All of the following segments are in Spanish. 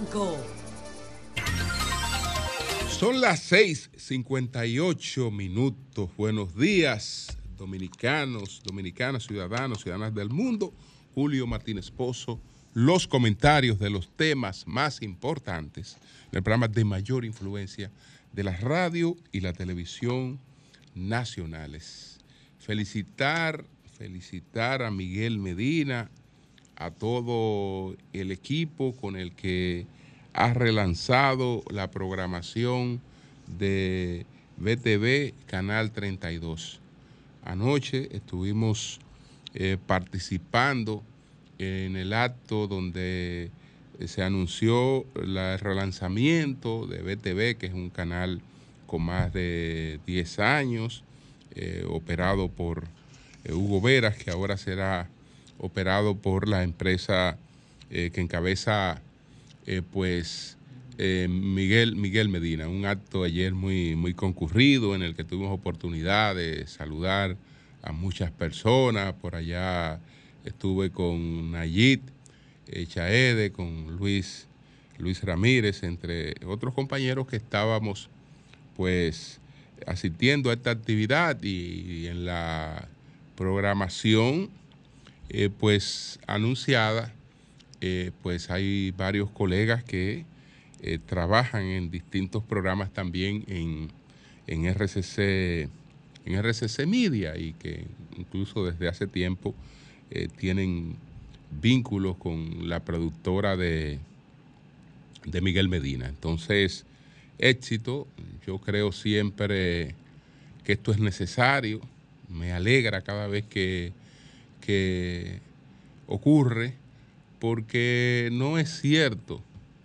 5. Son las 6:58. Buenos días, dominicanos, dominicanas, ciudadanos, ciudadanas del mundo. Julio Martínez Pozo, los comentarios de los temas más importantes del programa de mayor influencia de la radio y la televisión nacionales. Felicitar a Miguel Medina, a todo el equipo con el que ha relanzado la programación de BTV Canal 32. Anoche estuvimos participando en el acto donde se anunció el relanzamiento de BTV, que es un canal con más de 10 años, operado por Hugo Veras, que ahora será operado por la empresa que encabeza Miguel Medina. Un acto ayer muy concurrido en el que tuvimos oportunidad de saludar a muchas personas. Por allá estuve con Nayit Chaede, con Luis Ramírez, entre otros compañeros que estábamos pues asistiendo a esta actividad, y en la programación pues anunciada, pues hay varios colegas que trabajan en distintos programas también en RCC Media, y que incluso desde hace tiempo tienen vínculos con la productora de Miguel Medina. Entonces, éxito. Yo creo siempre que esto es necesario. Me alegra cada vez que ocurre, porque no es cierto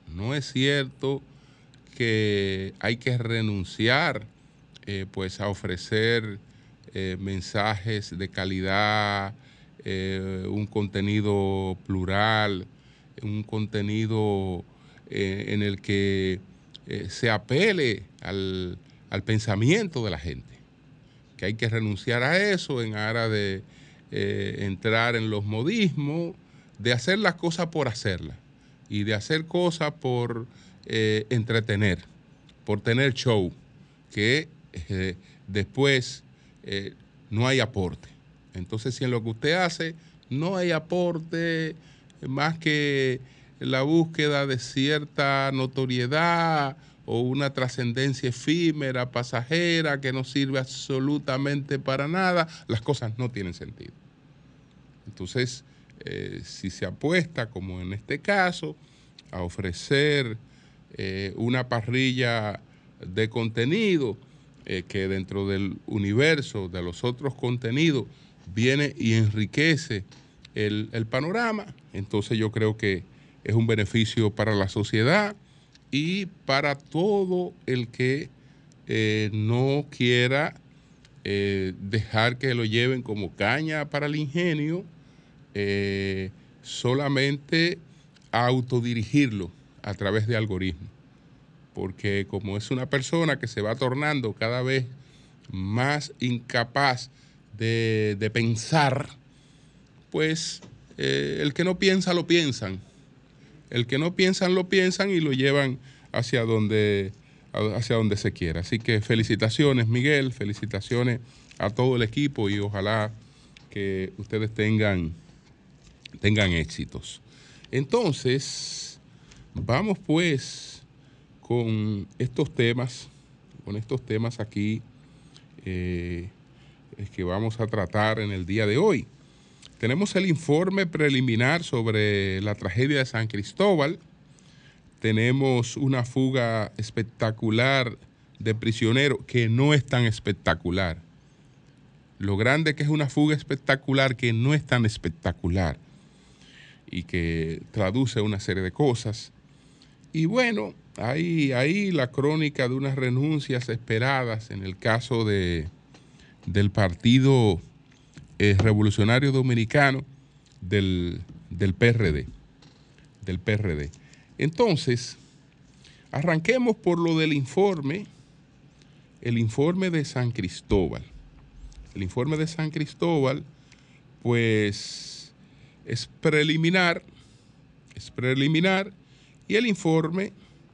que hay que renunciar pues a ofrecer mensajes de calidad, un contenido plural, un contenido en el que se apele al pensamiento de la gente, que hay que renunciar a eso en aras de entrar en los modismos, de hacer las cosas por hacerlas y de hacer cosas por entretener, por tener show, que después no hay aporte. Entonces, si en lo que usted hace no hay aporte más que la búsqueda de cierta notoriedad o una trascendencia efímera, pasajera, que no sirve absolutamente para nada, las cosas no tienen sentido. Entonces, si se apuesta, como en este caso, a ofrecer una parrilla de contenido que dentro del universo de los otros contenidos viene y enriquece el panorama, entonces yo creo que es un beneficio para la sociedad y para todo el que no quiera dejar que lo lleven como caña para el ingenio, solamente a autodirigirlo a través de algoritmos. Porque como es una persona que se va tornando cada vez más incapaz de pensar, pues el que no piensa lo piensan. El que no piensan lo piensan y lo llevan hacia donde se quiera. Así que felicitaciones, Miguel, felicitaciones a todo el equipo, y ojalá que ustedes tengan éxitos. Entonces, vamos pues con estos temas aquí que vamos a tratar en el día de hoy. Tenemos el informe preliminar sobre la tragedia de San Cristóbal. Tenemos una fuga espectacular de prisioneros, que no es tan espectacular. Lo grande que es una fuga espectacular que no es tan espectacular y que traduce una serie de cosas. Y bueno, ahí la crónica de unas renuncias esperadas en el caso del Partido Revolucionario Dominicano, del PRD. Entonces, arranquemos por lo del informe, el informe de San Cristóbal. El informe de San Cristóbal, pues, es preliminar Y el informe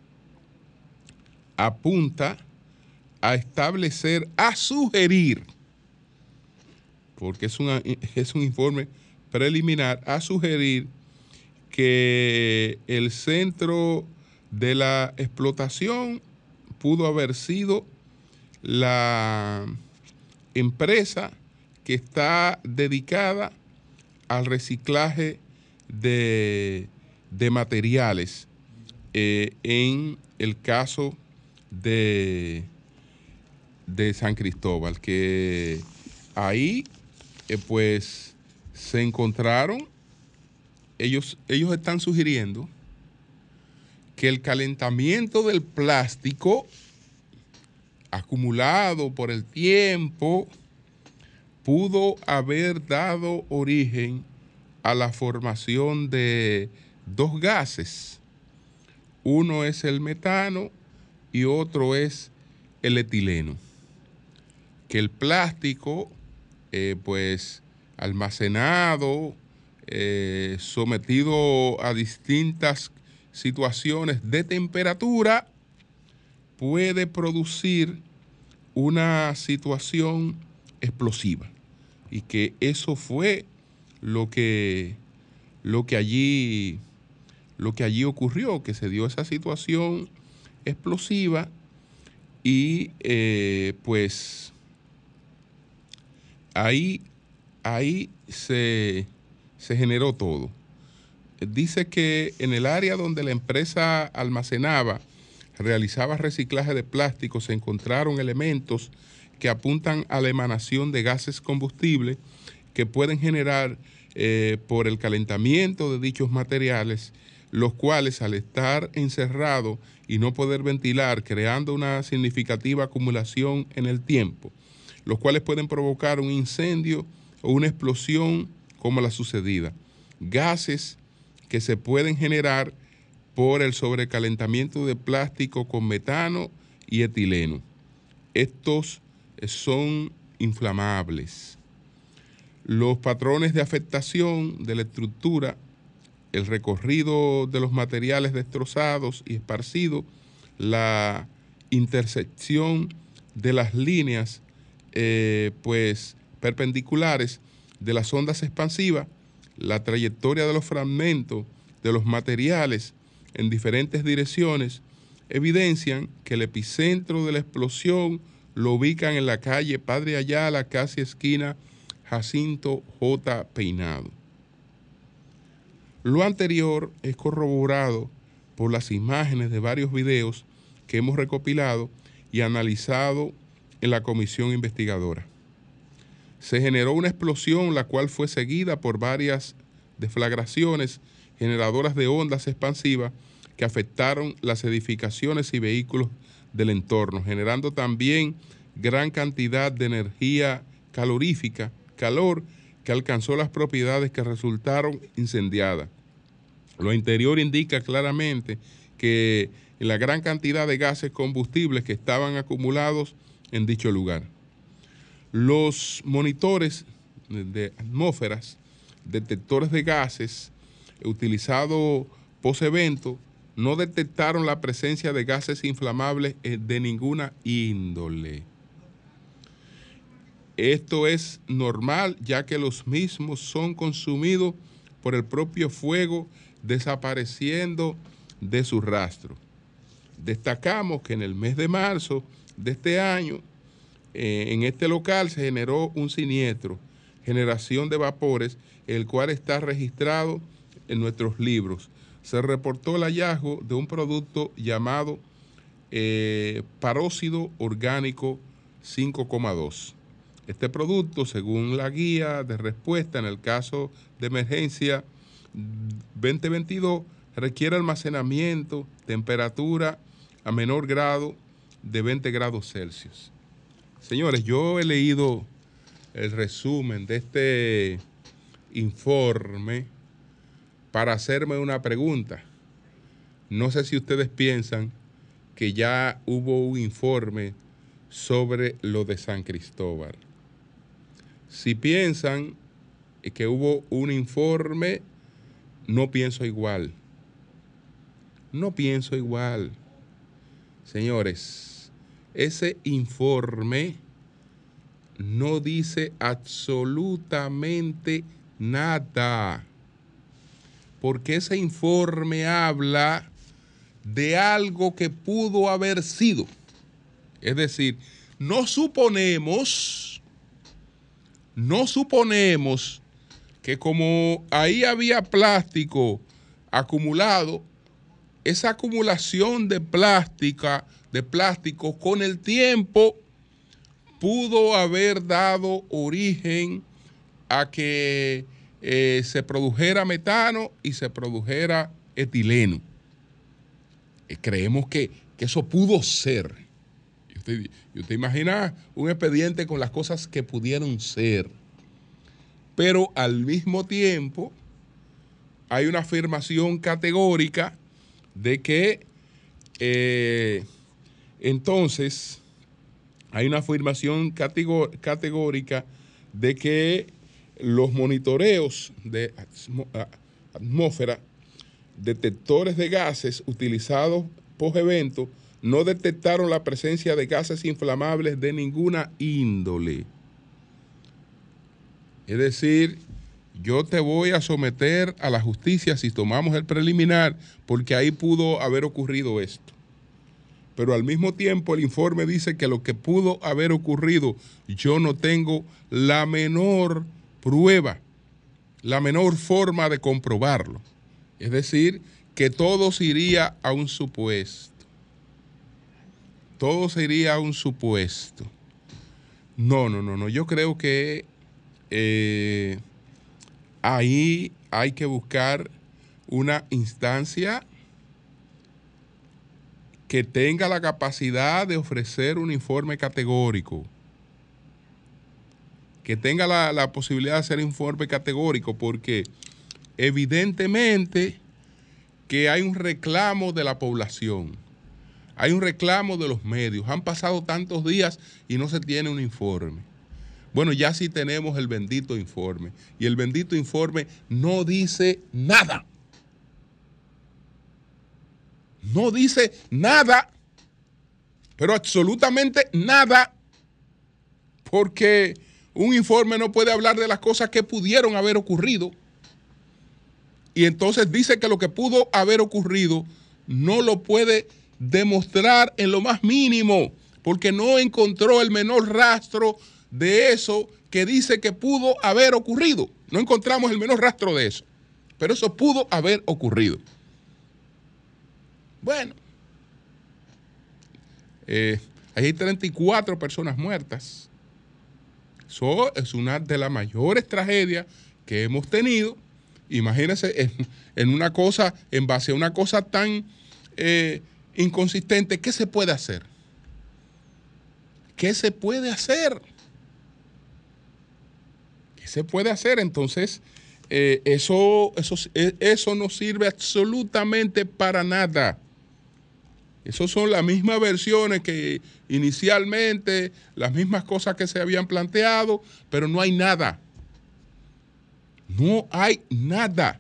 apunta a establecer, a sugerir, porque es un informe preliminar, a sugerir que el centro de la explotación pudo haber sido la empresa que está dedicada al reciclaje de materiales, en el caso de San Cristóbal, que ahí pues se encontraron, ellos están sugiriendo que el calentamiento del plástico acumulado por el tiempo pudo haber dado origen a la formación de dos gases. Uno es el metano y otro es el etileno. Que el plástico, pues almacenado, sometido a distintas situaciones de temperatura, puede producir una situación explosiva, y que eso fue lo que allí ocurrió, que se dio esa situación explosiva y pues ahí se generó todo. Dice que en el área donde la empresa realizaba reciclaje de plástico, se encontraron elementos que apuntan a la emanación de gases combustibles que pueden generar por el calentamiento de dichos materiales, los cuales, al estar encerrados y no poder ventilar, creando una significativa acumulación en el tiempo, los cuales pueden provocar un incendio o una explosión como la sucedida. Gases que se pueden generar por el sobrecalentamiento de plástico con metano y etileno. Estos son inflamables. Los patrones de afectación de la estructura, el recorrido de los materiales destrozados y esparcidos, la intersección de las líneas pues perpendiculares de las ondas expansivas, la trayectoria de los fragmentos de los materiales en diferentes direcciones, evidencian que el epicentro de la explosión lo ubican en la calle Padre Ayala, casi esquina Jacinto J. Peinado. Lo anterior es corroborado por las imágenes de varios videos que hemos recopilado y analizado en la comisión investigadora. Se generó una explosión, la cual fue seguida por varias deflagraciones generadoras de ondas expansivas que afectaron las edificaciones y vehículos del entorno, generando también gran cantidad de energía calorífica, calor que alcanzó las propiedades que resultaron incendiadas. Lo anterior indica claramente que la gran cantidad de gases combustibles que estaban acumulados en dicho lugar. Los monitores de atmósferas, detectores de gases utilizados post-evento, no detectaron la presencia de gases inflamables de ninguna índole. Esto es normal, ya que los mismos son consumidos por el propio fuego, desapareciendo de su rastro. Destacamos que en el mes de marzo de este año, en este local se generó un siniestro, generación de vapores, el cual está registrado en nuestros libros. Se reportó el hallazgo de un producto llamado paróxido orgánico 5,2. Este producto, según la guía de respuesta en el caso de emergencia 2022, requiere almacenamiento, temperatura a menor grado de 20 grados Celsius. Señores, yo he leído el resumen de este informe para hacerme una pregunta. No sé si ustedes piensan que ya hubo un informe sobre lo de San Cristóbal. Si piensan que hubo un informe, no pienso igual. No pienso igual. Señores, ese informe no dice absolutamente nada, porque ese informe habla de algo que pudo haber sido. Es decir, no suponemos que como ahí había plástico acumulado, esa acumulación de plástico con el tiempo pudo haber dado origen a que se produjera metano y se produjera etileno. Creemos que eso pudo ser. Y usted imagina un expediente con las cosas que pudieron ser. Pero al mismo tiempo hay una afirmación categórica de que entonces hay una afirmación categórica de que los monitoreos de atmósfera, detectores de gases utilizados post evento, no detectaron la presencia de gases inflamables de ninguna índole. Es decir, yo te voy a someter a la justicia si tomamos el preliminar, porque ahí pudo haber ocurrido esto. Pero al mismo tiempo el informe dice que lo que pudo haber ocurrido, yo no tengo la menor prueba, la menor forma de comprobarlo. Es decir, que todo se iría a un supuesto. Todo se iría a un supuesto. No. Yo creo que ahí hay que buscar una instancia que tenga la capacidad de ofrecer un informe categórico, que tenga la posibilidad de hacer informe categórico, porque evidentemente que hay un reclamo de la población, hay un reclamo de los medios. Han pasado tantos días y no se tiene un informe. Bueno, ya sí tenemos el bendito informe, y el bendito informe no dice nada. No dice nada, pero absolutamente nada, porque un informe no puede hablar de las cosas que pudieron haber ocurrido, y entonces dice que lo que pudo haber ocurrido no lo puede demostrar en lo más mínimo, porque no encontró el menor rastro de eso que dice que pudo haber ocurrido. No encontramos el menor rastro de eso, pero eso pudo haber ocurrido. Bueno, hay 34 personas muertas. Eso es una de las mayores tragedias que hemos tenido. Imagínense en una cosa, en base a una cosa tan inconsistente, ¿qué se puede hacer? ¿Qué se puede hacer? ¿Qué se puede hacer? Entonces, eso no sirve absolutamente para nada. Esas son las mismas versiones que inicialmente, las mismas cosas que se habían planteado, pero no hay nada. No hay nada.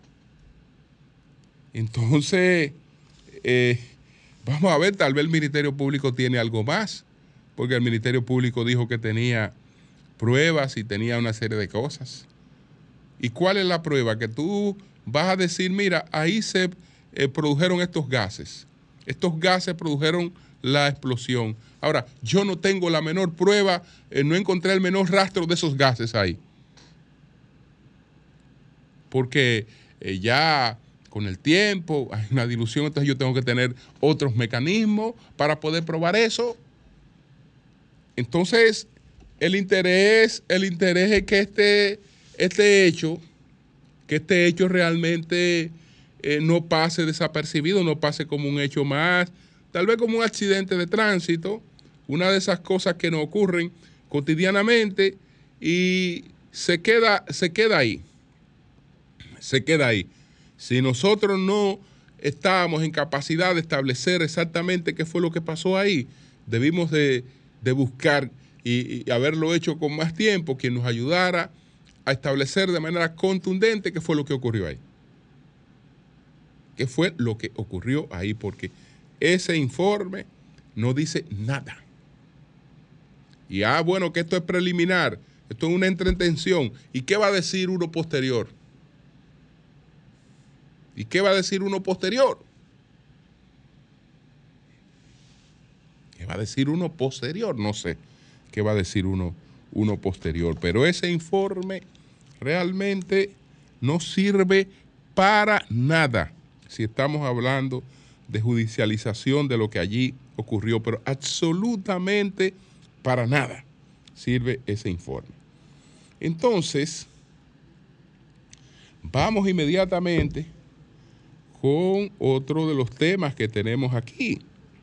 Entonces, vamos a ver, tal vez el Ministerio Público tiene algo más, porque el Ministerio Público dijo que tenía pruebas y tenía una serie de cosas. ¿Y cuál es la prueba? Que tú vas a decir, mira, ahí se produjeron estos gases. Estos gases produjeron la explosión. Ahora, yo no tengo la menor prueba, no encontré el menor rastro de esos gases ahí. Porque ya con el tiempo hay una dilución, entonces yo tengo que tener otros mecanismos para poder probar eso. Entonces, el interés es que este hecho realmente no pase desapercibido, no pase como un hecho más, tal vez como un accidente de tránsito, una de esas cosas que nos ocurren cotidianamente y se queda ahí. Se queda ahí. Si nosotros no estábamos en capacidad de establecer exactamente qué fue lo que pasó ahí, debimos de buscar y haberlo hecho con más tiempo, quien nos ayudara a establecer de manera contundente qué fue lo que ocurrió ahí. qué fue lo que ocurrió ahí, porque ese informe no dice nada. Y bueno, que esto es preliminar, esto es una entretención. ¿Y qué va a decir uno posterior? ¿Y qué va a decir uno posterior? ¿Qué va a decir uno posterior? No sé qué va a decir uno posterior, pero ese informe realmente no sirve para nada si estamos hablando de judicialización de lo que allí ocurrió, pero absolutamente para nada sirve ese informe. Entonces, vamos inmediatamente con otro de los temas que tenemos aquí.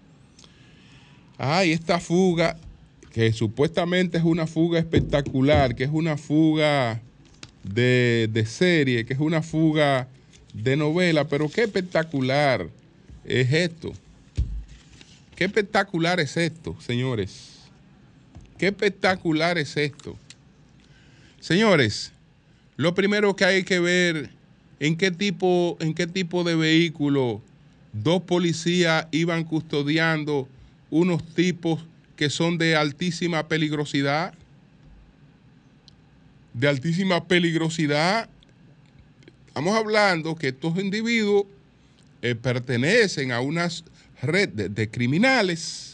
Esta fuga, que supuestamente es una fuga espectacular, que es una fuga de serie, que es una fuga de novela, pero qué espectacular es esto. Qué espectacular es esto, señores. Qué espectacular es esto. Señores, lo primero que hay que ver en qué tipo de vehículo dos policías iban custodiando unos tipos que son de altísima peligrosidad. De altísima peligrosidad. Estamos hablando que estos individuos pertenecen a una red de criminales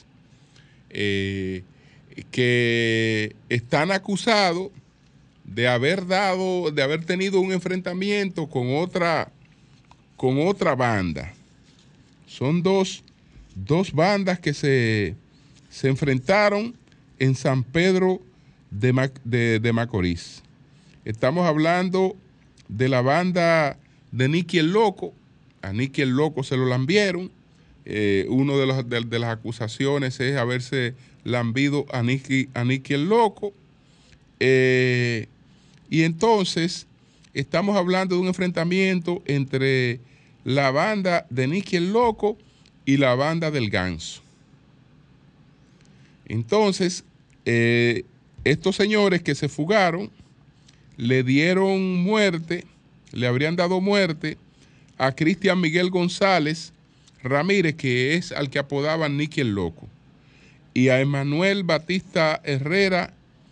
que están acusados de haber tenido un enfrentamiento con otra banda. Son dos bandas que se enfrentaron en San Pedro de Macorís. Estamos hablando de la banda de Nicky el Loco. A Nicky el Loco se lo lambieron. Uno de las acusaciones es haberse lambido a Nicky el Loco. Y entonces estamos hablando de un enfrentamiento entre la banda de Nicky el Loco y la banda del Ganso. Entonces, estos señores que se fugaron le habrían dado muerte a Cristian Miguel González Ramírez, que es al que apodaban Nicky el Loco, y a Emanuel Batista Herrera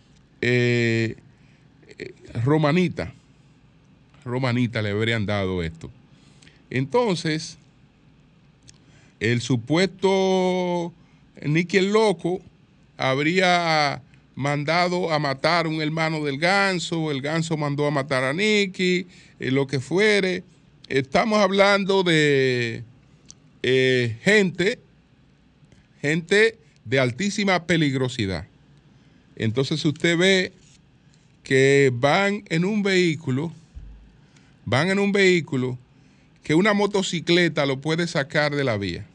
Romanita le habrían dado esto. Entonces, el supuesto Nicky el Loco habría mandado a matar a un hermano del Ganso, el Ganso mandó a matar a Nicky, lo que fuere. Estamos hablando de gente de altísima peligrosidad. Entonces usted ve que van en un vehículo que una motocicleta lo puede sacar de la vía.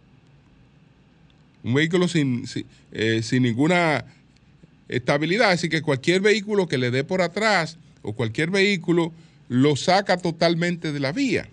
Un vehículo sin ninguna estabilidad, así que cualquier vehículo que le dé por atrás o cualquier vehículo lo saca totalmente de la vía.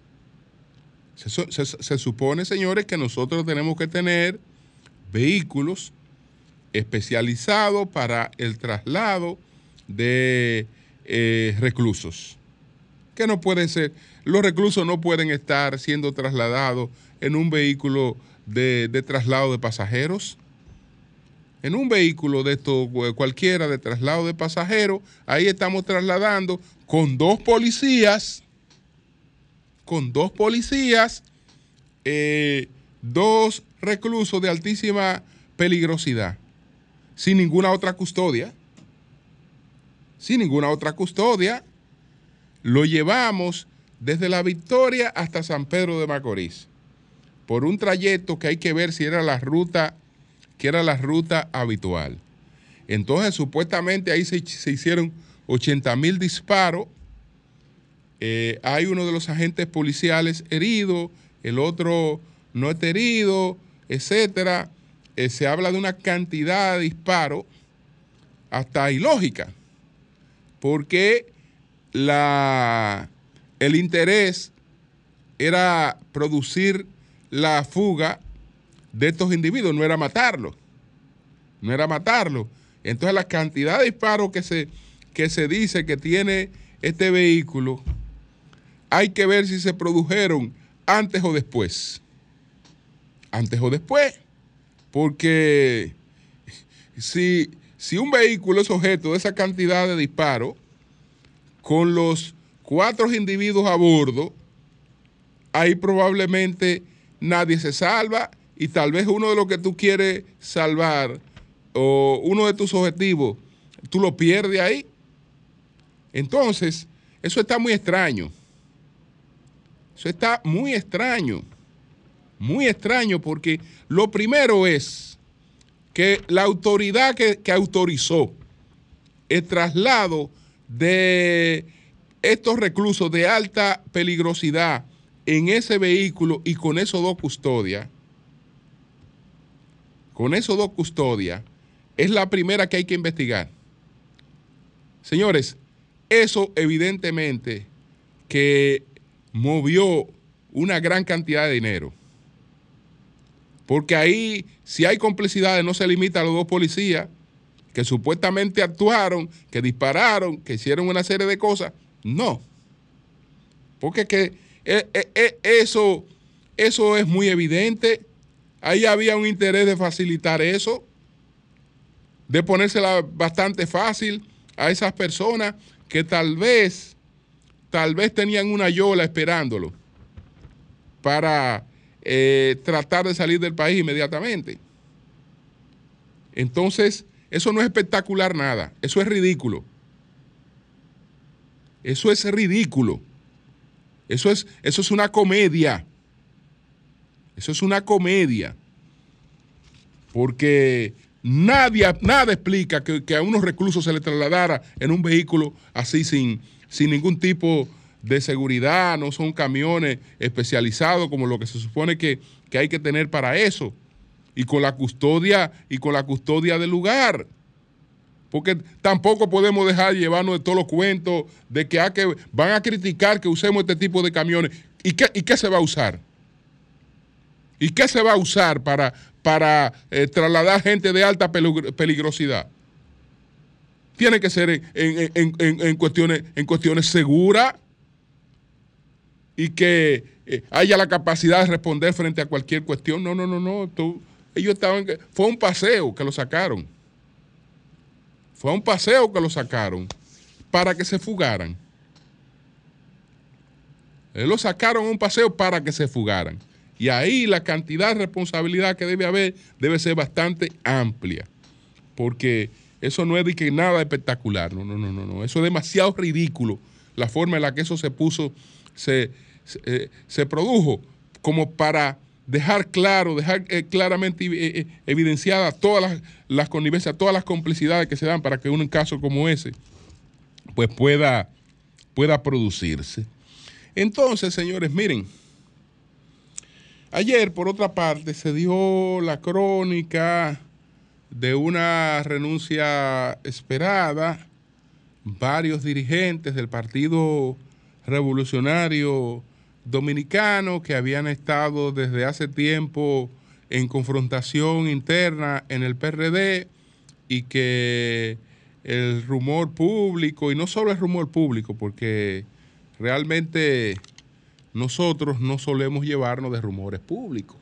Se supone, señores, que nosotros tenemos que tener vehículos especializados para el traslado de reclusos. Que no pueden ser, los reclusos no pueden estar siendo trasladados en un vehículo de traslado de pasajeros. En un vehículo de esto, cualquiera de traslado de pasajeros, ahí estamos trasladando con dos policías, dos reclusos de altísima peligrosidad, sin ninguna otra custodia. Lo llevamos desde La Victoria hasta San Pedro de Macorís, por un trayecto que hay que ver si era la ruta habitual. Entonces, supuestamente ahí se hicieron 80,000 disparos. Hay uno de los agentes policiales herido, el otro no está herido, etcétera. Se habla de una cantidad de disparos hasta ilógica, porque el interés era producir la fuga de estos individuos, no era matarlos. Entonces la cantidad de disparos que se dice que tiene este vehículo, hay que ver si se produjeron antes o después. Antes o después. Porque si un vehículo es objeto de esa cantidad de disparos, con los 4 individuos a bordo, ahí probablemente nadie se salva y tal vez uno de los que tú quieres salvar o uno de tus objetivos, tú lo pierdes ahí. Entonces, eso está muy extraño. Eso está muy extraño. Muy extraño porque lo primero es que la autoridad que autorizó el traslado de estos reclusos de alta peligrosidad en ese vehículo y con esos dos custodias, es la primera que hay que investigar. Señores, eso evidentemente que movió una gran cantidad de dinero. Porque ahí, si hay complicidades, no se limita a los 2 policías que supuestamente actuaron, que dispararon, que hicieron una serie de cosas. No. Porque eso es muy evidente. Ahí había un interés de facilitar eso, de ponérsela bastante fácil a esas personas que tal vez tenían una yola esperándolo para tratar de salir del país inmediatamente. Entonces, eso no es espectacular nada, eso es ridículo. Eso es ridículo. Eso es una comedia. Eso es una comedia. Porque nada explica que a unos reclusos se les trasladara en un vehículo así sin ningún tipo de seguridad. No son camiones especializados como lo que se supone que hay que tener para eso. Y con la custodia del lugar. Porque tampoco podemos dejar llevarnos de todos los cuentos de que van a criticar que usemos este tipo de camiones. ¿Y qué se va a usar? ¿Y qué se va a usar para trasladar gente de alta peligrosidad? Tiene que ser en cuestiones seguras y que haya la capacidad de responder frente a cualquier cuestión. No. Ellos fue un paseo que lo sacaron. Fue un paseo que lo sacaron para que se fugaran. Lo sacaron a un paseo para que se fugaran. Y ahí la cantidad de responsabilidad que debe haber debe ser bastante amplia. Porque eso no es de que nada espectacular. No. Eso es demasiado ridículo. La forma en la que eso se produjo como para dejar claramente evidenciadas todas las connivencias, todas las complicidades que se dan para que un caso como ese pues pueda producirse. Entonces, señores, miren, ayer, por otra parte, se dio la crónica de una renuncia esperada. Varios dirigentes del Partido Revolucionario Dominicano que habían estado desde hace tiempo en confrontación interna en el PRD y que el rumor público, y no solo el rumor público, porque realmente nosotros no solemos llevarnos de rumores públicos.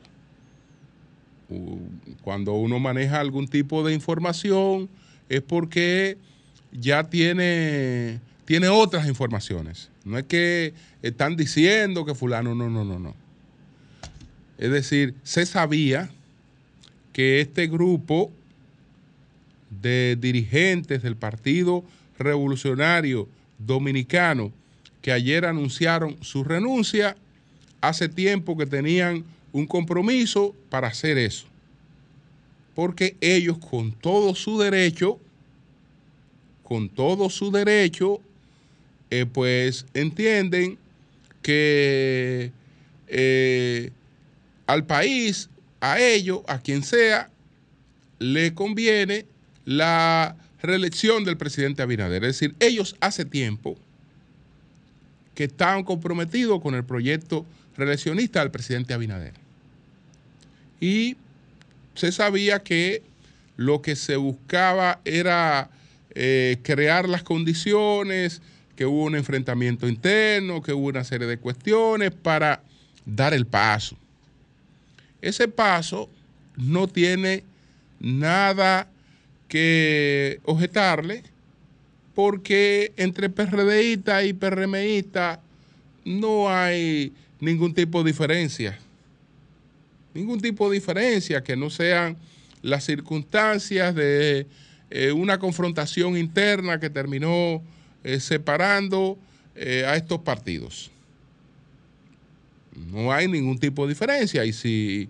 Cuando uno maneja algún tipo de información es porque ya tiene otras informaciones. No es que están diciendo que fulano, no. Es decir, se sabía que este grupo de dirigentes del Partido Revolucionario Dominicano que ayer anunciaron su renuncia, hace tiempo que tenían un compromiso para hacer eso. Porque ellos con todo su derecho, pues entienden que al país, a ellos, a quien sea, le conviene la reelección del presidente Abinader. Es decir, ellos hace tiempo que estaban comprometidos con el proyecto reeleccionista del presidente Abinader. Y se sabía que lo que se buscaba era crear las condiciones, que hubo un enfrentamiento interno, que hubo una serie de cuestiones para dar el paso. Ese paso no tiene nada que objetarle, porque entre PRDista y PRMista no hay ningún tipo de diferencia. Ningún tipo de diferencia que no sean las circunstancias de una confrontación interna que terminó separando a estos partidos. No hay ningún tipo de diferencia, y si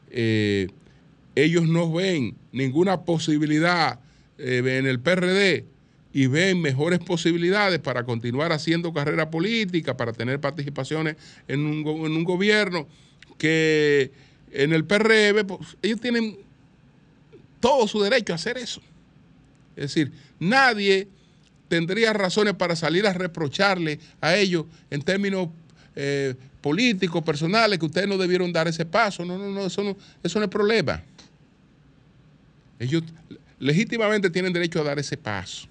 ellos no ven ninguna posibilidad en el PRD y ven mejores posibilidades para continuar haciendo carrera política, para tener participaciones en un gobierno, que en el PRM, pues, ellos tienen todo su derecho a hacer eso. Es decir, nadie tendría razones para salir a reprocharle a ellos en términos políticos, personales, que ustedes no debieron dar ese paso. No, eso no es problema. Ellos legítimamente tienen derecho a dar ese paso.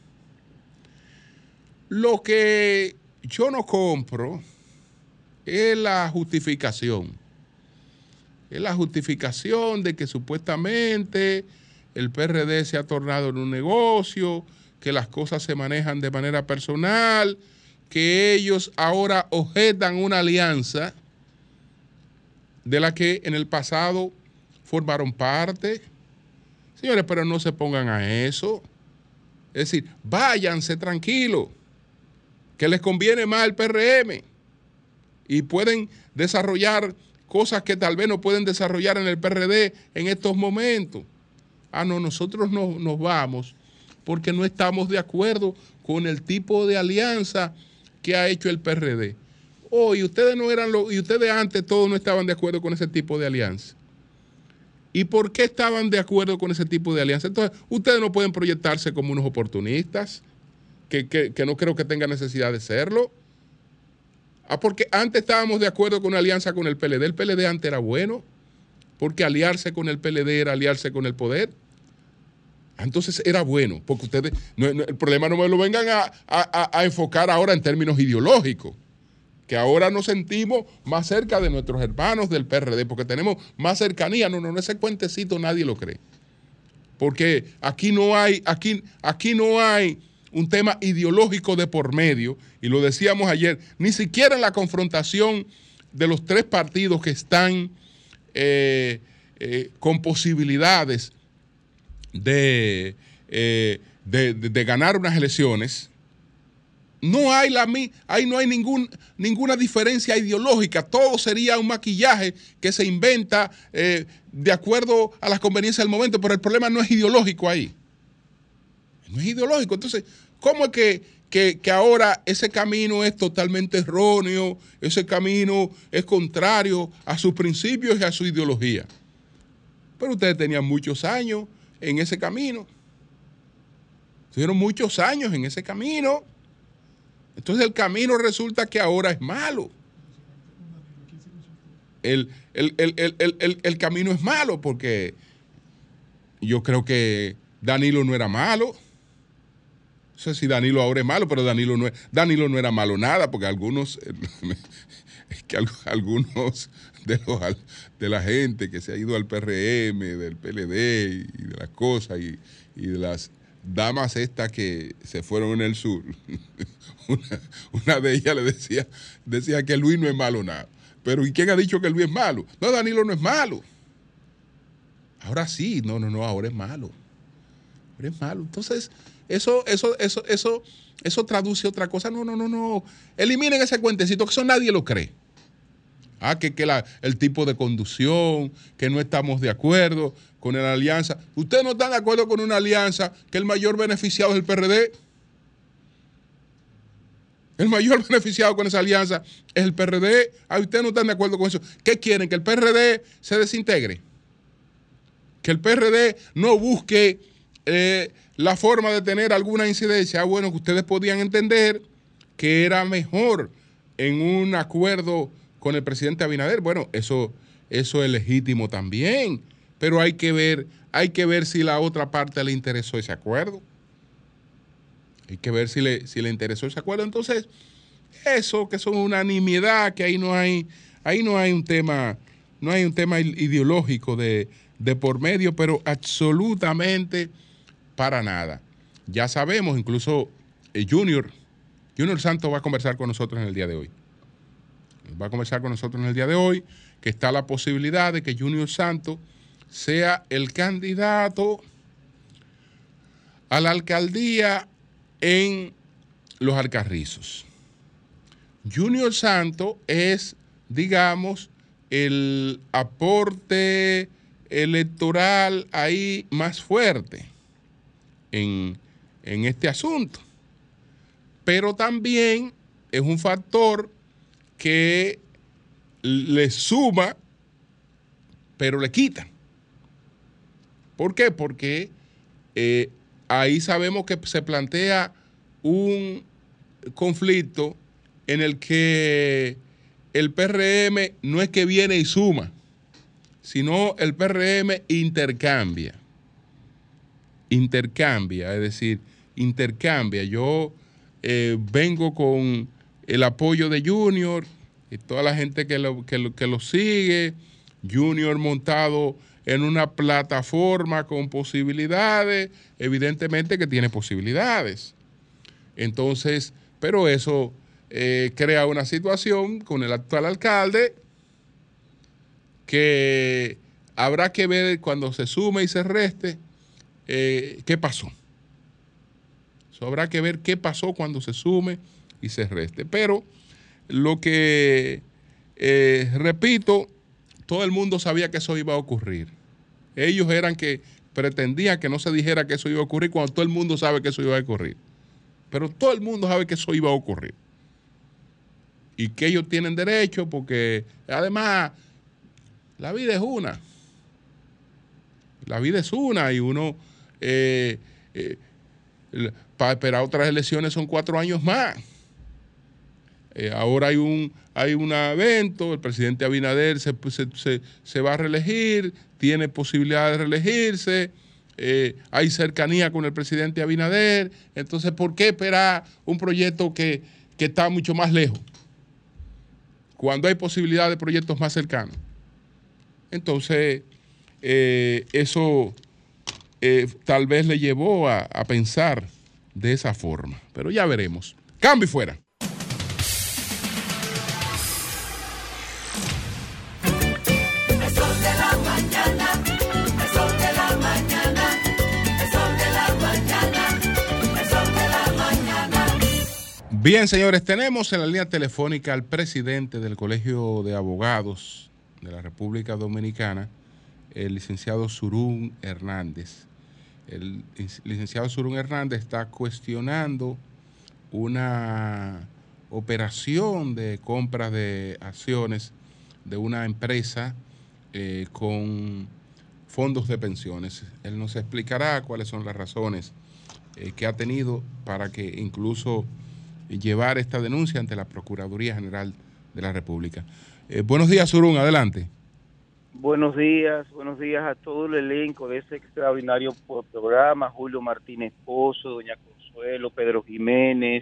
Lo que yo no compro es la justificación. Es la justificación de que supuestamente el PRD se ha tornado en un negocio, que las cosas se manejan de manera personal, que ellos ahora objetan una alianza de la que en el pasado formaron parte. Señores, pero no se pongan a eso. Es decir, váyanse tranquilos, que les conviene más el PRM y pueden desarrollar cosas que tal vez no pueden desarrollar en el PRD en estos momentos. No, nosotros nos vamos porque no estamos de acuerdo con el tipo de alianza que ha hecho el PRD. Y ustedes no eran y ustedes antes todos no estaban de acuerdo con ese tipo de alianza. ¿Y por qué estaban de acuerdo con ese tipo de alianza? Entonces, ustedes no pueden proyectarse como unos oportunistas, que no creo que tengan necesidad de serlo. Porque antes estábamos de acuerdo con una alianza con el PLD. El PLD antes era bueno, porque aliarse con el PLD era aliarse con el poder. Entonces era bueno, porque ustedes, el problema no me lo vengan a enfocar ahora en términos ideológicos, que ahora nos sentimos más cerca de nuestros hermanos del PRD, porque tenemos más cercanía. No, ese cuentecito nadie lo cree. Porque aquí no hay un tema ideológico de por medio, y lo decíamos ayer, ni siquiera en la confrontación de los tres partidos que están con posibilidades de ganar unas elecciones. Ahí no hay ninguna diferencia ideológica. Todo sería un maquillaje que se inventa de acuerdo a las conveniencias del momento, pero el problema no es ideológico ahí. No es ideológico. Entonces, ¿cómo es que ahora ese camino es totalmente erróneo? Ese camino es contrario a sus principios y a su ideología. Pero ustedes tenían muchos años en ese camino. Tuvieron muchos años en ese camino. Entonces el camino resulta que ahora es malo. El camino es malo porque yo creo que Danilo no era malo. No sé si Danilo ahora es malo, pero Danilo no era malo nada, porque algunos de la gente que se ha ido al PRM, del PLD y de las cosas y de las damas estas que se fueron en el sur, una de ellas le decía que Luis no es malo nada. Pero ¿y quién ha dicho que Luis es malo? No, Danilo no es malo. Ahora sí, no, ahora es malo. Ahora es malo. Entonces, eso traduce otra cosa. No. Eliminen ese cuentecito, que eso nadie lo cree. El tipo de conducción, que no estamos de acuerdo con la alianza. ¿Ustedes no están de acuerdo con una alianza que el mayor beneficiado es el PRD? El mayor beneficiado con esa alianza es el PRD. ¿Ustedes no están de acuerdo con eso? ¿Qué quieren? ¿Que el PRD se desintegre? ¿Que el PRD no busque la forma de tener alguna incidencia? Bueno, que ustedes podían entender que era mejor en un acuerdo con el presidente Abinader. Bueno, eso es legítimo también, pero hay que ver si la otra parte le interesó ese acuerdo. Hay que ver si le interesó ese acuerdo. Entonces, eso que son una nimiedad, que ahí no hay ahí no hay un tema ideológico de por medio, pero absolutamente para nada. Ya sabemos, incluso Junior Santos va a conversar con nosotros en el día de hoy. Que está la posibilidad de que Junior Santos sea el candidato a la alcaldía en Los Alcarrizos. Junior Santos es, digamos, el aporte electoral ahí más fuerte en este asunto. Pero también es un factor que le suma, pero le quita. ¿Por qué? Porque ahí sabemos que se plantea un conflicto en el que el PRM no es que viene y suma, sino el PRM intercambia, es decir, intercambia. Yo vengo con el apoyo de Junior y toda la gente que lo sigue, Junior montado en una plataforma con posibilidades, evidentemente que tiene posibilidades. Entonces, pero eso crea una situación con el actual alcalde que habrá que ver cuando se sume y se reste qué pasó. Eso habrá que ver qué pasó cuando se sume y se reste. Pero lo que, repito, todo el mundo sabía que eso iba a ocurrir. Ellos eran que pretendían que no se dijera que eso iba a ocurrir cuando todo el mundo sabe que eso iba a ocurrir. Pero todo el mundo sabe que eso iba a ocurrir. Y que ellos tienen derecho porque, además, la vida es una. La vida es una y uno, para esperar otras elecciones son 4 años más. Ahora hay un evento, el presidente Abinader se va a reelegir, tiene posibilidad de reelegirse, hay cercanía con el presidente Abinader, entonces ¿por qué esperar un proyecto que está mucho más lejos? Cuando hay posibilidad de proyectos más cercanos. Entonces, eso tal vez le llevó a pensar de esa forma, pero ya veremos. Cambio y fuera. Bien, señores, tenemos en la línea telefónica al presidente del Colegio de Abogados de la República Dominicana, el licenciado Surún Hernández. El licenciado Surún Hernández está cuestionando una operación de compra de acciones de una empresa con fondos de pensiones. Él nos explicará cuáles son las razones que ha tenido para que incluso llevar esta denuncia ante la Procuraduría General de la República. Buenos días, Surún, adelante. Buenos días a todo el elenco de este extraordinario programa, Julio Martínez Pozo, doña Consuelo, Pedro Jiménez,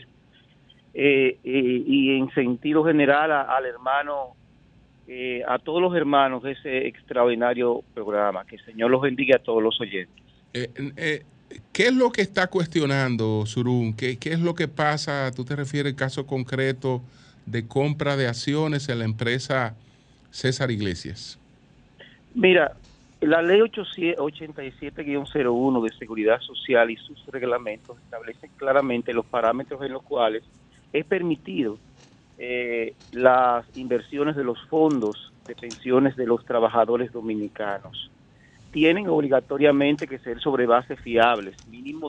y en sentido general al hermano, a todos los hermanos de ese extraordinario programa. Que el Señor los bendiga a todos los oyentes. ¿Qué es lo que está cuestionando, Surún? ¿Qué es lo que pasa? ¿Tú te refieres al caso concreto de compra de acciones en la empresa César Iglesias? Mira, la ley 87-01 de Seguridad Social y sus reglamentos establecen claramente los parámetros en los cuales es permitido las inversiones de los fondos de pensiones de los trabajadores dominicanos. Tienen obligatoriamente que ser sobre bases fiables, mínimo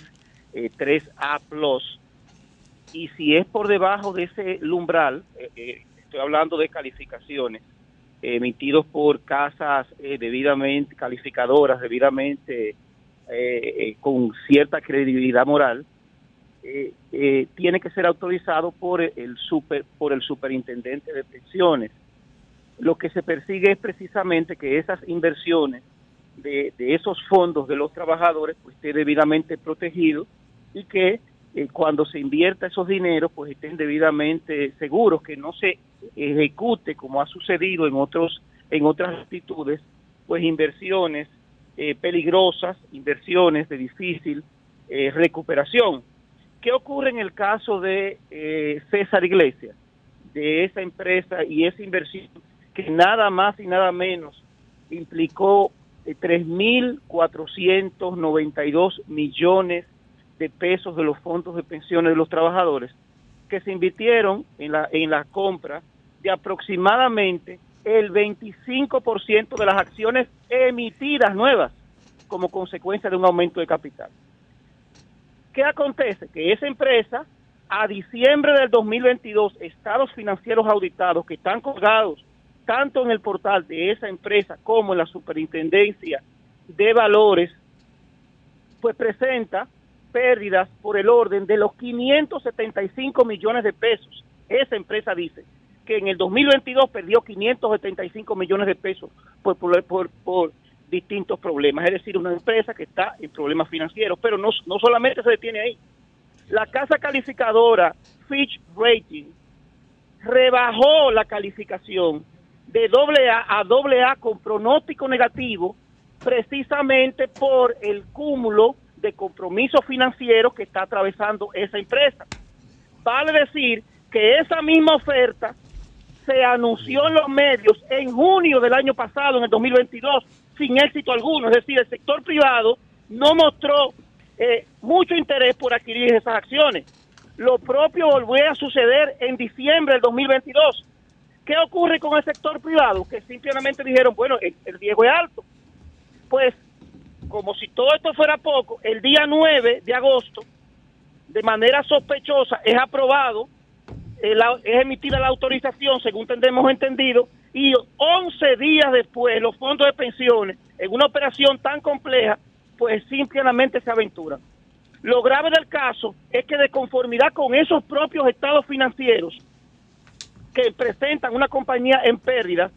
3A+, y si es por debajo de ese umbral, estoy hablando de calificaciones emitidos por casas debidamente calificadoras, debidamente con cierta credibilidad moral, tiene que ser autorizado por el superintendente de pensiones. Lo que se persigue es precisamente que esas inversiones de esos fondos de los trabajadores pues esté debidamente protegido y que cuando se invierta esos dineros pues estén debidamente seguros, que no se ejecute, como ha sucedido en otras actitudes, pues inversiones peligrosas, inversiones de difícil recuperación. ¿Qué ocurre en el caso de César Iglesias? De esa empresa y esa inversión que nada más y nada menos implicó 3.492 millones de pesos de los fondos de pensiones de los trabajadores, que se invirtieron en la compra de aproximadamente el 25% de las acciones emitidas nuevas como consecuencia de un aumento de capital. ¿Qué acontece? Que esa empresa, a diciembre del 2022, estados financieros auditados que están colgados tanto en el portal de esa empresa como en la Superintendencia de Valores, pues presenta pérdidas por el orden de los 575 millones de pesos. Esa empresa dice que en el 2022 perdió 575 millones de pesos por distintos problemas. Es decir, una empresa que está en problemas financieros, pero no solamente se detiene ahí. La casa calificadora Fitch Rating rebajó la calificación de AA a AA con pronóstico negativo, precisamente por el cúmulo de compromisos financieros que está atravesando esa empresa. Vale decir que esa misma oferta se anunció en los medios en junio del año pasado, en el 2022, sin éxito alguno. Es decir, el sector privado no mostró mucho interés por adquirir esas acciones. Lo propio volvió a suceder en diciembre del 2022. ¿Qué ocurre con el sector privado? Que simplemente dijeron, bueno, el riesgo es alto. Pues, como si todo esto fuera poco, el día 9 de agosto, de manera sospechosa, es aprobado, es emitida la autorización, según tenemos entendido, y 11 días después, los fondos de pensiones, en una operación tan compleja, pues simplemente se aventuran. Lo grave del caso es que, de conformidad con esos propios estados financieros que presentan una compañía en pérdida,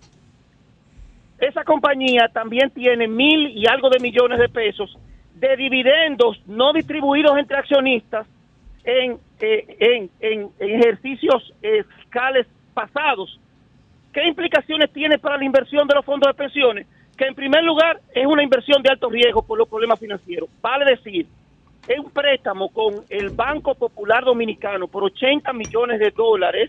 esa compañía también tiene 1.000 y algo de millones de pesos de dividendos no distribuidos entre accionistas en ejercicios fiscales pasados. ¿Qué implicaciones tiene para la inversión de los fondos de pensiones? Que en primer lugar es una inversión de alto riesgo por los problemas financieros. Vale decir, es un préstamo con el Banco Popular Dominicano por 80 millones de dólares,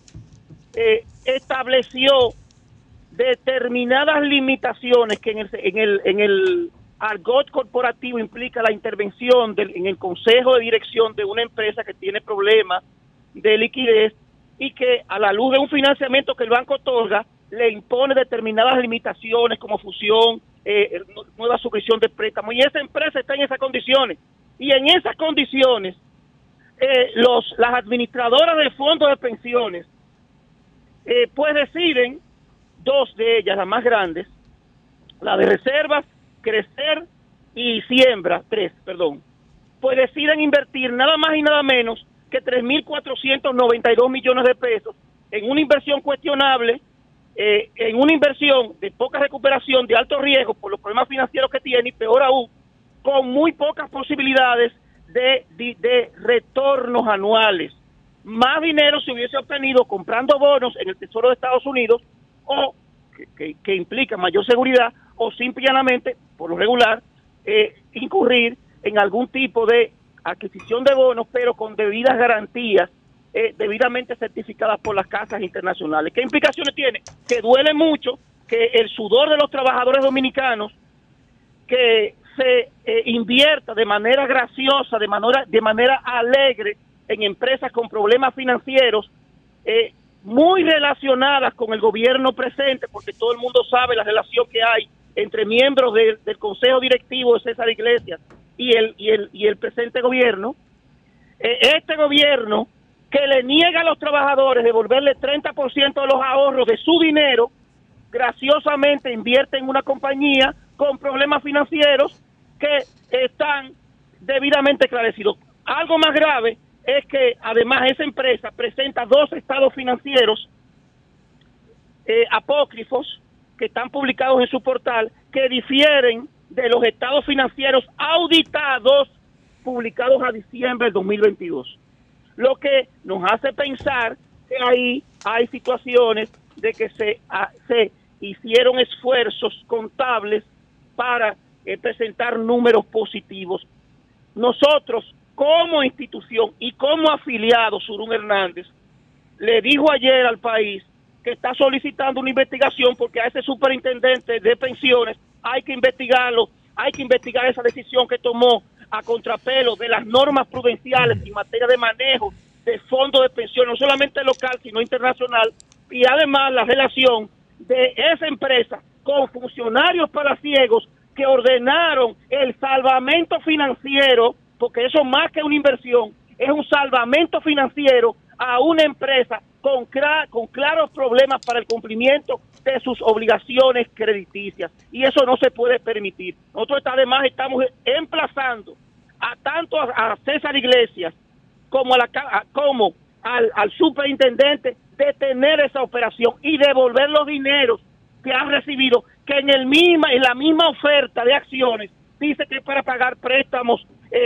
estableció determinadas limitaciones que en el argot corporativo implica la intervención en el consejo de dirección de una empresa que tiene problemas de liquidez y que, a la luz de un financiamiento que el banco otorga, le impone determinadas limitaciones como fusión, nueva suscripción de préstamo, y esa empresa está en esas condiciones. Y en esas condiciones, las administradoras de fondos de pensiones pues deciden, dos de ellas, las más grandes, la de reservas, crecer y siembra, pues deciden invertir nada más y nada menos que 3.492 millones de pesos en una inversión cuestionable, en una inversión de poca recuperación, de alto riesgo por los problemas financieros que tiene, y peor aún, con muy pocas posibilidades de retornos anuales. Más dinero se hubiese obtenido comprando bonos en el Tesoro de Estados Unidos, o que implica mayor seguridad, o simplemente, por lo regular, incurrir en algún tipo de adquisición de bonos, pero con debidas garantías, debidamente certificadas por las casas internacionales. ¿Qué implicaciones tiene? Que duele mucho que el sudor de los trabajadores dominicanos, que se invierta de manera graciosa, de manera alegre, en empresas con problemas financieros, muy relacionadas con el gobierno presente, porque todo el mundo sabe la relación que hay entre miembros del Consejo Directivo de César Iglesias y el presente gobierno. Este gobierno, que le niega a los trabajadores devolverle 30% de los ahorros de su dinero, graciosamente invierte en una compañía con problemas financieros que están debidamente esclarecidos. Algo más grave es que además esa empresa presenta 2 estados financieros apócrifos que están publicados en su portal, que difieren de los estados financieros auditados publicados a diciembre del 2022. Lo que nos hace pensar que ahí hay situaciones de que se hicieron esfuerzos contables para presentar números positivos. Nosotros, como institución y como afiliado, Surún Hernández, le dijo ayer al país que está solicitando una investigación porque a ese superintendente de pensiones hay que investigarlo, hay que investigar esa decisión que tomó a contrapelo de las normas prudenciales en materia de manejo de fondos de pensión, no solamente local, sino internacional, y además la relación de esa empresa con funcionarios palaciegos que ordenaron el salvamento financiero, porque eso más que una inversión, es un salvamento financiero a una empresa con claros problemas para el cumplimiento de sus obligaciones crediticias, y eso no se puede permitir. Nosotros además estamos emplazando tanto a César Iglesias como al superintendente detener esa operación y devolver los dineros que han recibido, que en la misma oferta de acciones dice que es para pagar préstamos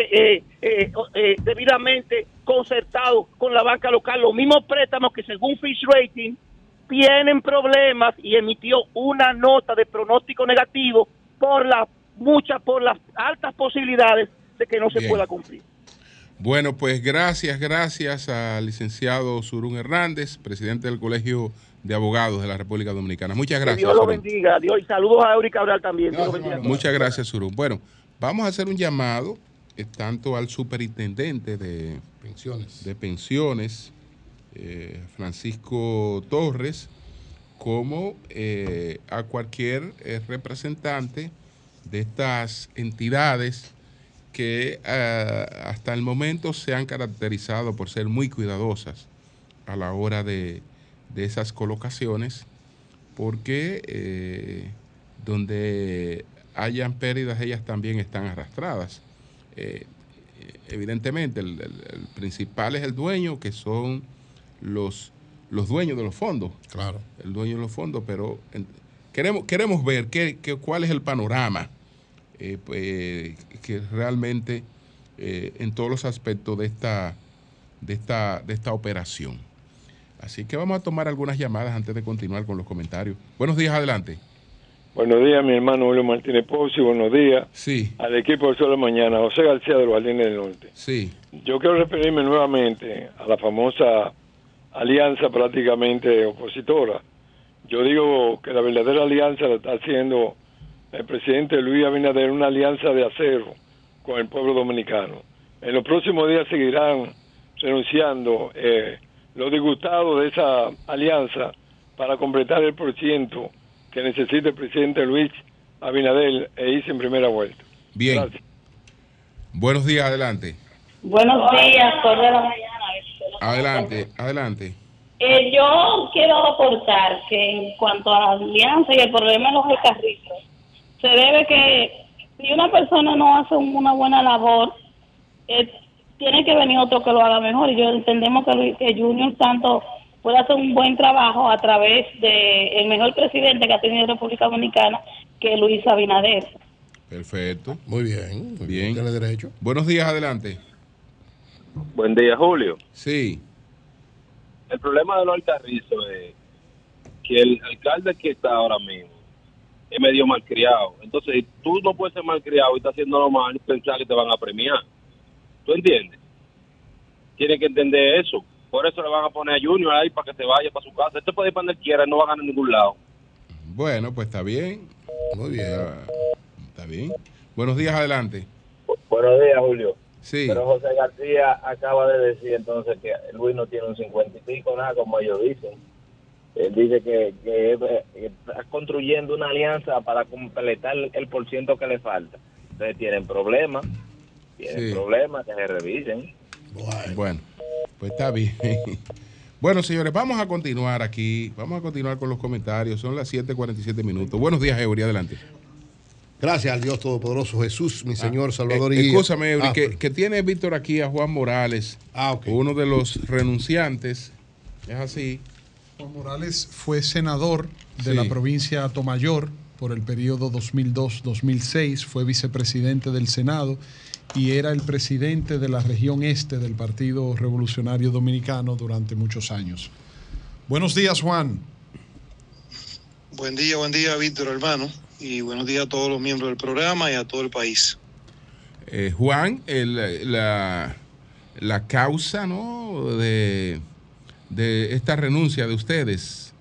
debidamente concertados con la banca local, los mismos préstamos que según Fitch Rating tienen problemas, y emitió una nota de pronóstico negativo por las altas posibilidades de que no se pueda cumplir. Bueno, pues gracias al licenciado Surún Hernández, presidente del Colegio de Abogados de la República Dominicana. Muchas gracias. Que Dios lo bendiga, Dios, y saludos a Eury Cabral también. Muchas gracias, Surún. Bueno, vamos a hacer un llamado tanto al superintendente de pensiones, Francisco Torres, como a cualquier representante de estas entidades que hasta el momento se han caracterizado por ser muy cuidadosas a la hora de esas colocaciones, porque donde hayan pérdidas ellas también están arrastradas. Evidentemente el principal es el dueño, que son los dueños de los fondos. Claro. El dueño de los fondos, pero queremos ver cuál es el panorama que realmente en todos los aspectos de esta operación. Así que vamos a tomar algunas llamadas antes de continuar con los comentarios. Buenos días, adelante. Buenos días, mi hermano Julio Martínez Pozzi. Buenos días al equipo del Sol de Mañana, José García de los Jardines del Norte. Sí. Yo quiero referirme nuevamente a la famosa alianza prácticamente opositora. Yo digo que la verdadera alianza la está haciendo el presidente Luis Abinader, una alianza de acero con el pueblo dominicano. En los próximos días seguirán renunciando los disgustados de esa alianza para completar el % que necesita el presidente Luis Abinader irse en primera vuelta. Bien. Gracias. Buenos días, adelante. Buenos días, Sol de la Mañana. Adelante. Yo quiero aportar que en cuanto a la alianza y el problema de los alcarrizos, se debe que si una persona no hace una buena labor, tiene que venir otro que lo haga mejor, y yo entendemos que Junior Santos puede hacer un buen trabajo a través de el mejor presidente que ha tenido República Dominicana, que es Luis Abinader. Perfecto. Muy bien. Tiene derecho. Buenos días, adelante. Buen día, Julio. Sí. El problema de los alcarrizos es que el alcalde que está ahora mismo es medio malcriado. Entonces, tú no puedes ser malcriado y estás haciéndolo mal y pensar que te van a premiar. ¿Tú entiendes? Tienes que entender eso. Por eso le van a poner a Junior ahí para que se vaya para su casa. Este puede ir para donde quiera, no va a ganar en ningún lado. Bueno, pues está bien. Muy bien. Está bien. Buenos días, adelante. Buenos días, Julio. Sí. Pero José García acaba de decir entonces que Luis no tiene un 50 y pico, nada, como ellos dicen. Él dice que está construyendo una alianza para completar el % que le falta. Entonces tienen problemas, que se revisen. Bueno, pues está bien. Bueno, señores, vamos a continuar aquí. Vamos a continuar con los comentarios. Son las 7:47 minutos. Buenos días, Eury, adelante. Gracias al Dios Todopoderoso Jesús, mi Señor, Salvador y escúchame, Eury, que tiene Víctor aquí a Juan Morales, uno de los renunciantes. Es así. Juan Morales fue senador de la provincia de Atomayor por el periodo 2002-2006, fue vicepresidente del Senado y era el presidente de la región este del Partido Revolucionario Dominicano durante muchos años. Buenos días, Juan. Buen día, Víctor, hermano, y buenos días a todos los miembros del programa y a todo el país. Juan, la causa, ¿no?, de esta renuncia de ustedes.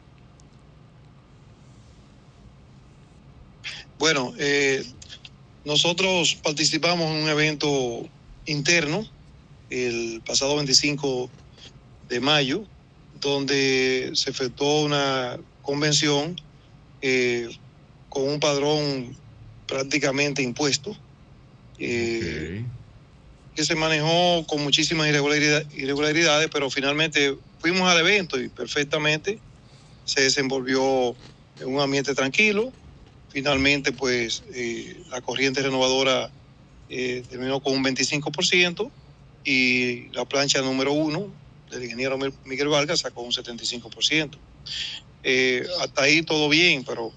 Bueno, nosotros participamos en un evento interno el pasado 25 de mayo, donde se efectuó una convención con un padrón prácticamente impuesto, que se manejó con muchísimas irregularidades, pero finalmente fuimos al evento y perfectamente se desenvolvió en un ambiente tranquilo. Finalmente, pues, la corriente renovadora terminó con un 25% y la plancha número 1 del ingeniero Miguel Vargas sacó un 75%. Hasta ahí todo bien, pero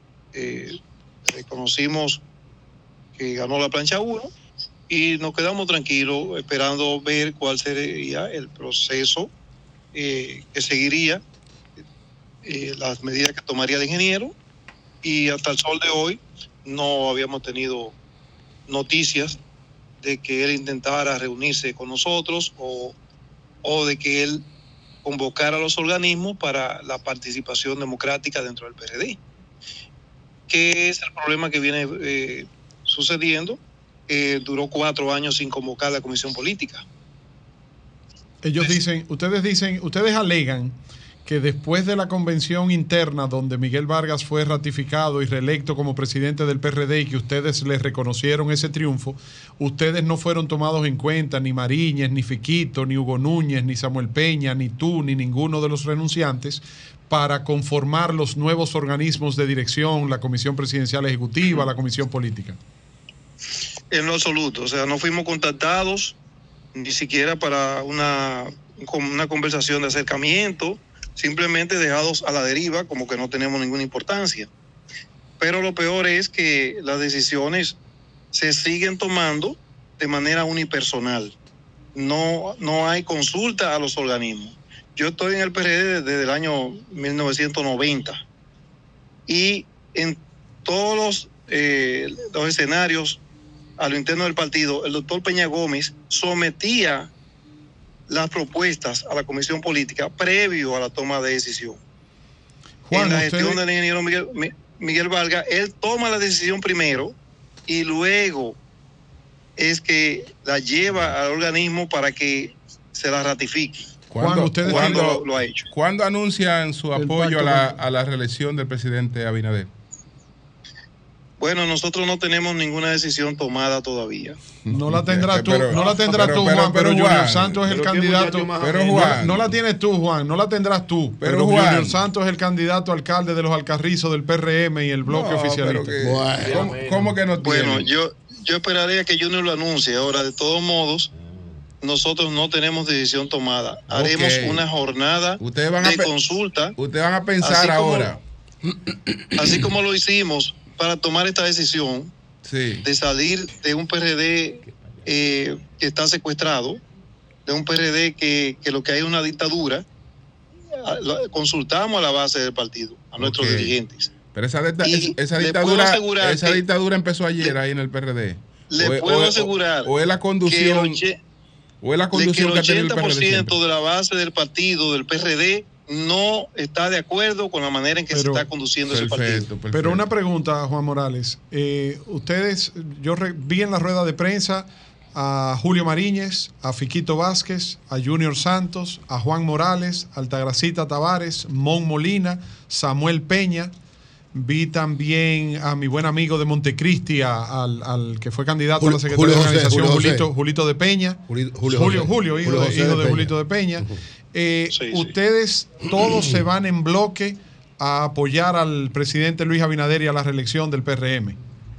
reconocimos que ganó la plancha 1 y nos quedamos tranquilos esperando ver cuál sería el proceso que seguiría, las medidas que tomaría el ingeniero, y hasta el sol de hoy no habíamos tenido noticias de que él intentara reunirse con nosotros o de que él convocara a los organismos para la participación democrática dentro del PRD. ¿Qué es el problema que viene sucediendo? Duró 4 años sin convocar a la comisión política. Ustedes alegan que después de la convención interna donde Miguel Vargas fue ratificado y reelecto como presidente del PRD y que ustedes le reconocieron ese triunfo, ustedes no fueron tomados en cuenta, ni Mariñez, ni Fiquito, ni Hugo Núñez, ni Samuel Peña, ni tú, ni ninguno de los renunciantes, para conformar los nuevos organismos de dirección, la Comisión Presidencial Ejecutiva, la Comisión Política. En lo absoluto, o sea, no fuimos contactados ni siquiera para una conversación de acercamiento, simplemente dejados a la deriva, como que no tenemos ninguna importancia. Pero lo peor es que las decisiones se siguen tomando de manera unipersonal. No hay consulta a los organismos. Yo estoy en el PRD desde el año 1990 y en todos los escenarios a lo interno del partido, el doctor Peña Gómez sometía las propuestas a la comisión política previo a la toma de decisión. Juan, en la gestión del ingeniero Miguel Vargas, él toma la decisión primero y luego es que la lleva al organismo para que se la ratifique. ¿Cuándo lo ha hecho? ¿Cuándo anuncian su apoyo a la reelección del presidente Abinader? Bueno, nosotros no tenemos ninguna decisión tomada todavía. No la tendrás tú, Juan, pero Junior Santos es el candidato. Pero Juan, no la tienes tú, Juan, no la tendrás tú. Pero Junior Santos es el candidato alcalde de los Alcarrizos del PRM y el bloque oficialista. ¿Cómo que no tiene? Bueno, yo esperaría que Junior lo anuncie. Ahora, de todos modos, nosotros no tenemos decisión tomada. Haremos una jornada de consulta. Ustedes van a pensar ahora. Así como lo hicimos para tomar esta decisión de salir de un PRD que está secuestrado, de un PRD que lo que hay es una dictadura. Consultamos a la base del partido, a nuestros dirigentes. Pero esa dictadura empezó ayer ahí en el PRD. Le puedo asegurar o es la conducción que el 80% de la base del partido, del PRD, no está de acuerdo con la manera en que se está conduciendo ese partido. Pero una pregunta, Juan Morales. Yo vi en la rueda de prensa a Julio Mariñez, a Fiquito Vázquez, a Junior Santos, a Juan Morales, Altagracita Tavares, Mon Molina, Samuel Peña. Vi también a mi buen amigo de Montecristi, al que fue candidato a la Secretaría de Organización, Julito de Peña. Julio, hijo de Julito de Peña. Ustedes todos se van en bloque a apoyar al presidente Luis Abinader y a la reelección del PRM.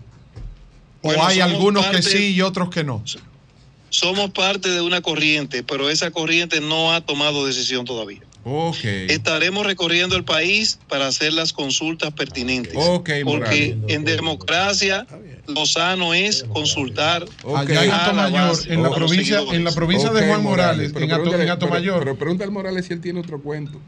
¿O hay algunos que sí y otros que no? Somos parte de una corriente, pero esa corriente no ha tomado decisión todavía. estaremos recorriendo el país para hacer las consultas pertinentes. Porque en democracia lo sano es consultar. Allá en Atomayor, en la provincia de Juan Morales, en Atomayor. Pero pregunta al Morales si él tiene otro cuento.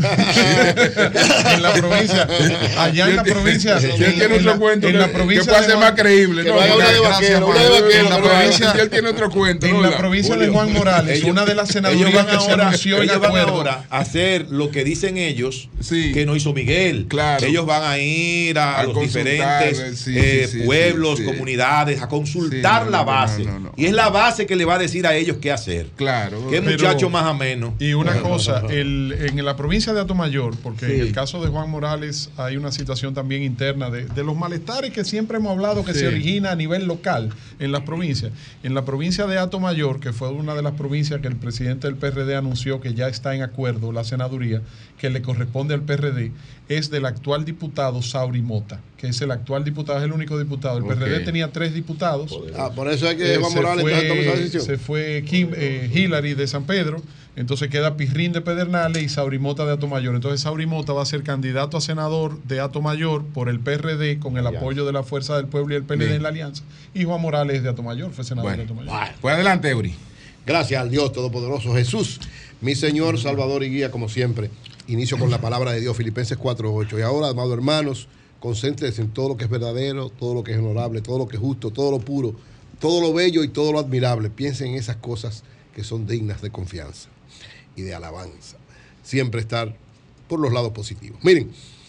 En la provincia, allá en la provincia, si él tiene otro cuento en la provincia que puede ser más creíble, ¿no? Una de vaquero, en la provincia, si él tiene otro cuento. En la provincia de Juan Morales, una de las senadurías que se anunció en acuerdo ahora a hacer lo que dicen ellos que no hizo Miguel. Claro. Ellos van a ir a los diferentes pueblos, comunidades, a consultar la base. Y es la base que le va a decir a ellos qué hacer. Claro. Qué muchacho más ameno. Y una cosa, en la provincia de Atomayor, porque en el caso de Juan Morales hay una situación también interna de los malestares que siempre hemos hablado que se origina a nivel local en las provincias. En la provincia de Atomayor, que fue una de las provincias que el presidente del PRD anunció que ya está en acuerdo, la senaduría, que le corresponde al PRD, es del actual diputado Sauri Mota, que es el actual diputado, es el único diputado. El PRD tenía 3 diputados. Por eso es que Juan Morales tomó esa decisión. Se fue Hillary de San Pedro. Entonces queda Pirrín de Pedernales y Saurimota de Atomayor. Entonces Saurimota va a ser candidato a senador de Atomayor por el PRD con el apoyo de la Fuerza del Pueblo y el PLD en la alianza. Y Juan Morales de Atomayor fue senador de Atomayor. Pues adelante, Eury. Gracias al Dios Todopoderoso Jesús, mi Señor, Salvador y Guía, como siempre. Inicio con la palabra de Dios, Filipenses 4:8. Y ahora, amados hermanos, concéntrense en todo lo que es verdadero, todo lo que es honorable, todo lo que es justo, todo lo puro, todo lo bello y todo lo admirable. Piensen en esas cosas que son dignas de confianza y de alabanza. Siempre estar por los lados positivos. Miren,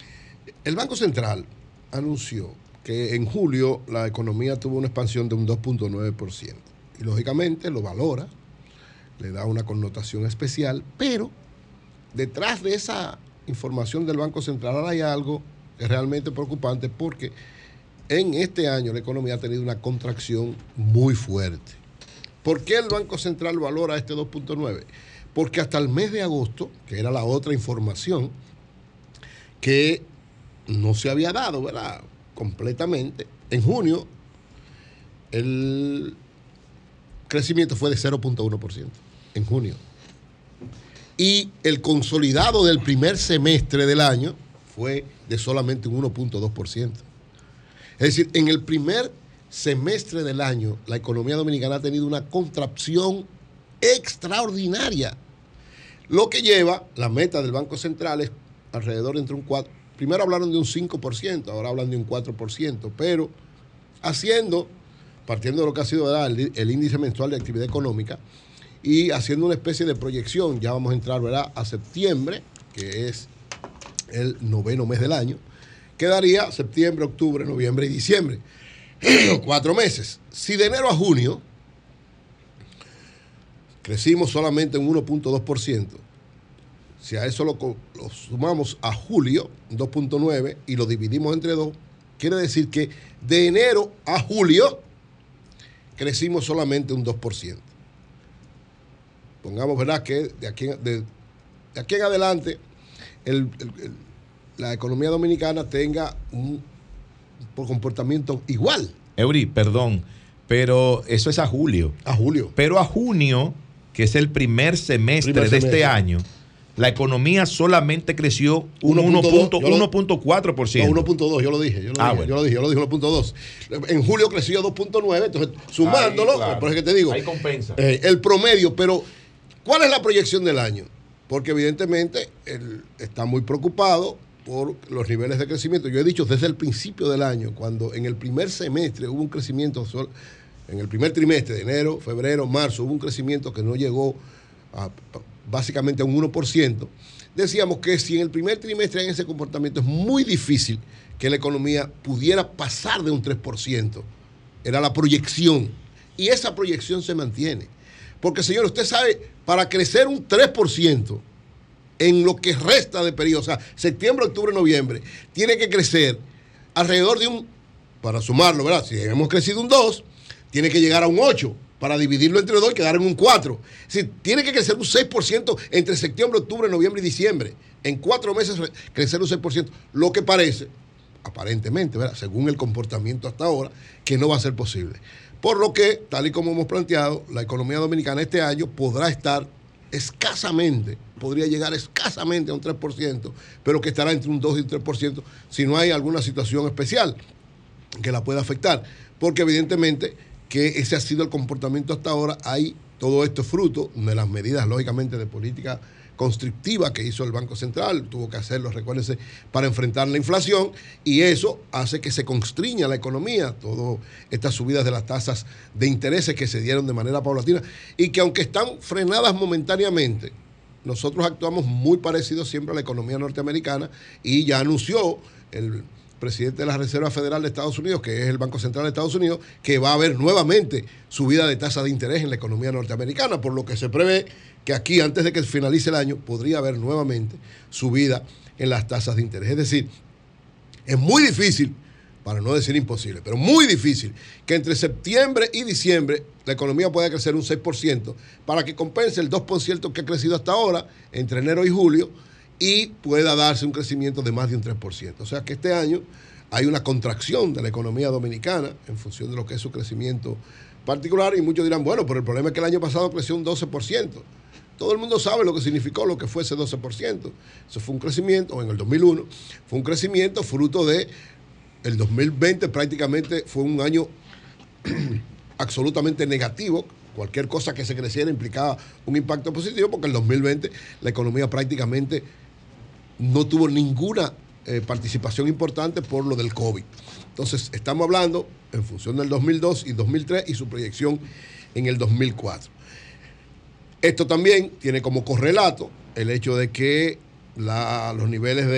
el Banco Central anunció que en julio la economía tuvo una expansión de un 2.9%. Y lógicamente lo valora, le da una connotación especial, pero detrás de esa información del Banco Central hay algo que es realmente preocupante, porque en este año la economía ha tenido una contracción muy fuerte. ¿Por qué el Banco Central valora este 2.9%? Porque hasta el mes de agosto, que era la otra información que no se había dado, ¿verdad?, completamente, en junio el crecimiento fue de 0.1% en junio. Y el consolidado del primer semestre del año fue de solamente un 1.2%. Es decir, en el primer semestre del año, la economía dominicana ha tenido una contracción extraordinaria. Lo que lleva, la meta del Banco Central es alrededor entre un 4%. Primero hablaron de un 5%, ahora hablan de un 4%, pero partiendo de lo que ha sido, ¿verdad?, el índice mensual de actividad económica y haciendo una especie de proyección, ya vamos a entrar, ¿verdad?, a septiembre, que es el 9º mes del año, quedaría septiembre, octubre, noviembre y diciembre. 4 meses. Si de enero a junio crecimos solamente un 1.2%, si a eso lo sumamos a julio, 2.9%, y lo dividimos entre 2, quiere decir que de enero a julio crecimos solamente un 2%. Pongamos, ¿verdad?, que de aquí en adelante la economía dominicana tenga un comportamiento igual. Eury, perdón, pero eso es a julio. A julio. Pero a junio, que es el primer semestre de este año, la economía solamente creció un 1.4%. No, 1.2, yo lo dije. Yo lo dije 1.2. En julio creció 2.9, entonces sumándolo, ahí, claro, por eso que te digo. Ahí compensa. El promedio, pero ¿cuál es la proyección del año? Porque evidentemente él está muy preocupado por los niveles de crecimiento. Yo he dicho desde el principio del año, cuando en el primer semestre hubo un crecimiento, en el primer trimestre de enero, febrero, marzo, hubo un crecimiento que no llegó básicamente a un 1%, decíamos que si en el primer trimestre hay ese comportamiento es muy difícil que la economía pudiera pasar de un 3%. Era la proyección. Y esa proyección se mantiene. Porque, señor, usted sabe, para crecer un 3% en lo que resta de periodo, o sea, septiembre, octubre, noviembre, tiene que crecer alrededor de para sumarlo, ¿verdad? Si hemos crecido un 2, tiene que llegar a un 8 para dividirlo entre 2 y quedar en un 4. Es decir, tiene que crecer un 6% entre septiembre, octubre, noviembre y diciembre. En 4 meses crecer un 6%, lo que parece, aparentemente, ¿verdad?, según el comportamiento hasta ahora, que no va a ser posible. Por lo que, tal y como hemos planteado, la economía dominicana este año podrá estar escasamente, podría llegar escasamente a un 3%, pero que estará entre un 2 y un 3% si no hay alguna situación especial que la pueda afectar. Porque evidentemente que ese ha sido el comportamiento hasta ahora. Todo esto es fruto de las medidas, lógicamente, de política constrictiva que hizo el Banco Central, tuvo que hacerlo, recuérdense, para enfrentar la inflación, y eso hace que se constriña la economía, todas estas subidas de las tasas de intereses que se dieron de manera paulatina, y que aunque están frenadas momentáneamente, nosotros actuamos muy parecido siempre a la economía norteamericana, y ya anunció el presidente de la Reserva Federal de Estados Unidos, que es el Banco Central de Estados Unidos, que va a haber nuevamente subida de tasa de interés en la economía norteamericana, por lo que se prevé que aquí, antes de que finalice el año, podría haber nuevamente subida en las tasas de interés. Es decir, es muy difícil, para no decir imposible, pero muy difícil, que entre septiembre y diciembre la economía pueda crecer un 6% para que compense el 2% que ha crecido hasta ahora, entre enero y julio, y pueda darse un crecimiento de más de un 3%. O sea que este año hay una contracción de la economía dominicana en función de lo que es su crecimiento particular, y muchos dirán, bueno, pero el problema es que el año pasado creció un 12%. Todo el mundo sabe lo que significó lo que fue ese 12%. Eso fue un crecimiento, en el 2001, fue un crecimiento fruto de el 2020, prácticamente fue un año absolutamente negativo. Cualquier cosa que se creciera implicaba un impacto positivo, porque el 2020 la economía prácticamente no tuvo ninguna participación importante por lo del COVID. Entonces, estamos hablando en función del 2002 y 2003 y su proyección en el 2004. Esto también tiene como correlato el hecho de que los niveles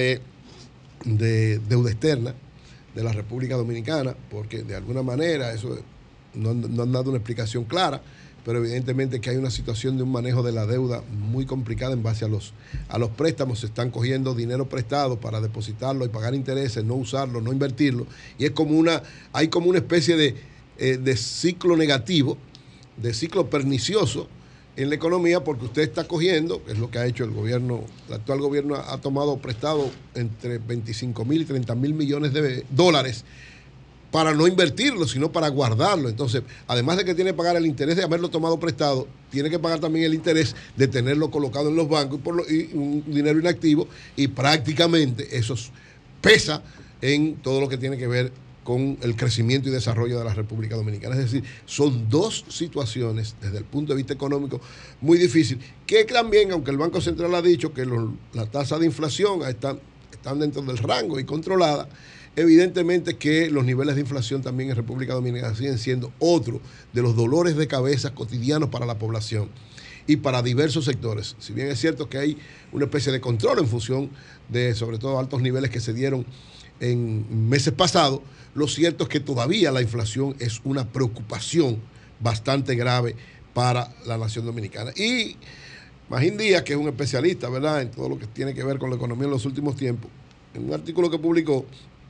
de deuda externa de la República Dominicana, porque de alguna manera eso no han dado una explicación clara, pero evidentemente que hay una situación de un manejo de la deuda muy complicada en base a los préstamos. Se están cogiendo dinero prestado para depositarlo y pagar intereses, no usarlo, no invertirlo, y hay como una especie de ciclo negativo, de ciclo pernicioso en la economía, porque usted está cogiendo, es lo que ha hecho el actual gobierno ha tomado prestado entre 25.000 y 30.000 millones de dólares para no invertirlo, sino para guardarlo. Entonces, además de que tiene que pagar el interés de haberlo tomado prestado, tiene que pagar también el interés de tenerlo colocado en los bancos y un dinero inactivo, y prácticamente eso pesa en todo lo que tiene que ver con el crecimiento y desarrollo de la República Dominicana. Es decir, son dos situaciones desde el punto de vista económico muy difíciles, que también, aunque el Banco Central ha dicho que la tasa de inflación están dentro del rango y controlada, evidentemente que los niveles de inflación también en República Dominicana siguen siendo otro de los dolores de cabeza cotidianos para la población y para diversos sectores. Si bien es cierto que hay una especie de control en función de, sobre todo, altos niveles que se dieron en meses pasados, lo cierto es que todavía la inflación es una preocupación bastante grave para la nación dominicana. Y Magín Díaz, que es un especialista, ¿verdad?, en todo lo que tiene que ver con la economía en los últimos tiempos, en un artículo que publicó,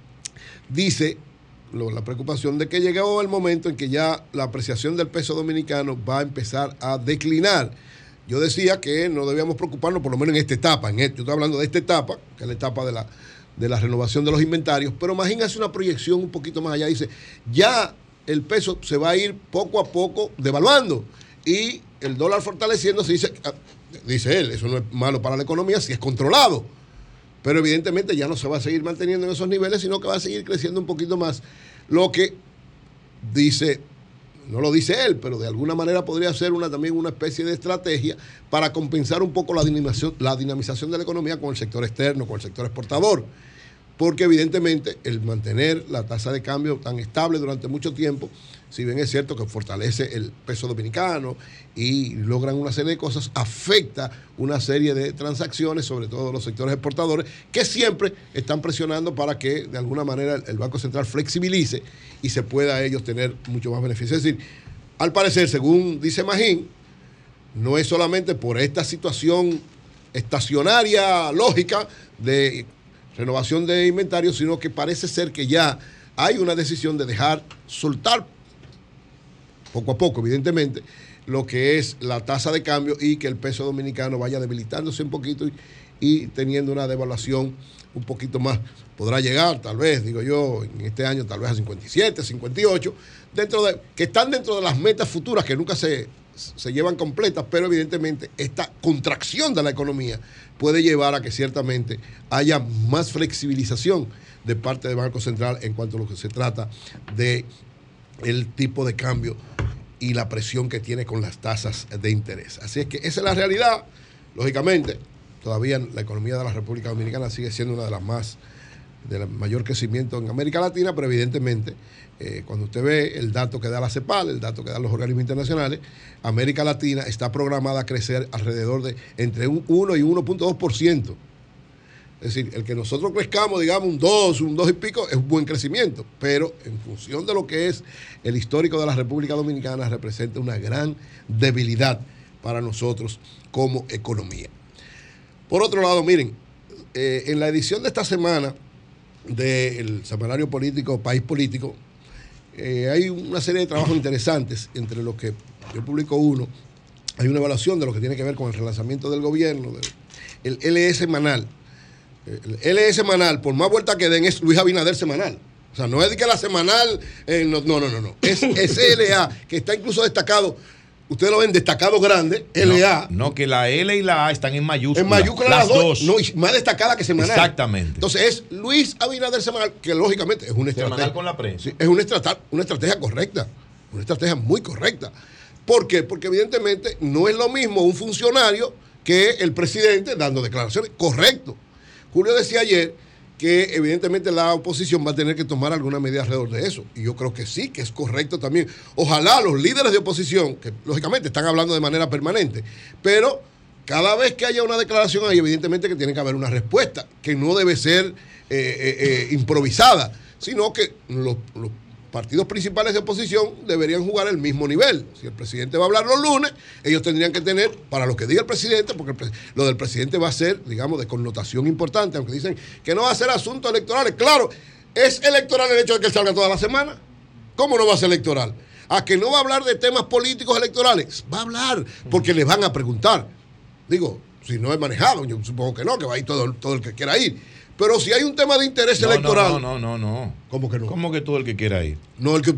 dice la preocupación de que llegó el momento en que ya la apreciación del peso dominicano va a empezar a declinar. Yo decía que no debíamos preocuparnos, por lo menos en esta etapa. Yo estoy hablando de esta etapa, que es la etapa de la renovación de los inventarios, pero Magín hace una proyección un poquito más allá. Dice, ya el peso se va a ir poco a poco devaluando y el dólar fortaleciéndose. Dice él, eso no es malo para la economía si es controlado, pero evidentemente ya no se va a seguir manteniendo en esos niveles, sino que va a seguir creciendo un poquito más. Lo que dice, no lo dice él, pero de alguna manera podría ser también una especie de estrategia para compensar un poco la dinamización de la economía con el sector externo, con el sector exportador. Porque evidentemente el mantener la tasa de cambio tan estable durante mucho tiempo, si bien es cierto que fortalece el peso dominicano y logran una serie de cosas, afecta una serie de transacciones, sobre todo los sectores exportadores, que siempre están presionando para que de alguna manera el Banco Central flexibilice y se pueda ellos tener mucho más beneficio. Es decir, al parecer, según dice Magín, no es solamente por esta situación estacionaria, lógica, de renovación de inventario, sino que parece ser que ya hay una decisión de soltar poco a poco, evidentemente, lo que es la tasa de cambio y que el peso dominicano vaya debilitándose un poquito y teniendo una devaluación un poquito más. Podrá llegar, tal vez, digo yo, en este año tal vez a 57, 58, que están dentro de las metas futuras que nunca se se llevan completas, pero evidentemente esta contracción de la economía puede llevar a que ciertamente haya más flexibilización de parte del Banco Central en cuanto a lo que se trata de el tipo de cambio y la presión que tiene con las tasas de interés. Así es que esa es la realidad. Lógicamente, todavía la economía de la República Dominicana sigue siendo una de las mayor crecimiento en América Latina, pero evidentemente cuando usted ve el dato que da la CEPAL, el dato que dan los organismos internacionales, América Latina está programada a crecer alrededor de entre un 1 y 1.2%. Es decir, el que nosotros crezcamos, digamos, un 2 y pico, es un buen crecimiento, pero en función de lo que es el histórico de la República Dominicana, representa una gran debilidad para nosotros como economía. Por otro lado, miren, en la edición de esta semana del semanario político País Político, hay una serie de trabajos interesantes, entre los que yo publico uno. Hay una evaluación de lo que tiene que ver con el relanzamiento del gobierno, el LE semanal. El LE semanal, por más vuelta que den, es Luis Abinader semanal. O sea, no es de que la semanal, no. Es LA, que está incluso destacado. Ustedes lo ven destacado grande, LA. No, que la L y la A están en mayúsculas. En mayúsculas las dos. No, y más destacada que semanal. Exactamente. Entonces es Luis Abinader semanal, que lógicamente es una estrategia. Semanal con la prensa. Sí, es una estrategia correcta. Una estrategia muy correcta. ¿Por qué? Porque evidentemente no es lo mismo un funcionario que el presidente dando declaraciones. Correcto. Julio decía ayer que evidentemente la oposición va a tener que tomar alguna medida alrededor de eso. Y yo creo que sí, que es correcto también. Ojalá los líderes de oposición, que lógicamente están hablando de manera permanente, pero cada vez que haya una declaración ahí, evidentemente que tiene que haber una respuesta, que no debe ser improvisada, sino que los partidos principales de oposición deberían jugar el mismo nivel. Si el presidente va a hablar los lunes, ellos tendrían que tener, para lo que diga el presidente, porque lo del presidente va a ser, digamos, de connotación importante, aunque dicen que no va a ser asuntos electorales. Claro, es electoral el hecho de que él salga toda la semana. ¿Cómo no va a ser electoral? A que no va a hablar de temas políticos electorales. Va a hablar, porque le van a preguntar. Digo, si no es manejado, yo supongo que no, que va a ir todo el que quiera ir. Pero si hay un tema de interés electoral. No. ¿Cómo que no? ¿Cómo que todo el que quiera ir? No, es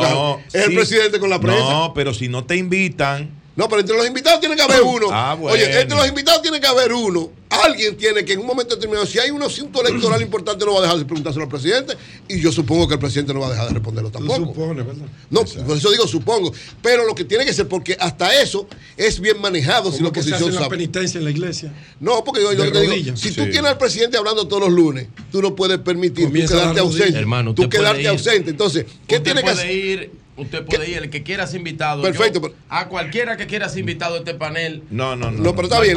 el presidente con la prensa. No, pero si no te invitan. No, pero entre los invitados tiene que haber uno. Bueno. Oye, entre los invitados tiene que haber uno. Alguien tiene que en un momento determinado, si hay un asunto electoral importante, no va a dejar de preguntárselo al presidente. Y yo supongo que el presidente no va a dejar de responderlo tampoco. Tú supones, ¿verdad? No, por eso digo supongo. Pero lo que tiene que ser, porque hasta eso es bien manejado. Si la oposición se hace la penitencia en la iglesia. No, porque yo te digo, si tú tienes al presidente hablando todos los lunes, tú no puedes permitir tú quedarte ausente. Hermano, tú quedarte ausente. Entonces, ¿qué tiene que hacer? Usted puede ir, el que quiera ser invitado. Perfecto. A cualquiera que quiera ser invitado a este panel. No, pero está bien.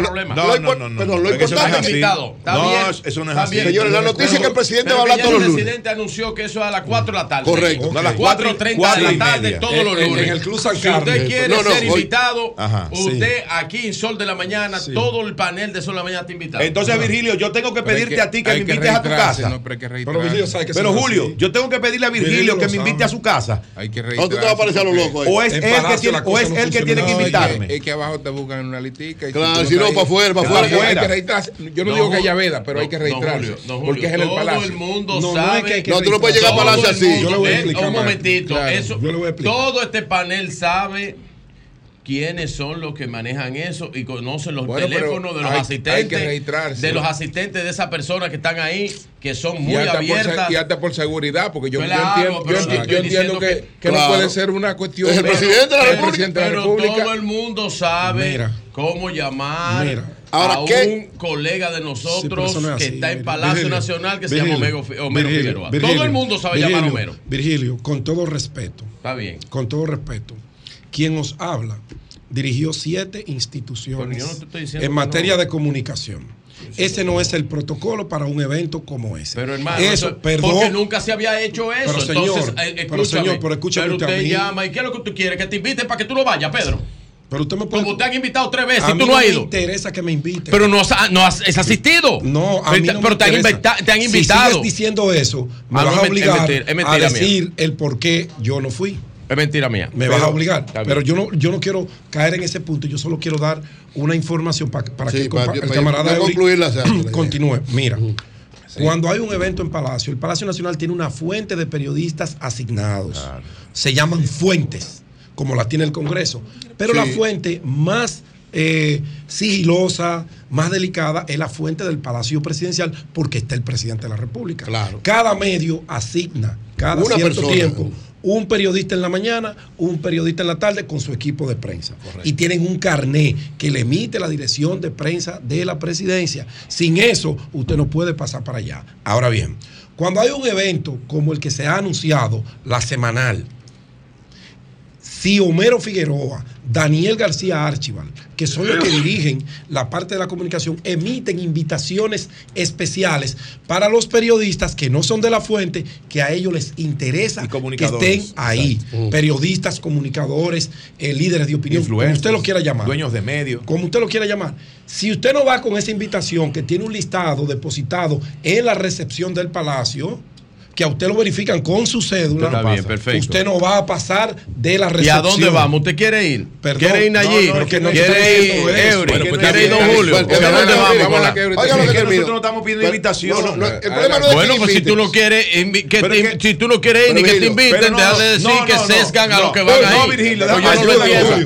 Pero lo importante es invitado. No, eso no es así. Señores, la noticia es que el presidente va a hablar todos los lunes. El presidente anunció que eso es a las 4 de la tarde. Correcto. A las 4:30 de la tarde todos los lunes. En el Club San Si Carlos. usted quiere ser invitado, usted sí. aquí en Sol de la Mañana, todo el panel de Sol de la Mañana está invitado. Entonces, Virgilio, yo tengo que pedirte a ti que me invites a tu casa. Pero Julio, yo tengo que pedirle a Virgilio que me invite a su casa. Hay que ¿Dónde te va a aparecer a los locos? O es él que tiene que invitarme. Es que abajo te buscan una litica. Claro, si no, para afuera. Hay que registrarse. Yo no digo que haya veda, pero hay que registrarse. Porque es en el Palacio. Todo el mundo sabe. No, tú no puedes llegar al Palacio así. Yo le voy a explicar. Un momentito. Yo le voy a explicar. Todo este panel sabe quiénes son los que manejan eso y conocen los teléfonos de los asistentes. Hay que registrarse. De los asistentes de esas personas que están ahí, que son muy abiertas. Y hasta por seguridad, porque yo Claro, entiendo que no puede ser una cuestión del presidente de la República. Pero todo el mundo sabe cómo llamar a un colega de nosotros que está en Palacio Nacional que se llama Homero Figueroa. Todo el mundo sabe llamar a Homero. Virgilio, con todo respeto. Está bien. Con todo respeto. Quien os habla dirigió 7 instituciones en materia de comunicación. Ese no es el protocolo para un evento como ese. Pero hermano, porque nunca se había hecho eso. Pero señor, escúchame usted a mí. Llama, ¿y qué es lo que tú quieres? Que te inviten para que tú no vayas, Pedro. Pero usted me puede... Como te han invitado 3 veces y tú no has ido. Me interesa que me inviten. Pero no has asistido. No, a mí no pero me te han invitado. Si sigues diciendo eso, me vas a obligar a decir el por qué yo no fui. Es mentira mía. Me vas a obligar. Pero yo no quiero caer en ese punto. Yo solo quiero dar una información para que el camarada continúe. Mira, cuando hay un evento en Palacio, el Palacio Nacional tiene una fuente de periodistas asignados. Se llaman fuentes. como la tiene el Congreso. Pero la fuente más sigilosa, más delicada, es la fuente del Palacio Presidencial, porque está el presidente de la República. Claro. Cada medio asigna cada cierto tiempo un periodista en la mañana, un periodista en la tarde con su equipo de prensa. Correcto. Y tienen un carné que le emite la dirección de prensa de la presidencia. Sin eso, usted no puede pasar para allá. Ahora bien, cuando hay un evento como el que se ha anunciado, la semanal, si Homero Figueroa, Daniel García Archival, que son los que dirigen la parte de la comunicación, emiten invitaciones especiales para los periodistas que no son de la fuente, que a ellos les interesa que estén ahí. Periodistas, comunicadores, líderes de opinión, como usted lo quiera llamar. Dueños de medios. Como usted lo quiera llamar. Si usted no va con esa invitación que tiene un listado depositado en la recepción del Palacio, que a usted lo verifican con su cédula, está bien, perfecto. Usted no va a pasar de la recepción. ¿Y a dónde vamos? ¿Usted quiere ir? Perdón, ¿Quiere ir allí? ¿Quiere ir Eury? ¿Quiere ir Don Julio? ¿A dónde vamos? Oiga, nosotros no estamos pidiendo invitación. El problema no es bueno, pues si tú no quieres ir ni que te inviten, deja de decir que sesgan a los que van ahí. No, Virgilio, yo no lo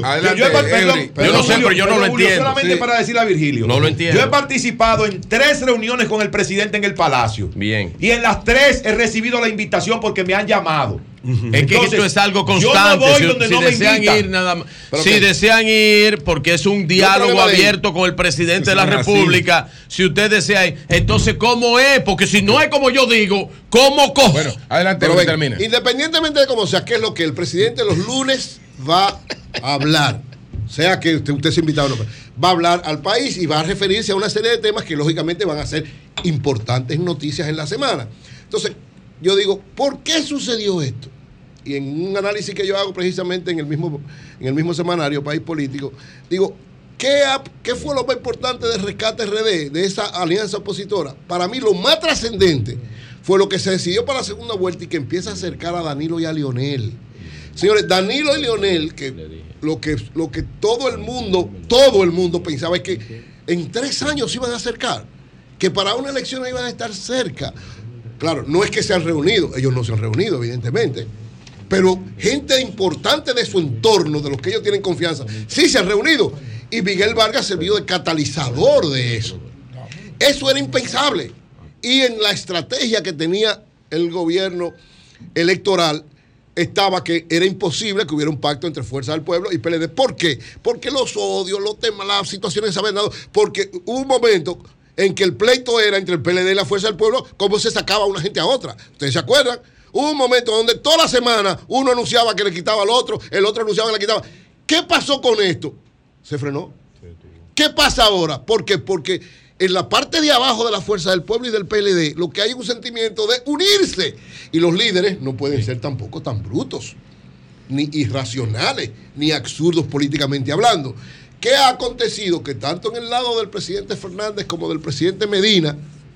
entiendo. Yo no sé, pero yo no lo entiendo. Solamente para decirle a Virgilio. No lo entiendo. Yo he participado en 3 reuniones con el presidente en el Palacio. Bien. Y en las 3 he recibido la invitación porque me han llamado. Es que esto es algo constante. Si desean ir nada más. Si desean ir, porque es un diálogo abierto con el presidente de la República. Si usted desea ir, entonces ¿cómo es? Porque si no es como yo digo, ¿cómo cojo? Bueno, adelante, que termine. Independientemente de cómo sea, qué es lo que el presidente los lunes va a hablar, sea que usted sea invitado o no, va a hablar al país y va a referirse a una serie de temas que lógicamente van a ser importantes noticias en la semana. Entonces, yo digo, ¿por qué sucedió esto? Y en un análisis que yo hago precisamente en el mismo semanario, País Político, digo, ¿qué fue lo más importante del Rescate RD, de esa alianza opositora? Para mí lo más trascendente fue lo que se decidió para la segunda vuelta y que empieza a acercar a Danilo y a Leonel. Señores, Danilo y Leonel, que lo que todo el mundo pensaba es que en 3 años se iban a acercar, que para una elección iban a estar cerca. Claro, no es que se han reunido, ellos no se han reunido, evidentemente, pero gente importante de su entorno, de los que ellos tienen confianza, sí se han reunido. Y Miguel Vargas sirvió de catalizador de eso. Eso era impensable. Y en la estrategia que tenía el gobierno electoral estaba que era imposible que hubiera un pacto entre Fuerza del Pueblo y PLD. ¿Por qué? Porque los odios, los temas, las situaciones se habían dado, porque hubo un momento en que el pleito era entre el PLD y la Fuerza del Pueblo, cómo se sacaba una gente a otra. ¿Ustedes se acuerdan? Hubo un momento donde toda la semana uno anunciaba que le quitaba al otro, el otro anunciaba que le quitaba. ¿Qué pasó con esto? Se frenó. ¿Qué pasa ahora? ¿Por qué? Porque en la parte de abajo de la Fuerza del Pueblo y del PLD, lo que hay es un sentimiento de unirse. Y los líderes no pueden ser tampoco tan brutos, ni irracionales, ni absurdos políticamente hablando. ¿Qué ha acontecido? Que tanto en el lado del presidente Fernández como del presidente Medina,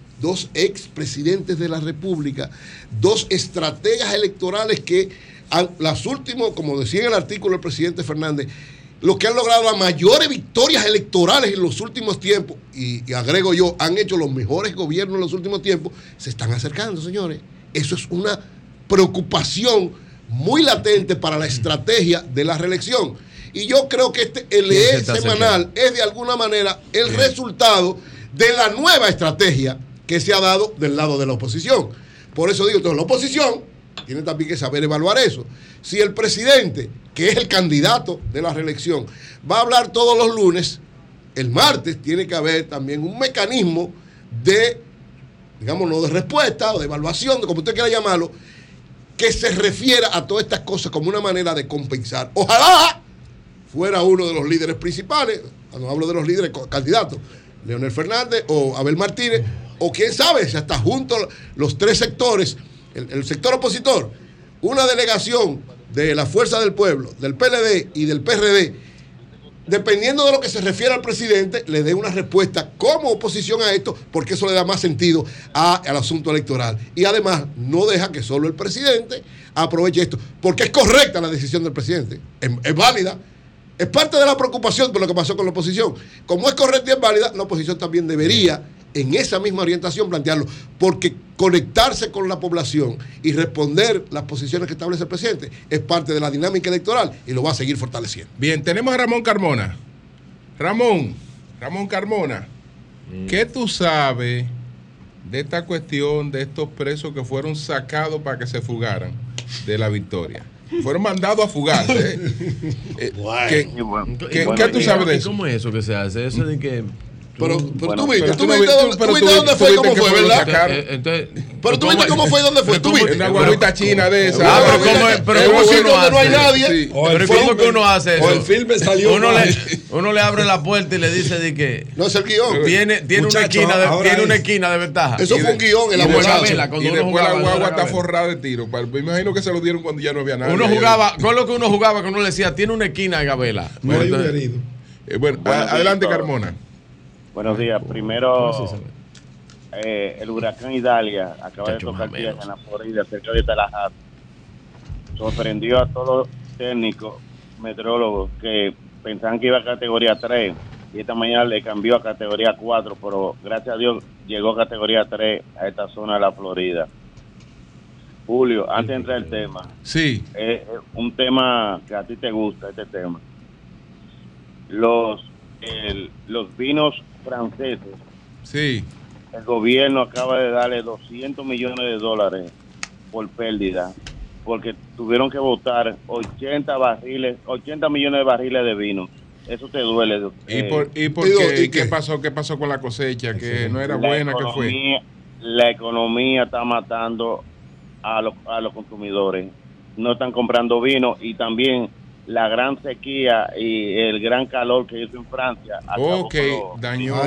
2 expresidentes de la República, 2 estrategas electorales que las últimas, como decía en el artículo del presidente Fernández, los que han logrado las mayores victorias electorales en los últimos tiempos, y agrego yo, han hecho los mejores gobiernos en los últimos tiempos, se están acercando, señores. Eso es una preocupación muy latente para la estrategia de la reelección. Y yo creo que el LE semanal es de alguna manera el resultado de la nueva estrategia que se ha dado del lado de la oposición. Por eso digo, entonces la oposición tiene también que saber evaluar eso. Si el presidente, que es el candidato de la reelección, va a hablar todos los lunes, el martes tiene que haber también un mecanismo de, digamos, no de respuesta o de evaluación, como usted quiera llamarlo, que se refiera a todas estas cosas como una manera de compensar. Ojalá fuera uno de los líderes principales, cuando hablo de los líderes candidatos, Leonel Fernández o Abel Martínez, o quién sabe, si hasta juntos los 3 sectores, el sector opositor, una delegación de la Fuerza del Pueblo, del PLD y del PRD, dependiendo de lo que se refiere al presidente, le dé una respuesta como oposición a esto, porque eso le da más sentido al asunto electoral. Y además, no deja que solo el presidente aproveche esto, porque es correcta la decisión del presidente, es válida. Es parte de la preocupación por lo que pasó con la oposición. Como es correcta y es válida, la oposición también debería en esa misma orientación plantearlo, porque conectarse con la población y responder las posiciones que establece el presidente es parte de la dinámica electoral y lo va a seguir fortaleciendo. Bien, tenemos a Ramón Carmona. Ramón Carmona, ¿qué tú sabes de esta cuestión de estos presos que fueron sacados para que se fugaran de la Victoria? Fueron mandados a fugarse. ¿Qué tú sabes de eso? ¿Cómo es eso que se hace? Eso de que... Pero tú viste dónde fue y cómo fue, ¿verdad? Pero tú viste cómo fue y dónde fue. Tú viste una guaguita china de esa. Pero es un sitio donde no hay nadie. Pero ¿cómo que uno hace eso? O el filme salió. Uno le abre la puerta y le dice de que no es el guión. Tiene una esquina de ventaja. Eso fue un guión en la muchacha. Y después la guagua está forrada de tiro. Me imagino que se lo dieron cuando ya no había nadie. Uno jugaba, con lo que uno jugaba, que uno le decía, tiene una esquina de Gabela. No hay un herido. Bueno, adelante, Carmona. Buenos días. Primero, el huracán Idalia acaba de tocar tierra en la Florida, cerca de Tallahassee. Sorprendió a todos los técnicos, meteorólogos, que pensaban que iba a categoría 3 y esta mañana le cambió a categoría 4, pero gracias a Dios llegó a categoría 3 a esta zona de la Florida. Julio, antes de entrar al tema, sí, un tema que a ti te gusta, este tema. Los vinos franceses. Sí. El gobierno acaba de darle $200 millones por pérdida, porque tuvieron que botar 80 millones de barriles de vino. Eso te duele. ¿Y qué pasó? ¿Qué pasó con la cosecha? Que no era buena, ¿qué fue? La economía está matando a los consumidores. No están comprando vino y también la gran sequía y el gran calor que hizo en Francia. Dañó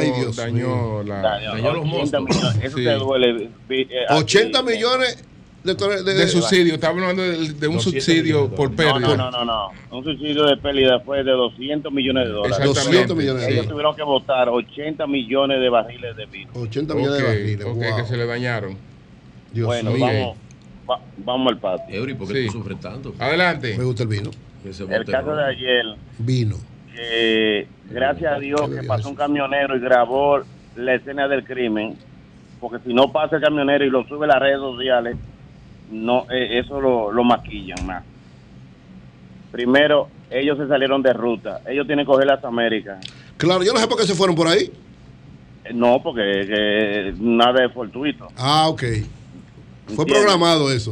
los monstruos. Eso te duele. 80 millones de subsidio. Estamos hablando de un subsidio por pérdida. No. Un subsidio de pérdida fue de $200 millones. $200 millones. Ellos tuvieron que botar 80 millones de barriles de vino. 80 millones de barriles. Wow. Que se le dañaron. Bueno, vamos al patio. ¿Por qué tú sufres tanto? Adelante. Me gusta el vino. El caso de ayer, vino. Gracias a Dios que pasó un camionero y grabó la escena del crimen, porque si no pasa el camionero y lo sube a las redes sociales, no, eso lo maquillan más. Primero, ellos se salieron de ruta, ellos tienen que coger las Américas. Claro, yo no sé por qué se fueron por ahí. No, porque nada es fortuito. Ok. Fue programado eso.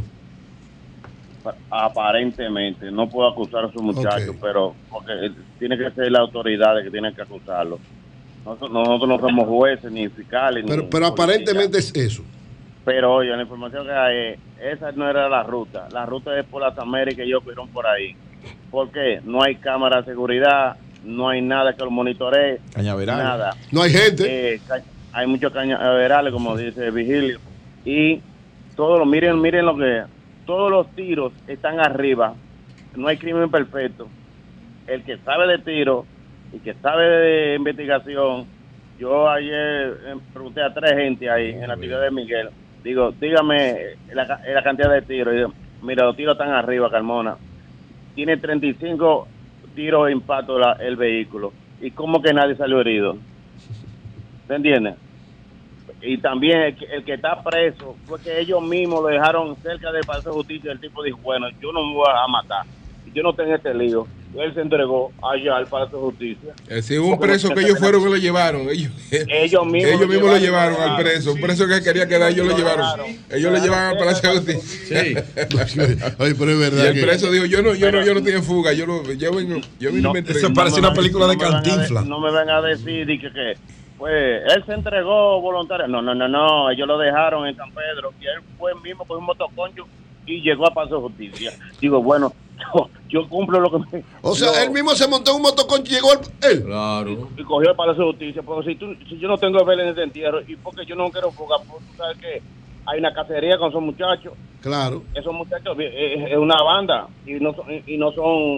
Aparentemente, no puedo acusar a su muchacho, pero porque tiene que ser la autoridad que tiene que acusarlo. Nosotros no somos jueces ni fiscales. Pero aparentemente es eso. Pero oye, la información que hay, esa no era la ruta. La ruta es por las Américas y ellos fueron por ahí. ¿Por qué? No hay cámara de seguridad, no hay nada que lo monitoree. Cañaverales. Nada. No hay gente. Hay muchos cañaverales, como dice Vigilio. Y miren lo que es. Todos los tiros están arriba. No hay crimen perfecto. El que sabe de tiro y que sabe de investigación. Yo ayer pregunté a 3 gente ahí en la actividad de Miguel. Digo, dígame la cantidad de tiros. Y digo, mira, los tiros están arriba, Carmona. Tiene 35 tiros de impacto el vehículo. ¿Y cómo que nadie salió herido? ¿Se entiende? Y también el que está preso fue que ellos mismos lo dejaron cerca del Palacio de Justicia. El tipo dijo, bueno, yo no me voy a matar, yo no tengo este lío. Él se entregó allá al Palacio de Justicia. Si hubo un preso que ellos fueron y lo llevaron. Ellos mismos lo llevaron al preso. Un preso que quería quedar, ellos lo llevaron. Ellos lo llevaron al Palacio de Justicia. Sí. Oye, pero es verdad. Y el preso dijo, yo no tengo fuga. Yo vine me entregué. Eso parece una película de Cantinflas. No me van a decir que pues él se entregó voluntario. No, ellos lo dejaron en San Pedro y él fue mismo con un motoconcho y llegó a Paso de Justicia. Digo, bueno, yo cumplo lo que me... O sea, él mismo se montó en un motoconcho y llegó él. Claro. Y cogió el Palacio de Justicia. Porque si yo no tengo vela en ese entierro y porque yo no quiero fugar, porque tú sabes que hay una cacería con esos muchachos. Claro. Esos muchachos es una banda y no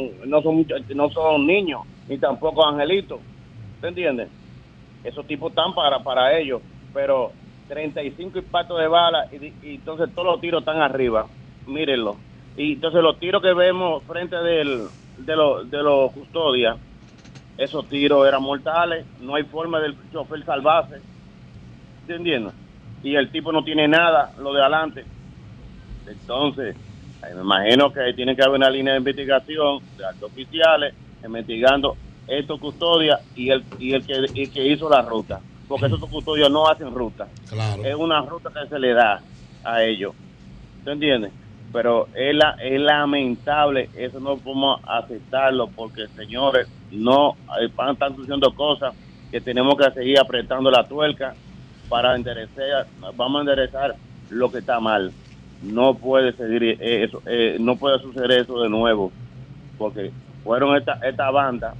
son niños ni tampoco angelitos. ¿Te entiendes? Esos tipos están para ellos, pero 35 impactos de bala y entonces todos los tiros están arriba, mírenlo. Y entonces los tiros que vemos frente de los custodias, esos tiros eran mortales, no hay forma del chofer salvarse. ¿Entendiendo? Y el tipo no tiene nada, lo de adelante. Entonces, me imagino que tiene que haber una línea de investigación de altos oficiales investigando estos custodias y el que hizo la ruta. Porque estos custodios no hacen ruta. Claro. Es una ruta que se le da a ellos. ¿Te entiendes? Pero es lamentable, eso no podemos aceptarlo porque, señores, no están sucediendo cosas que tenemos que seguir apretando la tuerca para vamos a enderezar lo que está mal. No puede seguir eso, no puede suceder eso de nuevo, porque fueron esta banda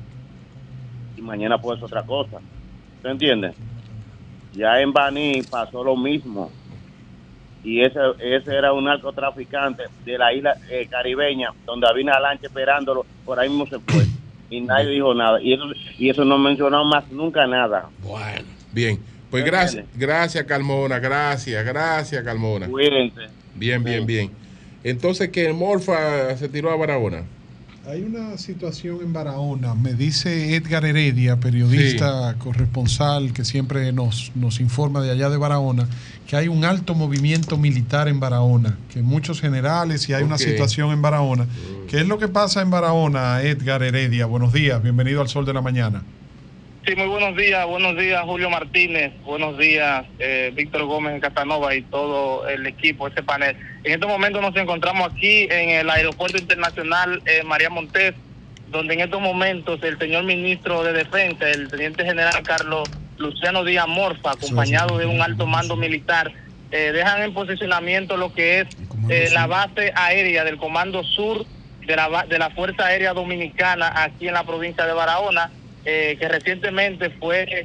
y mañana puede ser otra cosa. ¿Te entiendes? Ya en Baní pasó lo mismo. Y ese era un narcotraficante de la isla caribeña, donde había una lancha esperándolo, por ahí mismo se fue. Y nadie dijo nada. Y eso no mencionó más nunca nada. Bueno. Bien. Pues gracias Carmona, gracias Carmona. Cuídense. Bien. Entonces, ¿que Morfa se tiró a Barahona? Hay una situación en Barahona, me dice Edgar Heredia, periodista corresponsal que siempre nos informa de allá de Barahona, que hay un alto movimiento militar en Barahona, que muchos generales y hay una situación en Barahona. ¿Qué es lo que pasa en Barahona, Edgar Heredia? Buenos días, bienvenido al Sol de la Mañana. Sí, muy buenos días Julio Martínez, buenos días Víctor Gómez Casanova y todo el equipo, este panel. En estos momentos nos encontramos aquí en el Aeropuerto Internacional María Montés, donde en estos momentos el señor ministro de Defensa, el teniente general Carlos Luciano Díaz Morfa, acompañado de un alto mando militar, dejan en posicionamiento lo que es la base aérea del Comando Sur de la Fuerza Aérea Dominicana aquí en la provincia de Barahona, que recientemente fue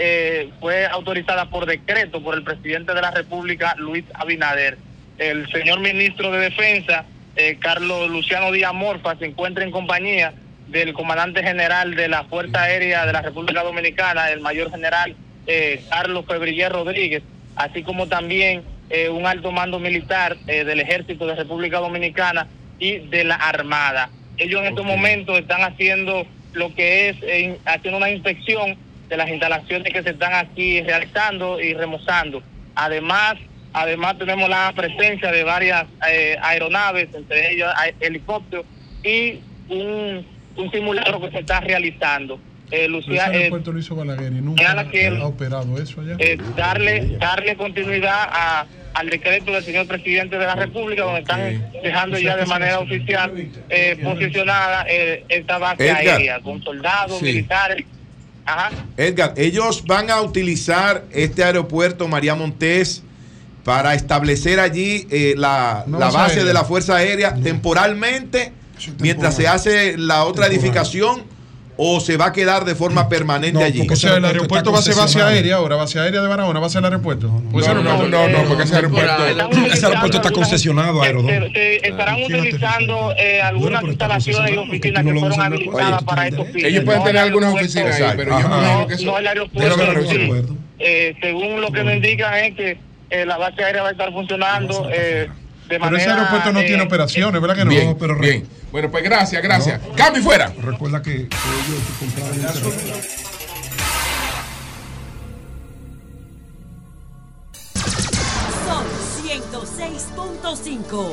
autorizada por decreto por el presidente de la República, Luis Abinader. El señor ministro de Defensa, Carlos Luciano Díaz Morfa, se encuentra en compañía del comandante general de la Fuerza Aérea de la República Dominicana, el mayor general Carlos Febrillé Rodríguez, así como también un alto mando militar del Ejército de República Dominicana y de la Armada. Ellos en estos momentos están haciendo lo que es haciendo una inspección de las instalaciones que se están aquí realizando y remozando. Además tenemos la presencia de varias aeronaves, entre ellas helicópteros, y un simulacro que se está realizando. Ese aeropuerto lo hizo Balaguer y nunca ha operado eso allá. Darle continuidad al decreto del señor presidente de la República, donde están dejando ya de manera oficial posicionada esta base aérea con soldados, militares. Ajá. Edgar, ellos van a utilizar este aeropuerto María Montés para establecer allí la base de la Fuerza Aérea temporalmente, mientras se hace la otra edificación, o se va a quedar de forma permanente allí. O sea, el aeropuerto va a ser base aérea ahora, base aérea de Barahona, va a ser el aeropuerto. No, porque ese aeropuerto está concesionado a Aerodón. Estarán utilizando algunas instalaciones y oficinas que fueron habilitadas para estos fines. Ellos pueden tener algunas oficinas ahí, pero yo no que no el aeropuerto. Según lo que me indican es que la base aérea va a estar funcionando de pero manera... ese aeropuerto no tiene operaciones, ¿verdad que no? Bien, pero bien. Bueno, pues gracias. Cambio y fuera. Recuerda que ellos compraron un terreno. Son 106.5.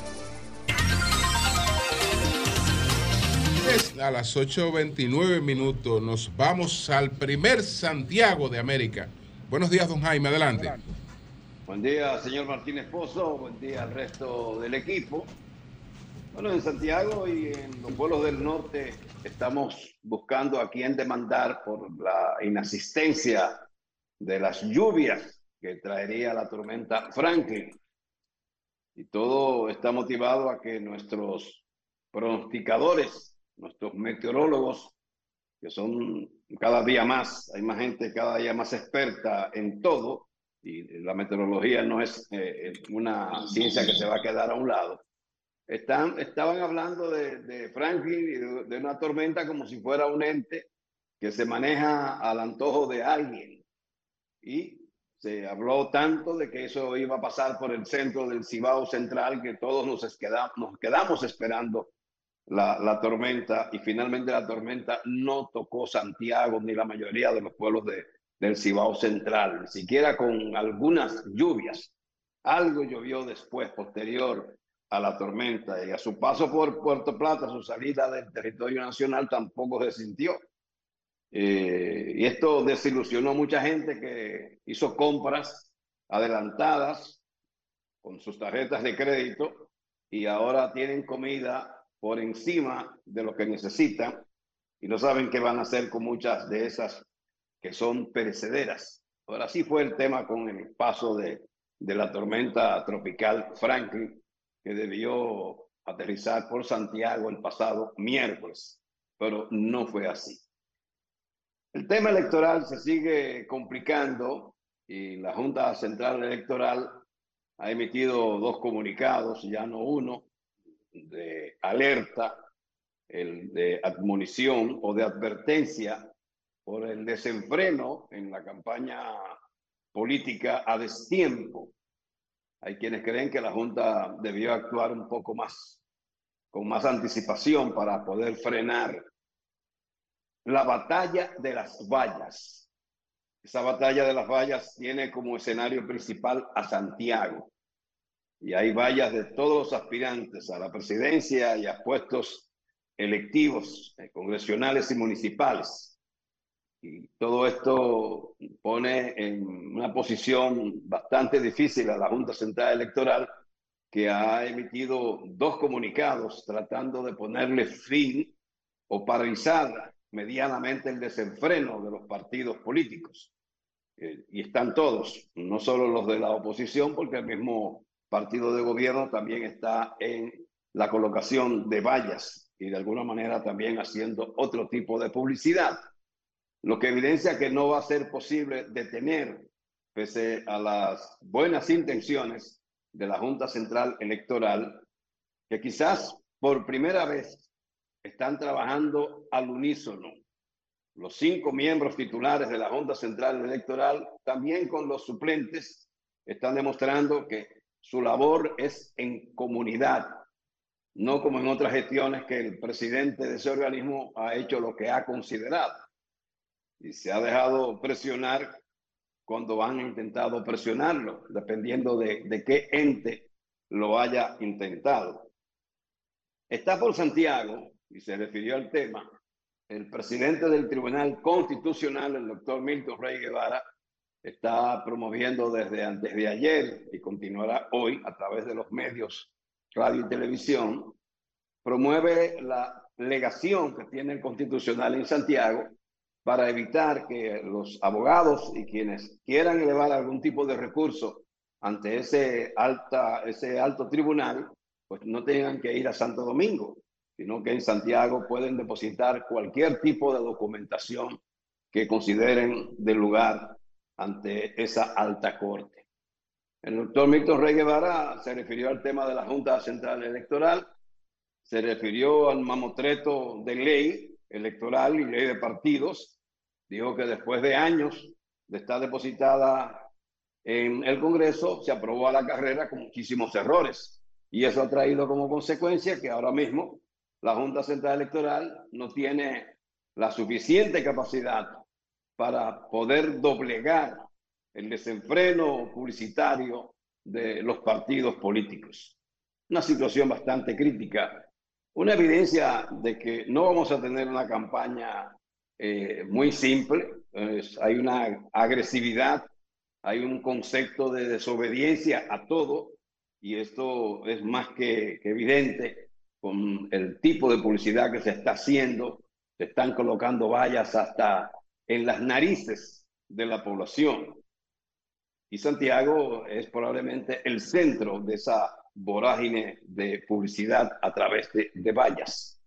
A las 8:29 nos vamos al primer Santiago de América. Buenos días, don Jaime, adelante. Buen día, señor Martínez Pozo, buen día al resto del equipo. Bueno, en Santiago y en los pueblos del norte estamos buscando a quién demandar por la inasistencia de las lluvias que traería la tormenta Franklin. Y todo está motivado a que nuestros pronosticadores, nuestros meteorólogos, que son cada día más, hay más gente cada día más experta en todo, y la meteorología no es una ciencia que se va a quedar a un lado. Estaban hablando de Franklin y de una tormenta como si fuera un ente que se maneja al antojo de alguien. Y se habló tanto de que eso iba a pasar por el centro del Cibao Central que todos nos quedamos esperando la tormenta, y finalmente la tormenta no tocó Santiago ni la mayoría de los pueblos del Cibao Central, ni siquiera con algunas lluvias. Algo llovió después, posterior a la tormenta, y a su paso por Puerto Plata, su salida del territorio nacional tampoco se sintió. Y esto desilusionó a mucha gente que hizo compras adelantadas con sus tarjetas de crédito y ahora tienen comida por encima de lo que necesitan y no saben qué van a hacer con muchas de esas que son perecederas. Ahora sí fue el tema con el paso de la tormenta tropical Franklin, que debió aterrizar por Santiago el pasado miércoles, pero no fue así. El tema electoral se sigue complicando y la Junta Central Electoral ha emitido 2 comunicados, ya no uno, de alerta, el de admonición o de advertencia por el desenfreno en la campaña política a destiempo. Hay quienes creen que la Junta debió actuar un poco más, con más anticipación para poder frenar la batalla de las vallas. Esa batalla de las vallas tiene como escenario principal a Santiago. Y hay vallas de todos los aspirantes a la presidencia y a puestos electivos, congresionales y municipales. Y todo esto pone en una posición bastante difícil a la Junta Central Electoral, que ha emitido 2 comunicados tratando de ponerle fin o paralizar medianamente el desenfreno de los partidos políticos. Y están todos, no solo los de la oposición, porque el mismo partido de gobierno también está en la colocación de vallas y de alguna manera también haciendo otro tipo de publicidad. Lo que evidencia que no va a ser posible detener, pese a las buenas intenciones de la Junta Central Electoral, que quizás por primera vez están trabajando al unísono. Los 5 miembros titulares de la Junta Central Electoral, también con los suplentes, están demostrando que su labor es en comunidad, no como en otras gestiones que el presidente de ese organismo ha hecho lo que ha considerado y se ha dejado presionar cuando han intentado presionarlo, dependiendo de qué ente lo haya intentado. Está por Santiago, y se refirió al tema, el presidente del Tribunal Constitucional, el doctor Milton Rey Guevara, está promoviendo desde antes de ayer y continuará hoy a través de los medios radio y televisión, promueve la legación que tiene el Constitucional en Santiago para evitar que los abogados y quienes quieran elevar algún tipo de recurso ante ese alto tribunal, pues no tengan que ir a Santo Domingo, sino que en Santiago pueden depositar cualquier tipo de documentación que consideren de lugar ante esa alta corte. El doctor Milton Rey Guevara se refirió al tema de la Junta Central Electoral, se refirió al mamotreto de ley electoral y ley de partidos, dijo que después de años de estar depositada en el Congreso, se aprobó a la carrera con muchísimos errores, y eso ha traído como consecuencia que ahora mismo la Junta Central Electoral no tiene la suficiente capacidad para poder doblegar el desenfreno publicitario de los partidos políticos. Una situación bastante crítica, una evidencia de que no vamos a tener una campaña muy simple. Hay una agresividad, hay un concepto de desobediencia a todo, y esto es más que evidente con el tipo de publicidad que se está haciendo. Se están colocando vallas hasta en las narices de la población. Y Santiago es probablemente el centro de esa vorágine de publicidad a través de vallas.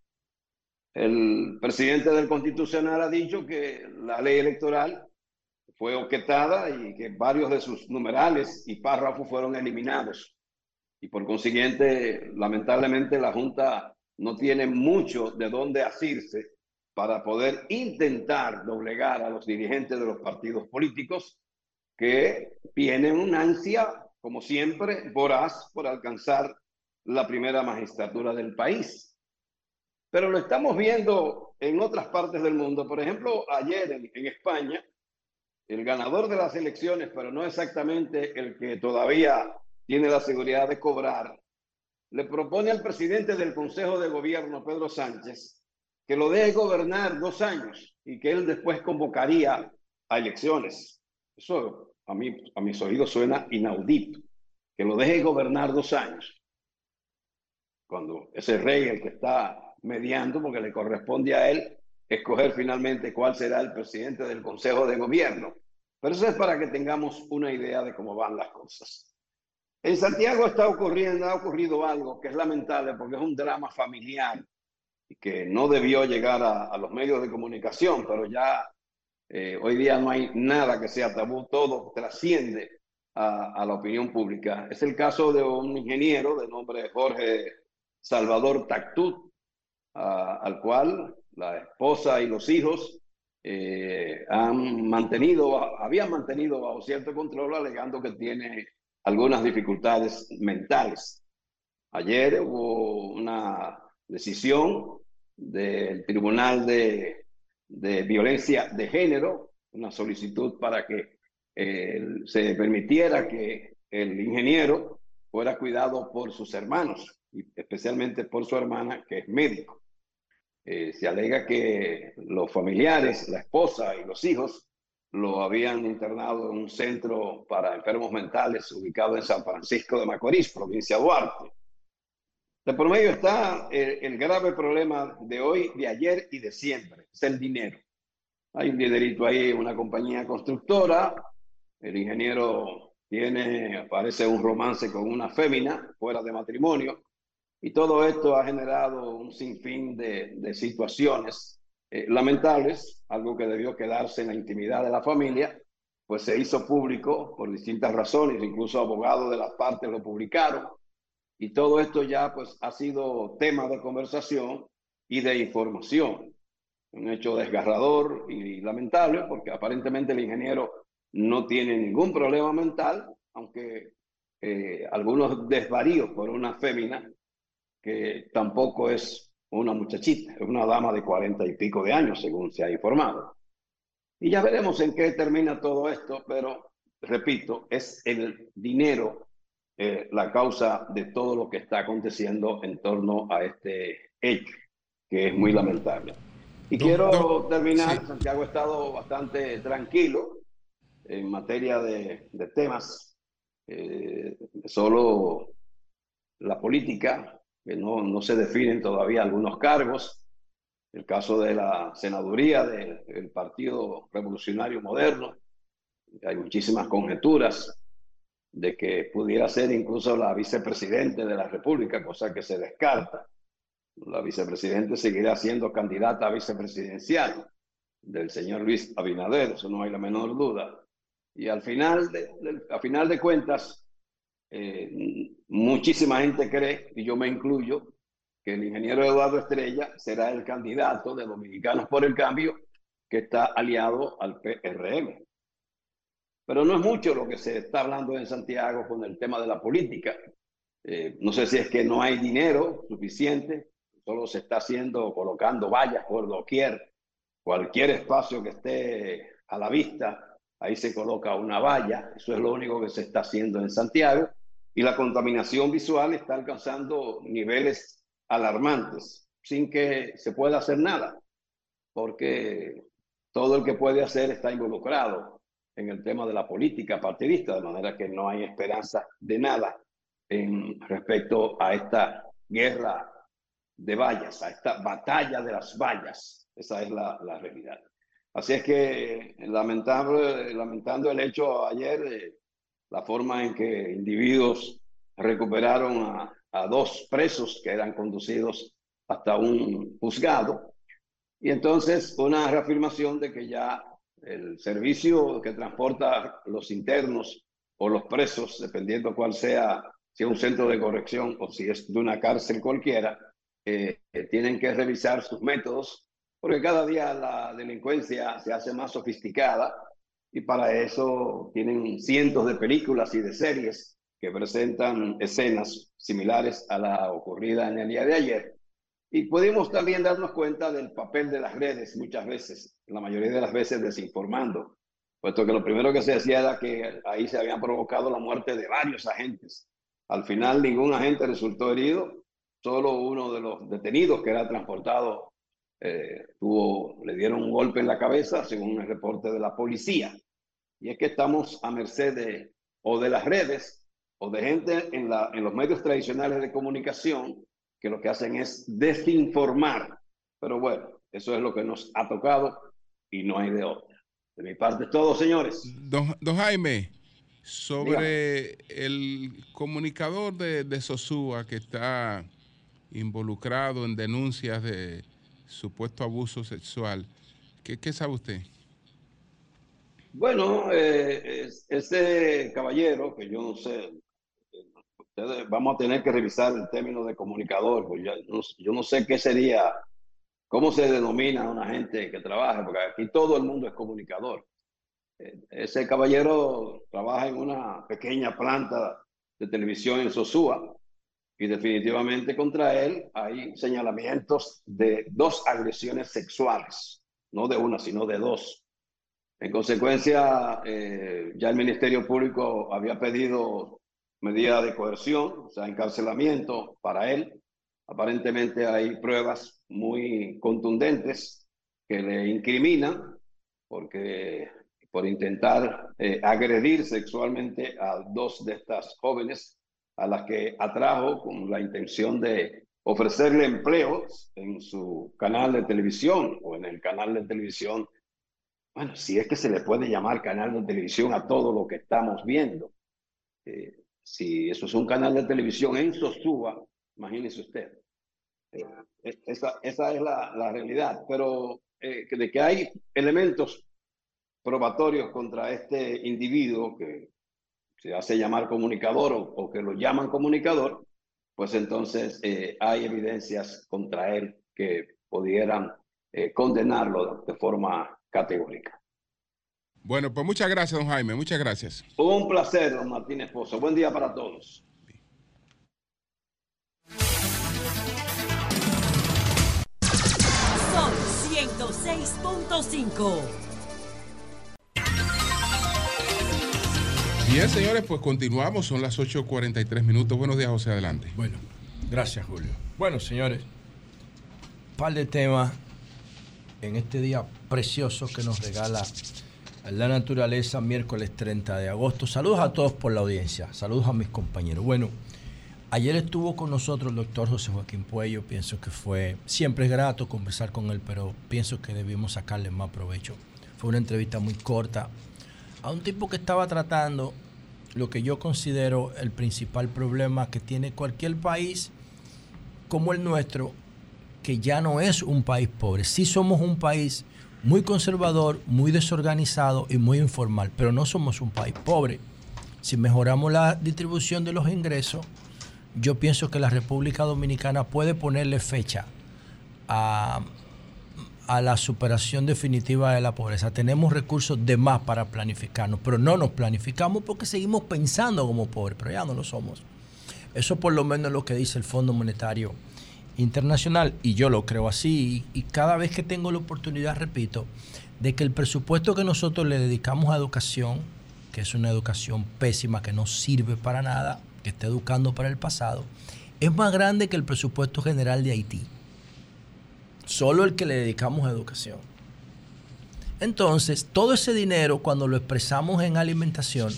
El presidente del Constitucional ha dicho que la ley electoral fue objetada y que varios de sus numerales y párrafos fueron eliminados. Y por consiguiente, lamentablemente, la Junta no tiene mucho de dónde asirse para poder intentar doblegar a los dirigentes de los partidos políticos que tienen una ansia, como siempre, voraz por alcanzar la primera magistratura del país. Pero lo estamos viendo en otras partes del mundo. Por ejemplo, ayer en España, el ganador de las elecciones, pero no exactamente el que todavía tiene la seguridad de cobrar, le propone al presidente del Consejo de Gobierno, Pedro Sánchez, que lo deje gobernar 2 años y que él después convocaría a elecciones. Eso a mis oídos suena inaudito, que lo deje gobernar 2 años, cuando es el rey el que está mediando, porque le corresponde a él escoger finalmente cuál será el presidente del Consejo de Gobierno. Pero eso es para que tengamos una idea de cómo van las cosas. En Santiago ha ocurrido algo que es lamentable porque es un drama familiar y que no debió llegar a los medios de comunicación, pero ya hoy día no hay nada que sea tabú, todo trasciende a la opinión pública. Es el caso de un ingeniero de nombre Jorge Salvador Tactut, al cual la esposa y los hijos habían mantenido bajo cierto control, alegando que tiene algunas dificultades mentales. Ayer hubo una decisión del Tribunal de Violencia de Género, una solicitud para que se permitiera que el ingeniero fuera cuidado por sus hermanos, y especialmente por su hermana, que es médico. Se alega que los familiares, la esposa y los hijos lo habían internado en un centro para enfermos mentales ubicado en San Francisco de Macorís, provincia de Duarte. De por medio está el grave problema de hoy, de ayer y de siempre, es el dinero. Hay un dinerito ahí, una compañía constructora, el ingeniero parece un romance con una fémina fuera de matrimonio, y todo esto ha generado un sinfín de situaciones lamentables, algo que debió quedarse en la intimidad de la familia, pues se hizo público por distintas razones, incluso abogados de las partes lo publicaron, y todo esto ya pues ha sido tema de conversación y de información. Un hecho desgarrador y lamentable, porque aparentemente el ingeniero no tiene ningún problema mental, aunque algunos desvaríos por una fémina que tampoco es una muchachita, es una dama de 40 y pico de años, según se ha informado. Y ya veremos en qué termina todo esto, pero repito, es el dinero la causa de todo lo que está aconteciendo en torno a este hecho, que es muy lamentable. Y quiero terminar, sí. Santiago ha estado bastante tranquilo en materia de temas, solo la política, que no se definen todavía algunos cargos. El caso de la senaduría del Partido Revolucionario Moderno, hay muchísimas conjeturas de que pudiera ser incluso la vicepresidente de la República, cosa que se descarta. La vicepresidente seguirá siendo candidata a vicepresidencial del señor Luis Abinader, eso no hay la menor duda. Y al final de cuentas, muchísima gente cree, y yo me incluyo, que el ingeniero Eduardo Estrella será el candidato de Dominicanos por el Cambio que está aliado al PRM. Pero no es mucho lo que se está hablando en Santiago con el tema de la política. No sé si es que no hay dinero suficiente, solo se está colocando vallas por doquier. Cualquier espacio que esté a la vista, ahí se coloca una valla. Eso es lo único que se está haciendo en Santiago. Y la contaminación visual está alcanzando niveles alarmantes, sin que se pueda hacer nada, porque todo el que puede hacer está involucrado en el tema de la política partidista, de manera que no hay esperanza de nada en respecto a esta guerra de vallas, a esta batalla de las vallas. Esa es la realidad. Así es que lamentando el hecho ayer, la forma en que individuos recuperaron a 2 presos que eran conducidos hasta un juzgado, y entonces una reafirmación de que ya el servicio que transporta los internos o los presos, dependiendo cuál sea, si es un centro de corrección o si es de una cárcel cualquiera, tienen que revisar sus métodos, porque cada día la delincuencia se hace más sofisticada, y para eso tienen cientos de películas y de series que presentan escenas similares a la ocurrida en el día de ayer. Y pudimos también darnos cuenta del papel de las redes muchas veces, la mayoría de las veces desinformando puesto que lo primero que se decía era que ahí se habían provocado la muerte de varios agentes. Al final ningún agente resultó herido, solo uno de los detenidos que era transportado le dieron un golpe en la cabeza, según el reporte de la policía. Y es que estamos a merced de las redes o de gente en los medios tradicionales de comunicación que lo que hacen es desinformar. Pero bueno, eso es lo que nos ha tocado y no hay de otra. De mi parte es todo, señores. Don Jaime, sobre el comunicador de Sosúa que está involucrado en denuncias de supuesto abuso sexual, ¿qué sabe usted? Bueno, ese caballero, que yo no sé, ustedes vamos a tener que revisar el término de comunicador, pues yo no sé qué sería, cómo se denomina a una gente que trabaja, porque aquí todo el mundo es comunicador. Ese caballero trabaja en una pequeña planta de televisión en Sosúa y definitivamente contra él hay señalamientos de 2 agresiones sexuales, no de una, sino de 2. En consecuencia, ya el Ministerio Público había pedido medida de coerción, o sea, encarcelamiento para él. Aparentemente hay pruebas muy contundentes que le incriminan por intentar agredir sexualmente a 2 de estas jóvenes a las que atrajo con la intención de ofrecerle empleos en su canal de televisión o en el canal de televisión. Bueno, si es que se le puede llamar canal de televisión a todo lo que estamos viendo. Si eso es un canal de televisión en Sosúa, imagínese usted. Esa es la realidad. Pero de que hay elementos probatorios contra este individuo que se hace llamar comunicador o que lo llaman comunicador, pues entonces hay evidencias contra él que pudieran condenarlo de forma categórica. Bueno, pues muchas gracias, don Jaime, muchas gracias. Un placer, don Martínez Pozo. Buen día para todos. Son 106.5. Bien, señores, pues continuamos, son las 8:43 minutos. Buenos días, José, adelante. Bueno, gracias, Julio. Bueno, señores, par de temas en este día precioso que nos regala la naturaleza, miércoles 30 de agosto. Saludos a todos por la audiencia, saludos a mis compañeros. Bueno, ayer estuvo con nosotros el doctor José Joaquín Puello. Pienso que siempre es grato conversar con él, pero pienso que debimos sacarle más provecho. Fue una entrevista muy corta a un tipo que estaba tratando lo que yo considero el principal problema que tiene cualquier país como el nuestro, que ya no es un país pobre. Sí somos un país muy conservador, muy desorganizado y muy informal, pero no somos un país pobre. Si mejoramos la distribución de los ingresos, yo pienso que la República Dominicana puede ponerle fecha a la superación definitiva de la pobreza. Tenemos recursos de más para planificarnos, pero no nos planificamos porque seguimos pensando como pobres, pero ya no lo somos. Eso por lo menos es lo que dice el Fondo Monetario Internacional, y yo lo creo así, y cada vez que tengo la oportunidad repito, de que el presupuesto que nosotros le dedicamos a educación, que es una educación pésima, que no sirve para nada, que está educando para el pasado, es más grande que el presupuesto general de Haití. Solo el que le dedicamos a educación. Entonces, todo ese dinero, cuando lo expresamos en alimentación,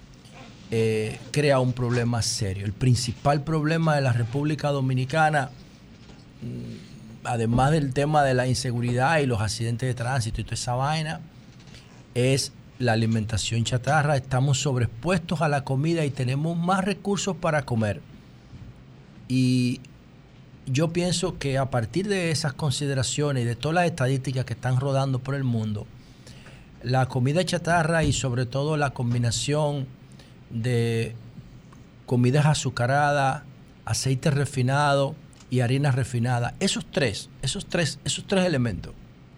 crea un problema serio. El principal problema de la República Dominicana, además del tema de la inseguridad y los accidentes de tránsito y toda esa vaina, es la alimentación chatarra. Estamos sobreexpuestos a la comida y tenemos más recursos para comer. Y yo pienso que a partir de esas consideraciones y de todas las estadísticas que están rodando por el mundo, la comida chatarra y sobre todo la combinación de comidas azucaradas, aceite refinado y harina refinada, esos tres elementos,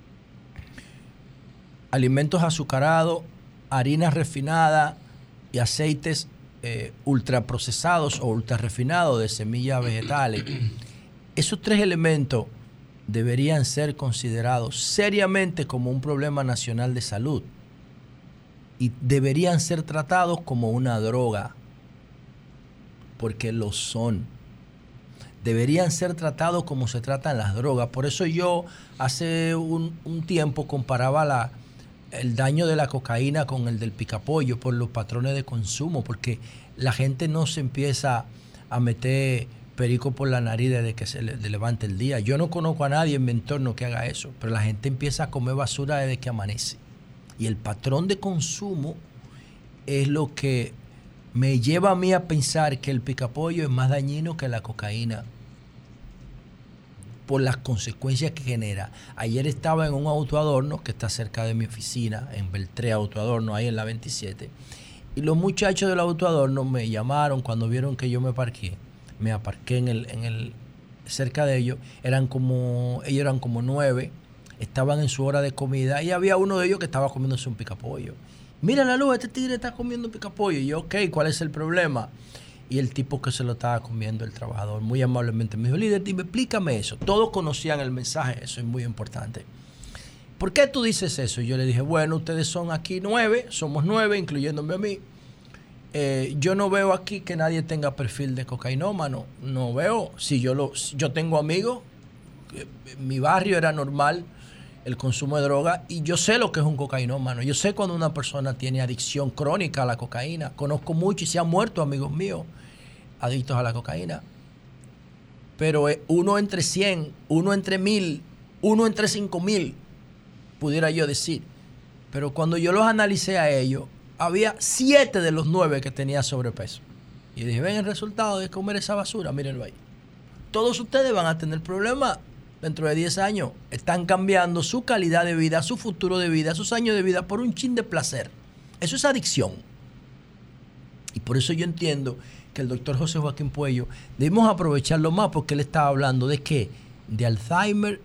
alimentos azucarados, harina refinada y aceites ultraprocesados o ultrarrefinados de semillas vegetales, esos 3 elementos deberían ser considerados seriamente como un problema nacional de salud. y deberían ser tratados como una droga, porque lo son. Deberían ser tratados como se tratan las drogas. Por eso yo hace un tiempo comparaba el daño de la cocaína con el del picapollo por los patrones de consumo, porque la gente no se empieza a meter perico por la nariz desde que se levante el día. Yo no conozco a nadie en mi entorno que haga eso, pero la gente empieza a comer basura desde que amanece. Y el patrón de consumo es lo que me lleva a mí a pensar que el picapollo es más dañino que la cocaína por las consecuencias que genera. Ayer estaba en un autoadorno que está cerca de mi oficina, en Beltré Autoadorno, ahí en la 27, y los muchachos del autoadorno me llamaron cuando vieron que yo me aparqué cerca de ellos. Ellos eran como 9, estaban en su hora de comida y había uno de ellos que estaba comiéndose un picapollo. Mira la luz, este tigre está comiendo un picapollo. Y yo, ok, ¿cuál es el problema? Y el tipo que se lo estaba comiendo, el trabajador, muy amablemente me dijo, líder, dime, explícame eso. Todos conocían el mensaje, eso es muy importante. ¿Por qué tú dices eso? Y yo le dije, bueno, ustedes son aquí 9, somos 9, incluyéndome a mí. Yo no veo aquí que nadie tenga perfil de cocainómano. No veo. Si yo tengo amigos, mi barrio era normal el consumo de droga y yo sé lo que es un cocainómano. Yo sé cuando una persona tiene adicción crónica a la cocaína. Conozco mucho y se han muerto amigos míos adictos a la cocaína. Pero 1 entre 100, 1 entre 1000, 1 entre 5000, pudiera yo decir. Pero cuando yo los analicé a ellos, había 7 de los 9 que tenía sobrepeso. Y dije, ven el resultado de comer esa basura, mírenlo ahí. Todos ustedes van a tener problemas dentro de 10 años. Están cambiando su calidad de vida, su futuro de vida, sus años de vida por un chin de placer. Eso es adicción. Y por eso yo entiendo que el doctor José Joaquín Puello debemos aprovecharlo más, porque él estaba hablando de ¿qué? De Alzheimer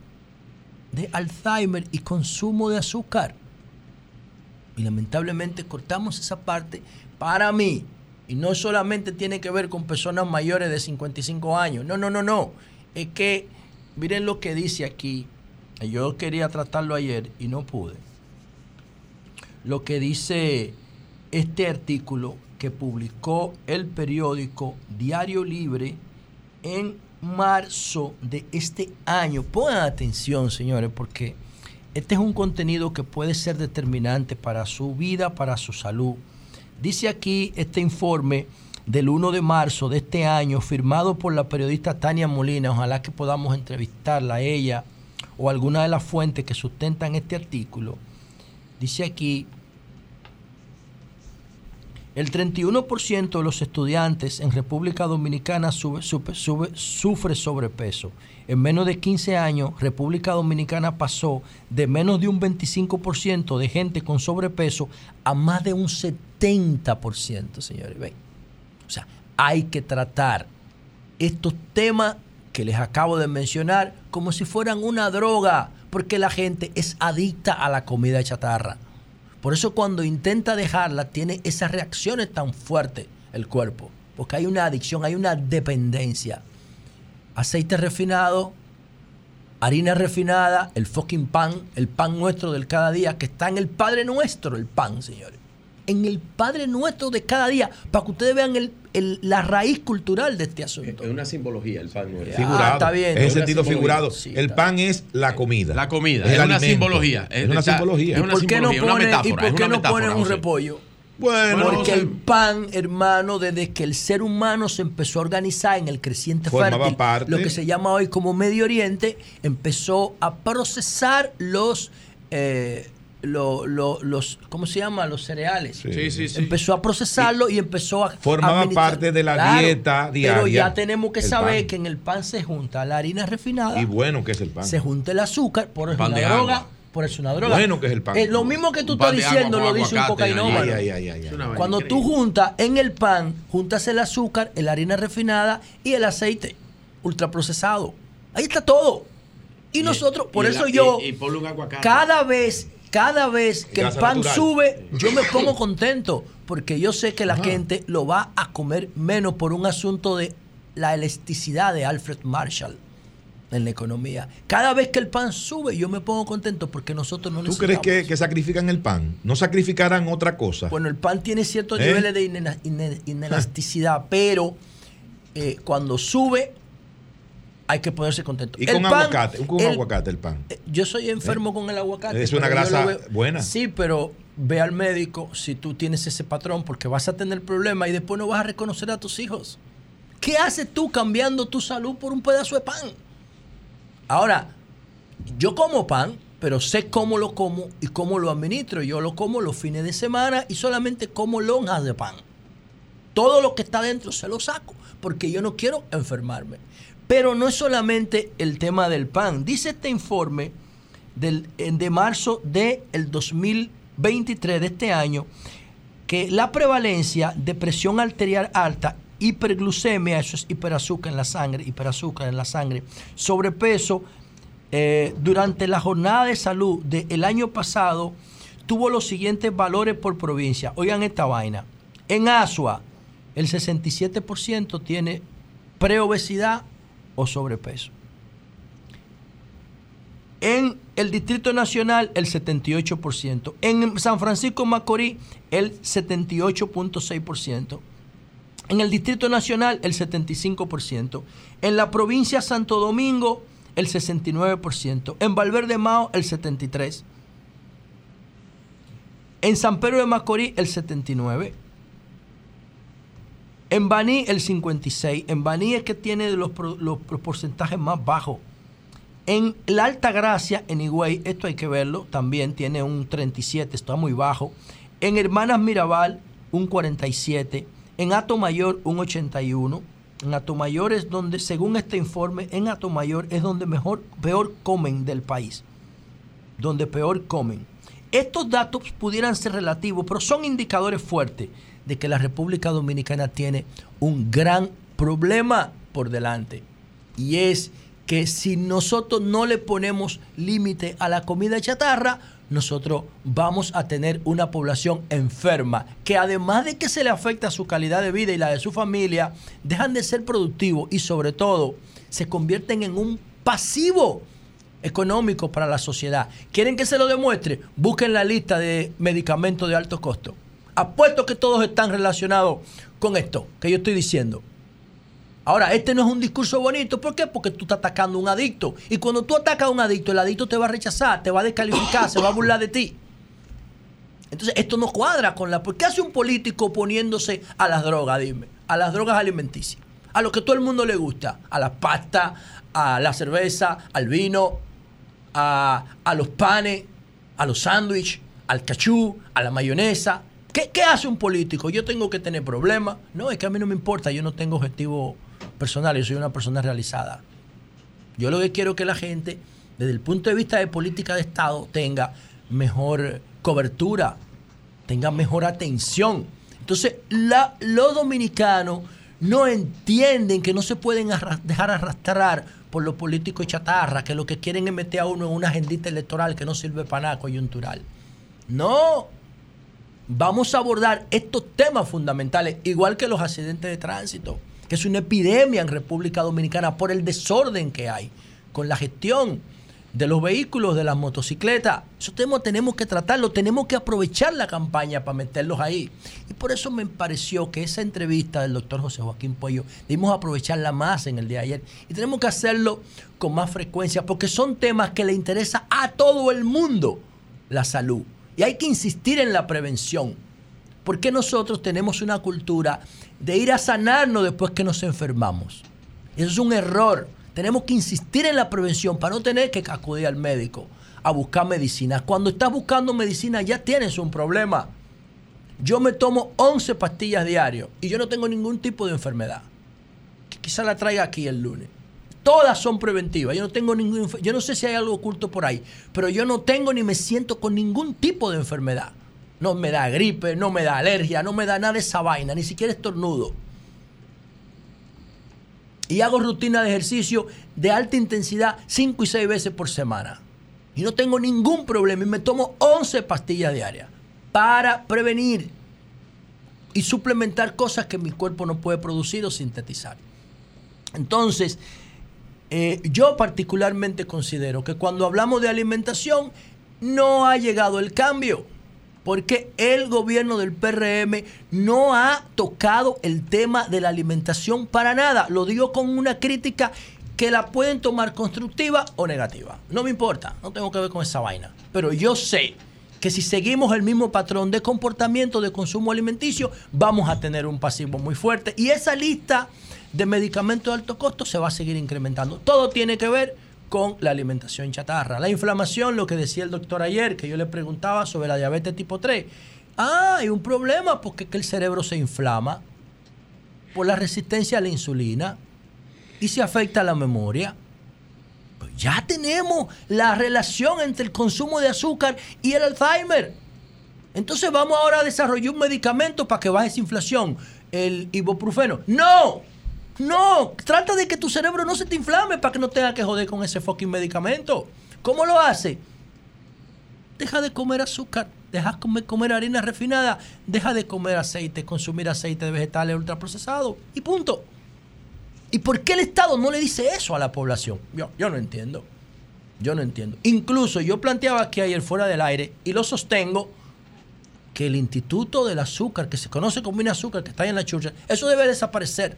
y consumo de azúcar. Y lamentablemente cortamos esa parte para mí. Y no solamente tiene que ver con personas mayores de 55 años. No. Es que, miren lo que dice aquí. Yo quería tratarlo ayer y no pude. Lo que dice este artículo que publicó el periódico Diario Libre en marzo de este año. Pongan atención, señores, porque este es un contenido que puede ser determinante para su vida, para su salud. Dice aquí este informe del 1 de marzo de este año, firmado por la periodista Tania Molina. Ojalá que podamos entrevistarla a ella o alguna de las fuentes que sustentan este artículo. Dice aquí, el 31% de los estudiantes en República Dominicana sufre sobrepeso. En menos de 15 años, República Dominicana pasó de menos de un 25% de gente con sobrepeso a más de un 70%, señores. ¿Ven? O sea, hay que tratar estos temas que les acabo de mencionar como si fueran una droga, porque la gente es adicta a la comida chatarra. Por eso cuando intenta dejarla, tiene esas reacciones tan fuertes el cuerpo, porque hay una adicción, hay una dependencia. Aceite refinado, harina refinada, el fucking pan, el pan nuestro del cada día, que está en el Padre Nuestro, el pan, señores. En el Padre Nuestro de cada día, para que ustedes vean la raíz cultural de este asunto. Es una simbología el pan nuestro. Figurado. Está bien. Es en sentido figurado. Sí, el pan es la comida. La comida. Es una simbología. Es una simbología. ¿Y por qué no ponen un repollo? Bueno, porque el pan, hermano, desde que el ser humano se empezó a organizar en el creciente fértil, lo que se llama hoy como Medio Oriente, empezó a procesar los ¿cómo se llama? Los cereales. Sí. Empezó a procesarlo y empezó a formaba parte de la dieta diaria. Pero ya tenemos que saber que en el pan se junta la harina refinada. Y bueno que es el pan. Se junta el azúcar, por eso es una droga. Por eso es una droga. Bueno que es el pan. Lo mismo que tú estás diciendo lo dice un cocainómano. Cuando tú juntas en el pan, juntas el azúcar, la harina refinada y el aceite ultraprocesado. Ahí está todo. Y nosotros, por eso yo, cada vez que el pan sube, yo me pongo contento, porque yo sé que la gente lo va a comer menos por un asunto de la elasticidad de Alfred Marshall. en la economía. Cada vez que el pan sube, yo me pongo contento porque nosotros no necesitamos. ¿Tú crees que sacrifican el pan? ¿No sacrificarán otra cosa? Bueno, el pan tiene ciertos niveles de inelasticidad, pero cuando sube hay que ponerse contento. ¿Y con aguacate? Aguacate el pan. Yo soy enfermo con el aguacate. Es una grasa buena. Sí, pero ve al médico si tú tienes ese patrón, porque vas a tener problemas y después no vas a reconocer a tus hijos. ¿Qué haces tú cambiando tu salud por un pedazo de pan? Ahora, yo como pan, pero sé cómo lo como y cómo lo administro. Yo lo como los fines de semana y solamente como lonjas de pan. Todo lo que está dentro se lo saco, porque yo no quiero enfermarme. Pero no es solamente el tema del pan. Dice este informe de marzo del 2023 de este año que la prevalencia de presión arterial alta, hiperglucemia, eso es hiperazúcar en la sangre, sobrepeso, durante la jornada de salud del año pasado tuvo los siguientes valores por provincia. Oigan esta vaina. En Asua, el 67% tiene preobesidad o sobrepeso. En el Distrito Nacional, el 78%. En San Francisco de Macorís, el 78.6%. En el Distrito Nacional, el 75%. En la provincia de Santo Domingo, el 69%. En Valverde Mao, el 73%. En San Pedro de Macorís, el 79%. En Baní, el 56%. En Baní es que tiene los porcentajes más bajos. En la Alta Gracia, en Higüey, esto hay que verlo, también tiene un 37%, está muy bajo. En Hermanas Mirabal, un 47%. En Atomayor, un 81%. En Atomayor es donde, según este informe, en Atomayor es donde peor comen del país. Donde peor comen. Estos datos pudieran ser relativos, pero son indicadores fuertes de que la República Dominicana tiene un gran problema por delante. Y es que si nosotros no le ponemos límite a la comida chatarra, nosotros vamos a tener una población enferma, que además de que se le afecta su calidad de vida y la de su familia, dejan de ser productivos y sobre todo se convierten en un pasivo económico para la sociedad. ¿Quieren que se lo demuestre? Busquen la lista de medicamentos de alto costo. Apuesto que todos están relacionados con esto que yo estoy diciendo. Ahora, este no es un discurso bonito. ¿Por qué? Porque tú estás atacando a un adicto. Y cuando tú atacas a un adicto, el adicto te va a rechazar, te va a descalificar, se va a burlar de ti. Entonces, esto no cuadra con la... ¿Por qué hace un político oponiéndose a las drogas, dime? A las drogas alimenticias. A lo que todo el mundo le gusta. A la pasta, a la cerveza, al vino, a los panes, a los sándwiches, al cachú, a la mayonesa. ¿Qué hace un político? Yo tengo que tener problemas. No, es que a mí no me importa. Yo no tengo objetivo personal. Yo soy una persona realizada. Yo lo que quiero es que la gente, desde el punto de vista de política de Estado, tenga mejor cobertura, tenga mejor atención. Entonces, los dominicanos no entienden que no se pueden dejar arrastrar por los políticos chatarra, que lo que quieren es meter a uno en una agendita electoral que no sirve para nada, coyuntural. No. Vamos a abordar estos temas fundamentales, igual que los accidentes de tránsito, que es una epidemia en República Dominicana por el desorden que hay con la gestión de los vehículos, de las motocicletas. Eso tenemos que tratarlo, tenemos que aprovechar la campaña para meterlos ahí. Y por eso me pareció que esa entrevista del doctor José Joaquín Puello debimos aprovecharla más en el día de ayer. Y tenemos que hacerlo con más frecuencia, porque son temas que le interesa a todo el mundo, la salud. Y hay que insistir en la prevención, porque nosotros tenemos una cultura de ir a sanarnos después que nos enfermamos. Eso es un error. Tenemos que insistir en la prevención para no tener que acudir al médico a buscar medicina. Cuando estás buscando medicina ya tienes un problema. Yo me tomo 11 pastillas diarias y yo no tengo ningún tipo de enfermedad. Quizá la traiga aquí el lunes. Todas son preventivas. Yo no sé si hay algo oculto por ahí, pero yo no tengo ni me siento con ningún tipo de enfermedad. No me da gripe, no me da alergia, no me da nada de esa vaina, ni siquiera estornudo. Y hago rutina de ejercicio de alta intensidad 5 y 6 veces por semana. Y no tengo ningún problema. Y me tomo 11 pastillas diarias para prevenir y suplementar cosas que mi cuerpo no puede producir o sintetizar. Entonces, yo particularmente considero que cuando hablamos de alimentación no ha llegado el cambio, porque el gobierno del PRM no ha tocado el tema de la alimentación para nada. Lo digo con una crítica que la pueden tomar constructiva o negativa. No me importa, no tengo que ver con esa vaina. Pero yo sé que si seguimos el mismo patrón de comportamiento de consumo alimenticio, vamos a tener un pasivo muy fuerte. Y esa lista de medicamentos de alto costo se va a seguir incrementando. Todo tiene que ver con la alimentación chatarra. La inflamación, lo que decía el doctor ayer, que yo le preguntaba sobre la diabetes tipo 3. Hay un problema porque es que el cerebro se inflama por la resistencia a la insulina y se afecta a la memoria. Pues ya tenemos la relación entre el consumo de azúcar y el Alzheimer. Entonces vamos ahora a desarrollar un medicamento para que baje esa inflación, el ibuprofeno. No, trata de que tu cerebro no se te inflame para que no tengas que joder con ese fucking medicamento. ¿Cómo lo hace? Deja de comer azúcar, deja de comer harina refinada, deja de comer aceite, consumir aceite de vegetales ultraprocesados y punto. ¿Y por qué el Estado no le dice eso a la población? Yo no entiendo. Incluso yo planteaba aquí ayer fuera del aire y lo sostengo, que el Instituto del Azúcar, que se conoce como Minazúcar, que está ahí en la chucha, eso debe desaparecer.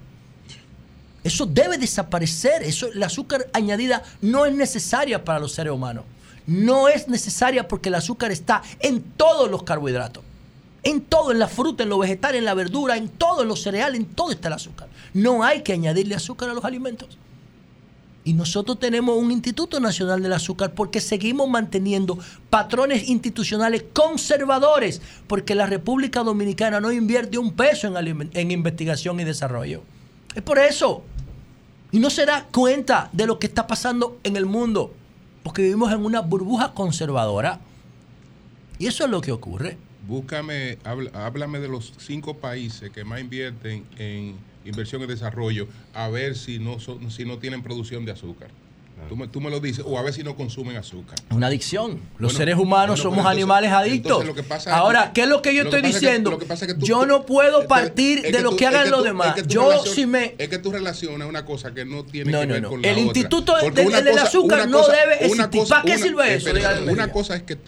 La azúcar añadida no es necesaria para los seres humanos. No es necesaria porque el azúcar está en todos los carbohidratos. En todo, en la fruta, en los vegetales, en la verdura, en todo, en los cereales, en todo está el azúcar. No hay que añadirle azúcar a los alimentos. Y nosotros tenemos un Instituto Nacional del Azúcar porque seguimos manteniendo patrones institucionales conservadores, porque la República Dominicana no invierte un peso en investigación y desarrollo. Es por eso. Y no se da cuenta de lo que está pasando en el mundo, porque vivimos en una burbuja conservadora. Y eso es lo que ocurre. Háblame de los 5 países que más invierten en inversión y desarrollo, a ver si no tienen producción de azúcar. Tú me lo dices, o a ver si no consumen azúcar. Una adicción. Los seres humanos somos animales adictos. Ahora, ¿qué es lo que yo estoy diciendo? Yo no puedo partir de lo que hagan los demás. Es que tú relacionas una cosa que no tiene que ver con la otra. El Instituto del Azúcar no debe existir. ¿Para qué sirve eso? Una cosa es que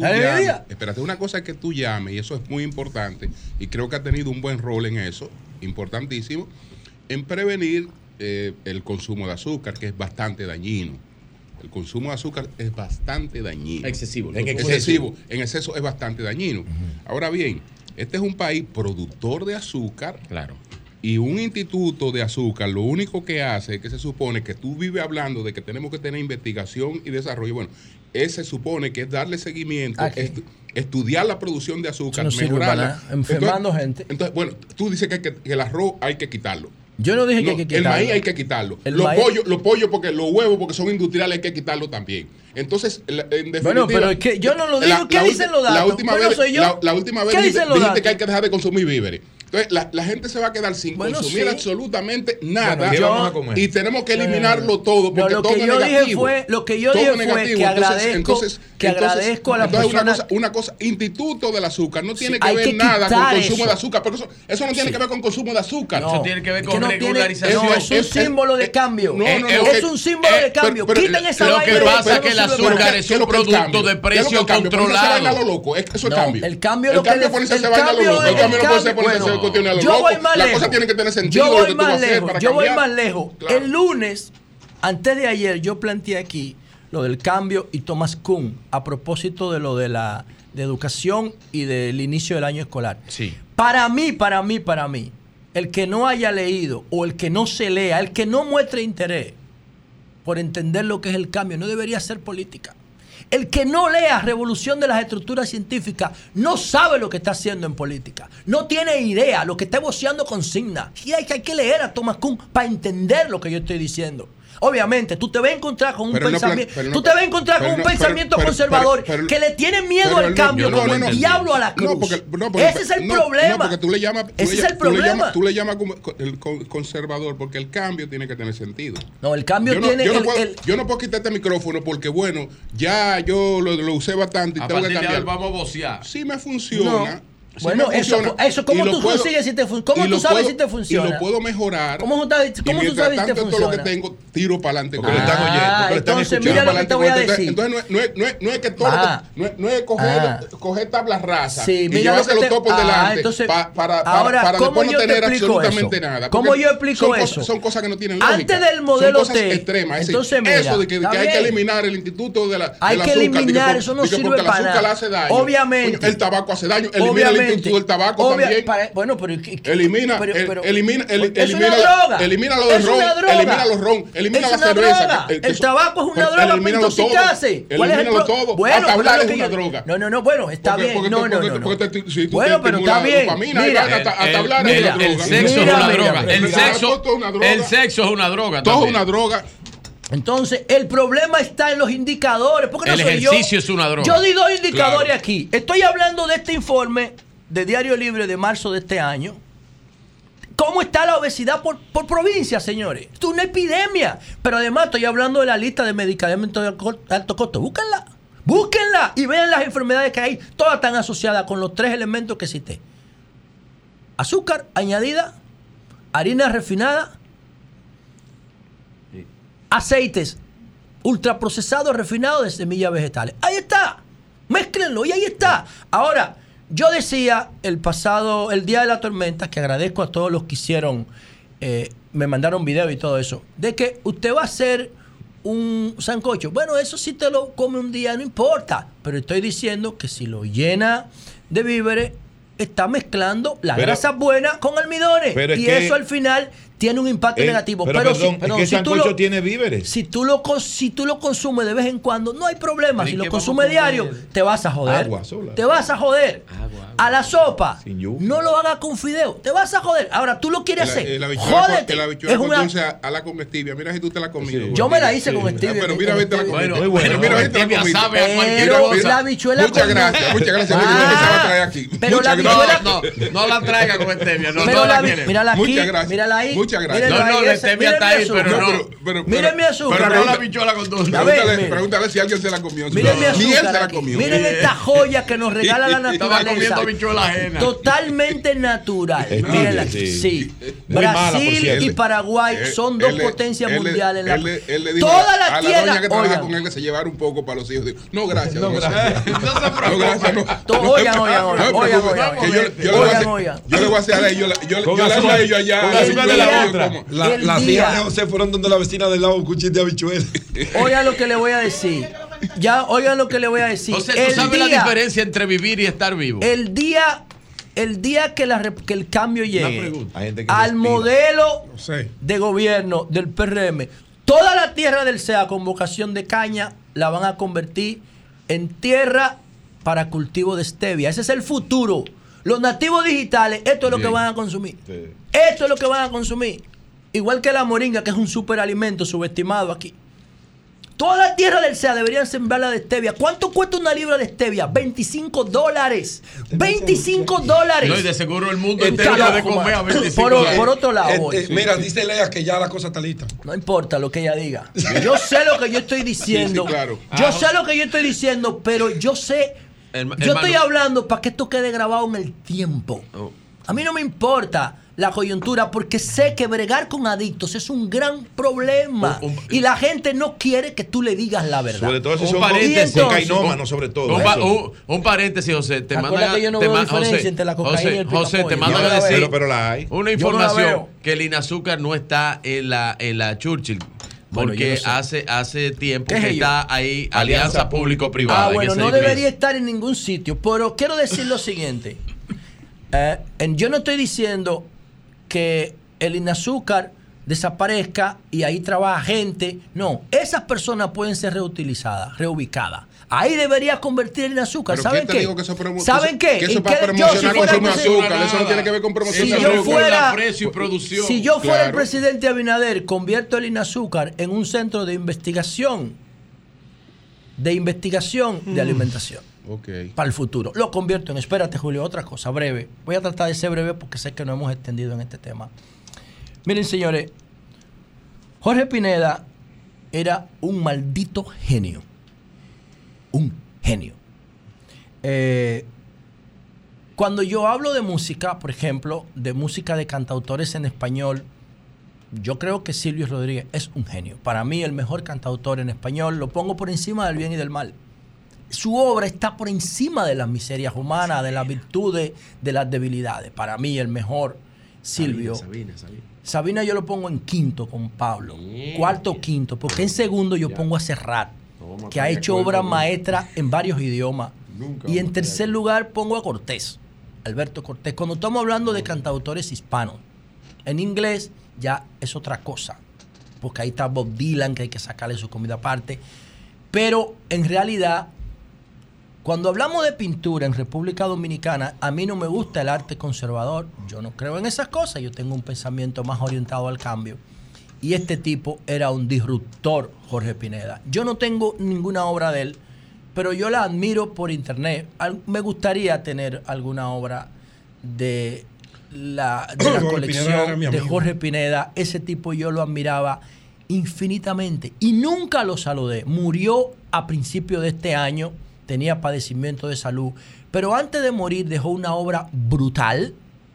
tú llames, y eso es muy importante, y creo que ha tenido un buen rol en eso, importantísimo, en prevenir el consumo de azúcar, que es bastante dañino. El consumo de azúcar es bastante dañino. Excesivo. En exceso es bastante dañino. Ahora bien, este es un país productor de azúcar. Claro. Y un instituto de azúcar lo único que hace es que se supone que tú vives hablando de que tenemos que tener investigación y desarrollo. Bueno, se supone que es darle seguimiento, estudiar la producción de azúcar, no mejorarla. Enfermando gente. Entonces, bueno, tú dices que el arroz hay que quitarlo. Yo no dije que hay que quitarlo. El maíz hay que quitarlo. Los pollos, porque los huevos, porque son industriales, hay que quitarlo también. Entonces, en definitiva... Bueno, pero es que yo no lo digo. ¿Qué dicen los datos? La última vez dijiste que hay que dejar de consumir víveres. Entonces, la gente se va a quedar sin consumir absolutamente nada. Vamos a comer? Y tenemos que eliminarlo todo, porque todo es negativo. Lo que yo dije fue que agradezco a las personas... Una cosa, Instituto del Azúcar no tiene que ver nada con consumo de azúcar, porque eso no tiene que ver con consumo de azúcar. Eso tiene que ver con regularización. No, es un símbolo de cambio. Es un símbolo de cambio. Quiten esa vaina. Lo que pasa es que el azúcar es un producto de precio controlado. Eso es cambio. El cambio es ponerse esa vaina a lo loco. El cambio no puede ser ponerse yo voy más lejos. Las cosas tienen que tener sentido. Yo voy más lejos. Claro. El lunes, antes de ayer, yo planteé aquí lo del cambio y Thomas Kuhn a propósito de lo de la educación y del inicio del año escolar. Sí. Para mí, el que no haya leído o el que no se lea, el que no muestre interés por entender lo que es el cambio, no debería ser política. El que no lea Revolución de las Estructuras Científicas no sabe lo que está haciendo en política. No tiene idea, lo que está voceando consigna. Y hay que leer a Thomas Kuhn para entender lo que yo estoy diciendo. Obviamente, tú te vas a encontrar con un pensamiento conservador que le tiene miedo al cambio como el diablo a la cruz. Ese es el problema. No, porque tú le llamas el conservador, porque el cambio tiene que tener sentido. No, el cambio tiene... Yo no puedo quitar este micrófono porque, bueno, ya yo lo usé bastante y a tengo que cambiar. Vamos a vocear. Sí me funciona. Bueno, eso ¿cómo tú consigues si te funciona? ¿Cómo tú sabes si te funciona? Y lo puedo mejorar. ¿Cómo tú sabes si te funciona? Todo lo que tengo, tiro para adelante. Porque le están oyendo. Entonces, mira lo que te voy a decir. Entonces, no es que todo no es coger tablas rasas y llevárselo todo por delante para después no tener absolutamente nada. ¿Cómo yo explico eso? Son cosas que no tienen lógica. Antes del modelo T. Extremas. Entonces, mira, eso de que hay que eliminar el instituto de la hay que eliminar, eso no sirve para nada. Hace daño. Obviamente. El tabaco hace daño. Elimina el instituto del tabaco también. Bueno, pero elimina lo de ron. Elimina la cerveza. El tabaco es una droga para intoxicarse. Elimínalo todo. Hasta hablar es una droga. No, bueno, está bien. No. Bueno, pero está bien. Mira, el sexo es una droga. El sexo es una droga. Todo es una droga. Entonces, el problema está en los indicadores. Porque el ejercicio es una droga. Yo di 2 indicadores aquí. Estoy hablando de este informe de Diario Libre de marzo de este año. ¿Cómo está la obesidad por provincia, señores? Esto es una epidemia. Pero además estoy hablando de la lista de medicamentos de alto costo. Búsquenla y vean las enfermedades que hay. Todas están asociadas con los 3 elementos que cité. Azúcar añadida, harina refinada, aceites ultraprocesados refinados de semillas vegetales. Ahí está. Mézclenlo y ahí está. Ahora, yo decía el día de la tormenta, que agradezco a todos los que hicieron, me mandaron video y todo eso, de que usted va a hacer un sancocho. Bueno, eso sí te lo come un día, no importa. Pero estoy diciendo que si lo llena de víveres, está mezclando la grasa buena con almidones. Y eso al final tiene un impacto negativo. Pero ¿qué sancocho tiene víveres? Si tú lo consumes de vez en cuando, no hay problema. Si lo consumes diario, te vas a joder. Agua sola. Te vas a joder. Agua. A la sopa, no lo hagas con fideo. Te vas a joder. Ahora, tú lo quieres hacer. Jódete. La habichuela con dulce a la con stevia. Mira si tú te la comido. Yo me la hice con stevia. Pero mira, vete la comida. Pero mira, vete la comida. Pero la habichuela Muchas gracias. Muchas gracias. Empezaba a traer aquí. Pero la habichuela... No la traiga con stevia. No la quiere. Mírala aquí. Muchas gracias. Mírala ahí. Muchas gracias. No, la stevia está ahí, pero no. Miren mi azúcar. Pero no la habichuela con dulce. Pregúntale si alguien se la comió. Miren mi azúcar. Ni él se la comió. Miren esta joya que nos regala la naturaleza. Estaba comiendo habichuela ajena. Totalmente natural. Mírenla. Sí. Brasil y Paraguay son 2 potencias mundiales. Él le dijo toda la tierra. A la doña que trabaja con él que se llevara un poco para los hijos. Digo, no, gracias. No, gracias. Oigan. Yo le voy a hacer a ellos. Yo le hago a ellos allá. Las hijas de José fueron donde la vecina del lado un cuchillo de habichuela. Oigan lo que le voy a decir. Oigan lo que le voy a decir. José, ¿tú sabes la diferencia entre vivir y estar vivo? El día que el cambio llegue al modelo de gobierno del PRM, toda la tierra del CEA con vocación de caña la van a convertir en tierra para cultivo de stevia. Ese es el futuro. Los nativos digitales, esto es lo que van a consumir. Esto es lo que van a consumir. Igual que la moringa, que es un superalimento subestimado aquí. Toda la tierra del CEA deberían sembrarla de stevia. ¿Cuánto cuesta una libra de stevia? $25. $25. No, y de seguro el mundo entero de comer a 25 por otro lado. Mira, dice Lea que ya la cosa está lista. No importa lo que ella diga. Yo sé lo que yo estoy diciendo. Sí, claro. Yo sé lo que yo estoy diciendo, pero yo sé. Yo estoy hablando para que esto quede grabado en el tiempo. A mí no me importa la coyuntura, porque sé que bregar con adictos es un gran problema. Y la gente no quiere que tú le digas la verdad. Sobre todo si son cocainómanos, sobre todo. Un paréntesis, José. Te manda que yo no veo diferencia entre la cocaína y el José, te mando a decir pero la hay. una información que el Inazúcar no está en la Churchill. Porque hace tiempo que está ahí Alianza Público-Privada. Bueno, no debería estar en ningún sitio. Pero quiero decir lo siguiente. Yo no estoy diciendo que el Inazúcar desaparezca y ahí trabaja gente. No, esas personas pueden ser reutilizadas, reubicadas. Ahí debería convertir el Inazúcar. ¿Saben qué? ¿Saben qué? Que eso para promocionar consumo de azúcar. Eso no tiene que ver con promoción de azúcar. Precio y producción. Si yo fuera el presidente Abinader, convierto el Inazúcar en un centro de investigación de alimentación. Para el futuro. Lo convierto en, espérate, Julio, otra cosa breve. Voy a tratar de ser breve porque sé que no hemos extendido en este tema. Miren, señores, Jorge Pineda era un maldito genio. Un genio. Cuando yo hablo de música, por ejemplo, de música de cantautores en español, yo creo que Silvio Rodríguez es un genio. Para mí, el mejor cantautor en español, lo pongo por encima del bien y del mal. Su obra está por encima de las miserias humanas, de las virtudes, de las debilidades. Para mí, el mejor, Silvio. Sabina yo lo pongo en quinto con Pablo. Cuarto, quinto. Porque en segundo yo pongo a Serrat, que ha hecho obras maestras en varios idiomas. Y en tercer lugar pongo a Cortés, Alberto Cortés. Cuando estamos hablando de cantautores hispanos, en inglés ya es otra cosa, porque ahí está Bob Dylan, que hay que sacarle su comida aparte. Pero en realidad, cuando hablamos de pintura en República Dominicana, a mí no me gusta el arte conservador. Yo no creo en esas cosas. Yo tengo un pensamiento más orientado al cambio. Y este tipo era un disruptor, Jorge Pineda. Yo no tengo ninguna obra de él, pero yo la admiro por internet. Me gustaría tener alguna obra de la colección de Jorge Pineda. Ese tipo yo lo admiraba infinitamente y nunca lo saludé. Murió a principios de este año, tenía padecimiento de salud, pero antes de morir dejó una obra brutal,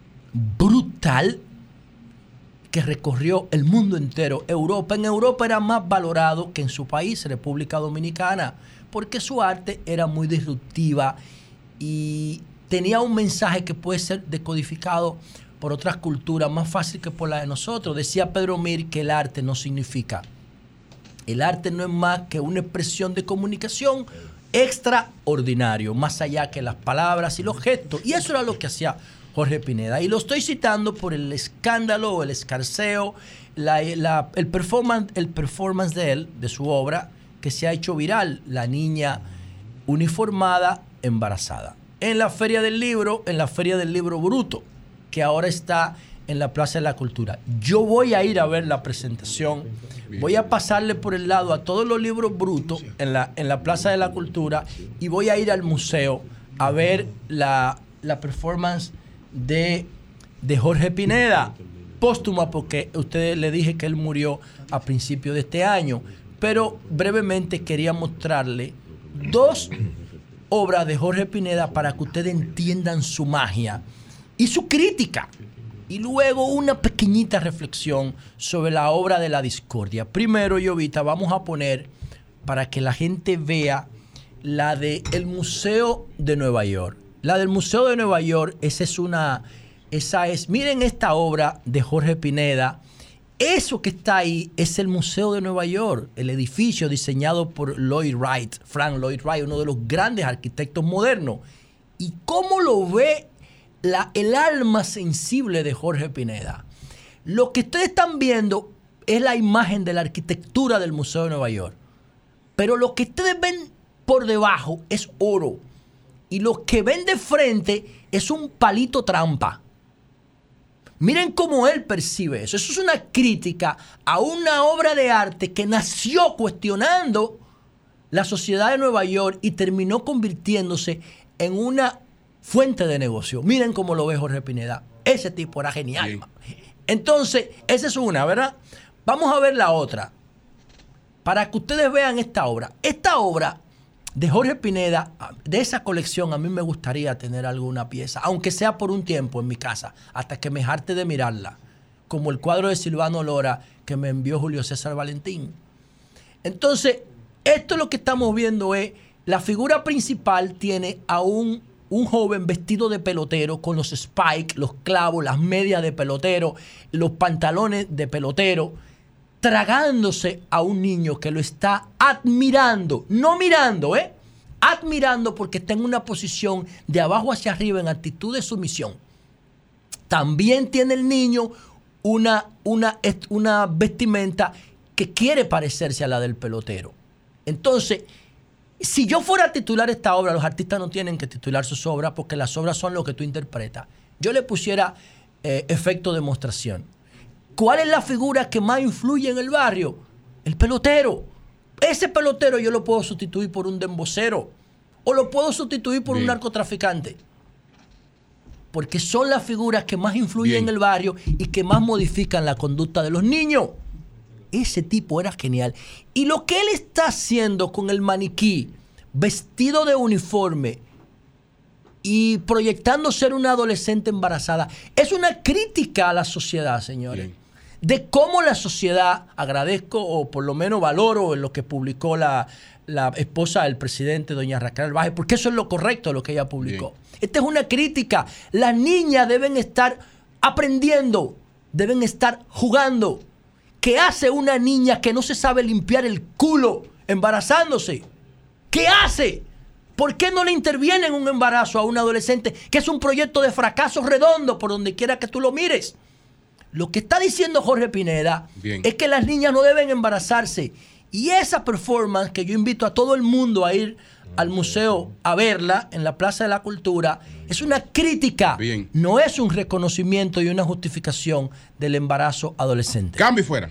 que recorrió el mundo entero. En Europa era más valorado que en su país, República Dominicana, porque su arte era muy disruptiva y tenía un mensaje que puede ser decodificado por otras culturas más fácil que por la de nosotros. Decía Pedro Mir que el arte no significa. El arte no es más que una expresión de comunicación extraordinario, más allá que las palabras y los gestos. Y eso era lo que hacía Jorge Pineda. Y lo estoy citando por el escándalo, el escarceo, el performance de él, de su obra, que se ha hecho viral, La niña uniformada embarazada. En la Feria del Libro Bruto, que ahora está en la Plaza de la Cultura. Yo voy a ir a ver la presentación. Voy a pasarle por el lado a todos los libros brutos en la Plaza de la Cultura y voy a ir al museo a ver la performance de Jorge Pineda, póstuma, porque ustedes le dije que él murió a principios de este año. Pero brevemente quería mostrarle dos obras de Jorge Pineda para que ustedes entiendan su magia y su crítica. Y luego una pequeñita reflexión sobre la obra de la discordia. Primero, Jovita, vamos a poner para que la gente vea la del Museo de Nueva York. La del Museo de Nueva York, miren esta obra de Jorge Pineda. Eso que está ahí es el Museo de Nueva York, el edificio diseñado por Frank Lloyd Wright, uno de los grandes arquitectos modernos. ¿Y cómo lo ve el alma sensible de Jorge Pineda? Lo que ustedes están viendo es la imagen de la arquitectura del Museo de Nueva York. Pero lo que ustedes ven por debajo es oro. Y lo que ven de frente es un palito trampa. Miren cómo él percibe eso. Eso es una crítica a una obra de arte que nació cuestionando la sociedad de Nueva York y terminó convirtiéndose en una fuente de negocio. Miren cómo lo ve Jorge Pineda. Ese tipo era genial. Sí. Entonces, esa es una, ¿verdad? Vamos a ver la otra. Para que ustedes vean esta obra. Esta obra de Jorge Pineda, de esa colección, a mí me gustaría tener alguna pieza, aunque sea por un tiempo en mi casa, hasta que me harte de mirarla, como el cuadro de Silvano Lora que me envió Julio César Valentín. Entonces, esto lo que estamos viendo es, la figura principal tiene a un joven vestido de pelotero, con los spikes, los clavos, las medias de pelotero, los pantalones de pelotero, tragándose a un niño que lo está admirando, no mirando, admirando, porque está en una posición de abajo hacia arriba en actitud de sumisión. También tiene el niño una vestimenta que quiere parecerse a la del pelotero. Entonces, si yo fuera a titular esta obra, los artistas no tienen que titular sus obras porque las obras son lo que tú interpretas. Yo le pusiera efecto demostración. ¿Cuál es la figura que más influye en el barrio? El pelotero. Ese pelotero yo lo puedo sustituir por un dembocero o lo puedo sustituir por un narcotraficante. Porque son las figuras que más influyen en el barrio y que más modifican la conducta de los niños. Ese tipo era genial. Y lo que él está haciendo con el maniquí, vestido de uniforme, y proyectando ser una adolescente embarazada. Es una crítica a la sociedad, señores. Bien. De cómo la sociedad, agradezco o por lo menos valoro en lo que publicó la esposa del presidente, doña Raquel Albaje, porque eso es lo correcto lo que ella publicó. Bien. Esta es una crítica. Las niñas deben estar aprendiendo, deben estar jugando. ¿Qué hace una niña que no se sabe limpiar el culo embarazándose? ¿Qué hace? ¿Por qué no le interviene en un embarazo a un adolescente que es un proyecto de fracaso redondo por donde quiera que tú lo mires? Lo que está diciendo Jorge Pineda es que las niñas no deben embarazarse. Y esa performance que yo invito a todo el mundo a ir al museo a verla en la Plaza de la Cultura, es una crítica, no es un reconocimiento y una justificación del embarazo adolescente. Cambio y fuera.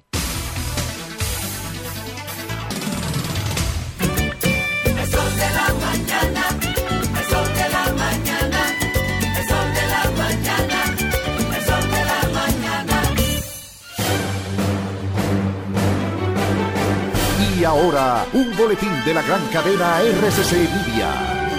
Y ahora, un boletín de la gran cadena RCC Media.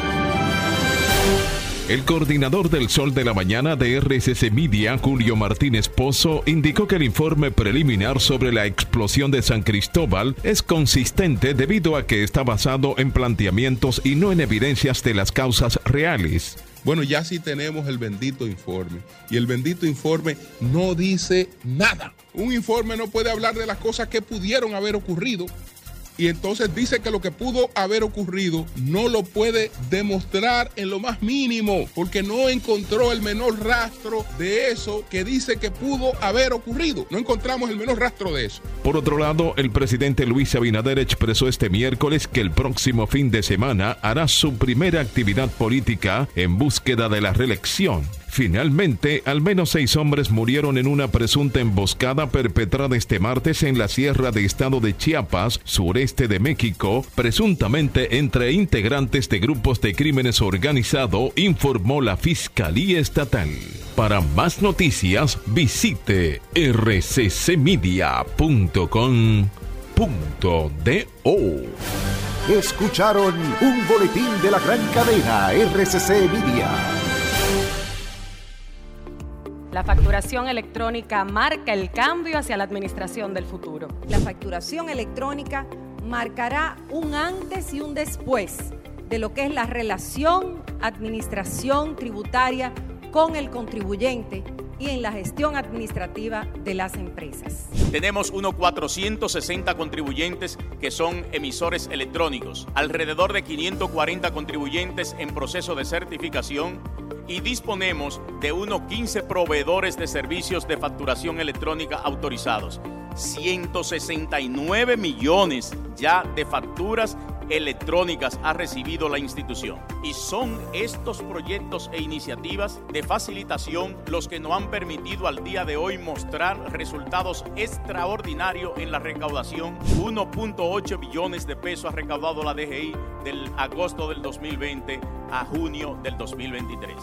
El coordinador del Sol de la Mañana de RCC Media, Julio Martínez Pozo, indicó que el informe preliminar sobre la explosión de San Cristóbal es consistente debido a que está basado en planteamientos y no en evidencias de las causas reales. Bueno, ya sí tenemos el bendito informe. Y el bendito informe no dice nada. Un informe no puede hablar de las cosas que pudieron haber ocurrido. Y entonces dice que lo que pudo haber ocurrido no lo puede demostrar en lo más mínimo, porque no encontró el menor rastro de eso que dice que pudo haber ocurrido. No encontramos el menor rastro de eso. Por otro lado, el presidente Luis Abinader expresó este miércoles que el próximo fin de semana hará su primera actividad política en búsqueda de la reelección. Finalmente, al menos 6 hombres murieron en una presunta emboscada perpetrada este martes en la Sierra de Estado de Chiapas, sureste de México, presuntamente entre integrantes de grupos de crímenes organizado, informó la Fiscalía Estatal. Para más noticias, visite rccmedia.com.do. Escucharon un boletín de la gran cadena RCC Media. La facturación electrónica marca el cambio hacia la administración del futuro. La facturación electrónica marcará un antes y un después de lo que es la relación administración tributaria con el contribuyente y en la gestión administrativa de las empresas. Tenemos unos 460 contribuyentes que son emisores electrónicos, alrededor de 540 contribuyentes en proceso de certificación y disponemos de unos 15 proveedores de servicios de facturación electrónica autorizados. 169 millones ya de facturas electrónicas ha recibido la institución. Y son estos proyectos e iniciativas de facilitación los que nos han permitido al día de hoy mostrar resultados extraordinarios en la recaudación. 1.8 billones de pesos ha recaudado la DGI del agosto del 2020 a junio del 2023.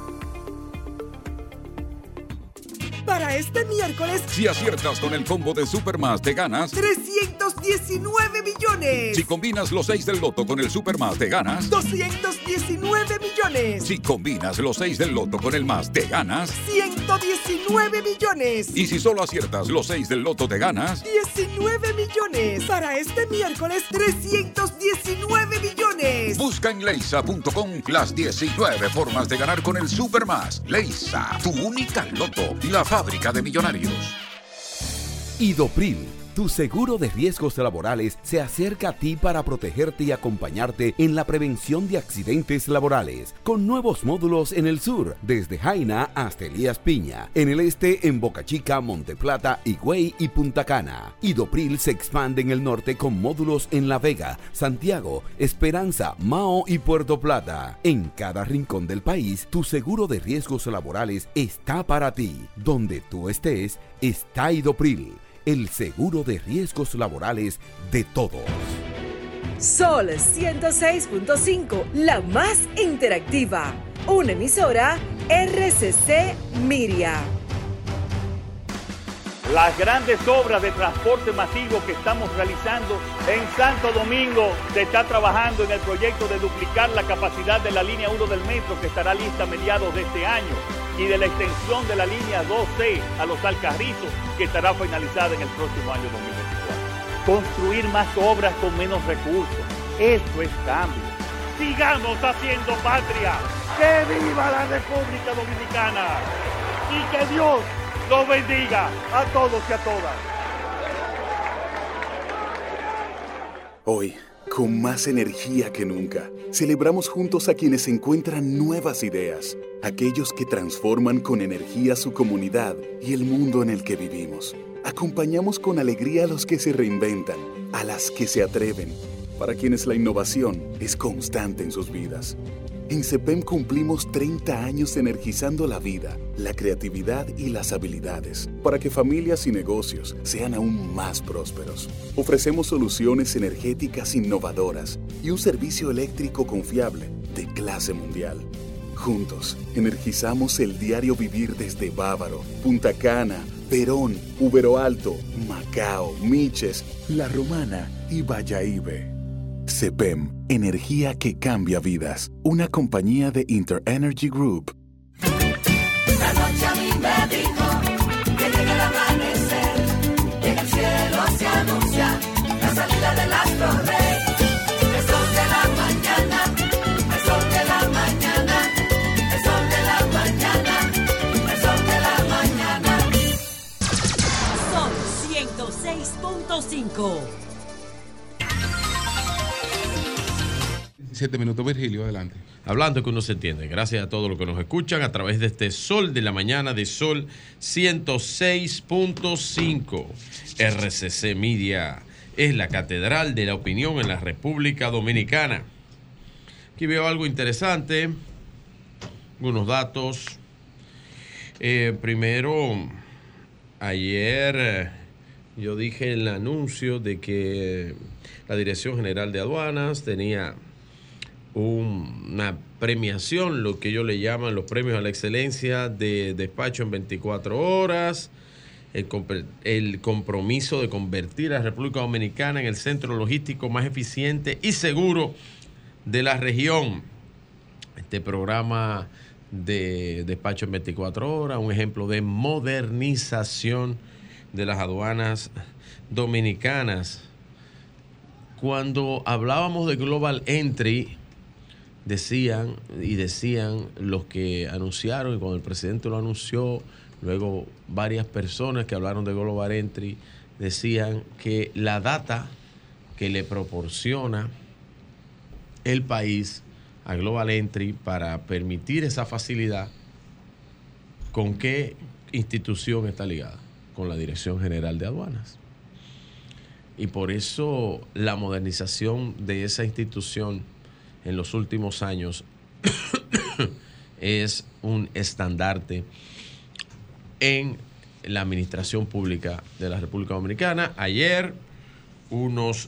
Para este miércoles, si aciertas con el combo de Supermás, te ganas 319 millones. Si combinas los 6 del loto con el Supermás, te ganas 219 millones. Si combinas los 6 del loto con el más, te ganas 119 millones. Y si solo aciertas los 6 del loto, te ganas 19 millones. Para este miércoles, 319 millones. Busca en Leisa.com las 19 formas de ganar con el Supermás. Leisa, tu única loto, la fábrica de millonarios. Idopril, tu seguro de riesgos laborales, se acerca a ti para protegerte y acompañarte en la prevención de accidentes laborales, con nuevos módulos en el sur, desde Jaina hasta Elías Piña, en el este en Boca Chica, Monteplata, Higüey y Punta Cana. Idopril se expande en el norte con módulos en La Vega, Santiago, Esperanza, Mao y Puerto Plata. En cada rincón del país, tu seguro de riesgos laborales está para ti. Donde tú estés, está Idopril, el seguro de riesgos laborales de todos. Sol 106.5, la más interactiva. Una emisora RCC Media. Las grandes obras de transporte masivo que estamos realizando en Santo Domingo, se está trabajando en el proyecto de duplicar la capacidad de la línea 1 del metro, que estará lista a mediados de este año, y de la extensión de la línea 2C a Los Alcarrizos, que estará finalizada en el próximo año 2024. Construir más obras con menos recursos, esto es cambio. Sigamos haciendo patria. ¡Que viva la República Dominicana! Y que Dios los bendiga a todos y a todas. Hoy, con más energía que nunca, celebramos juntos a quienes encuentran nuevas ideas, aquellos que transforman con energía su comunidad y el mundo en el que vivimos. Acompañamos con alegría a los que se reinventan, a las que se atreven, para quienes la innovación es constante en sus vidas. En CEPEM cumplimos 30 años energizando la vida, la creatividad y las habilidades para que familias y negocios sean aún más prósperos. Ofrecemos soluciones energéticas innovadoras y un servicio eléctrico confiable de clase mundial. Juntos, energizamos el diario vivir desde Bávaro, Punta Cana, Perón, Ubero Alto, Macao, Miches, La Romana y Bayahibe. CEPEM, energía que cambia vidas. Una compañía de InterEnergy Group. La noche a mí me dijo que llega el amanecer, y en el cielo se anuncia la salida del astro rey. El sol de la mañana, el sol de la mañana, el sol de la mañana, el sol de la mañana. Sol 106.5. 7 minutos, Virgilio, adelante. Hablando que uno se entiende. Gracias a todos los que nos escuchan a través de este Sol de la Mañana de Sol 106.5. RCC Media es la catedral de la opinión en la República Dominicana. Aquí veo algo interesante, algunos datos. Primero, ayer yo dije el anuncio de que la Dirección General de Aduanas tenía una premiación, lo que ellos le llaman los premios a la excelencia de despacho en 24 horas, el compromiso de convertir a la República Dominicana en el centro logístico más eficiente y seguro de la región. Este programa de despacho en 24 horas, un ejemplo de modernización de las aduanas dominicanas. Cuando hablábamos de Global Entry, decían los que anunciaron, y cuando el presidente lo anunció, luego varias personas que hablaron de Global Entry decían que la data que le proporciona el país a Global Entry para permitir esa facilidad, ¿con qué institución está ligada? Con la Dirección General de Aduanas. Y por eso la modernización de esa institución en los últimos años es un estandarte en la administración pública de la República Dominicana. Ayer, unos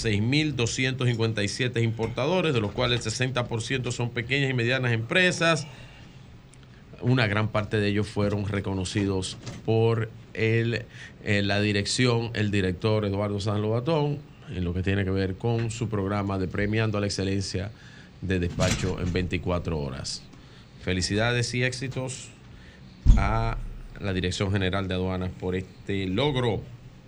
6.257 importadores, de los cuales el 60% son pequeñas y medianas empresas. Una gran parte de ellos fueron reconocidos por la dirección, el director Eduardo Sanz Lobatón, en lo que tiene que ver con su programa de premiando a la excelencia de despacho en 24 horas. Felicidades y éxitos a la Dirección General de Aduanas por este logro.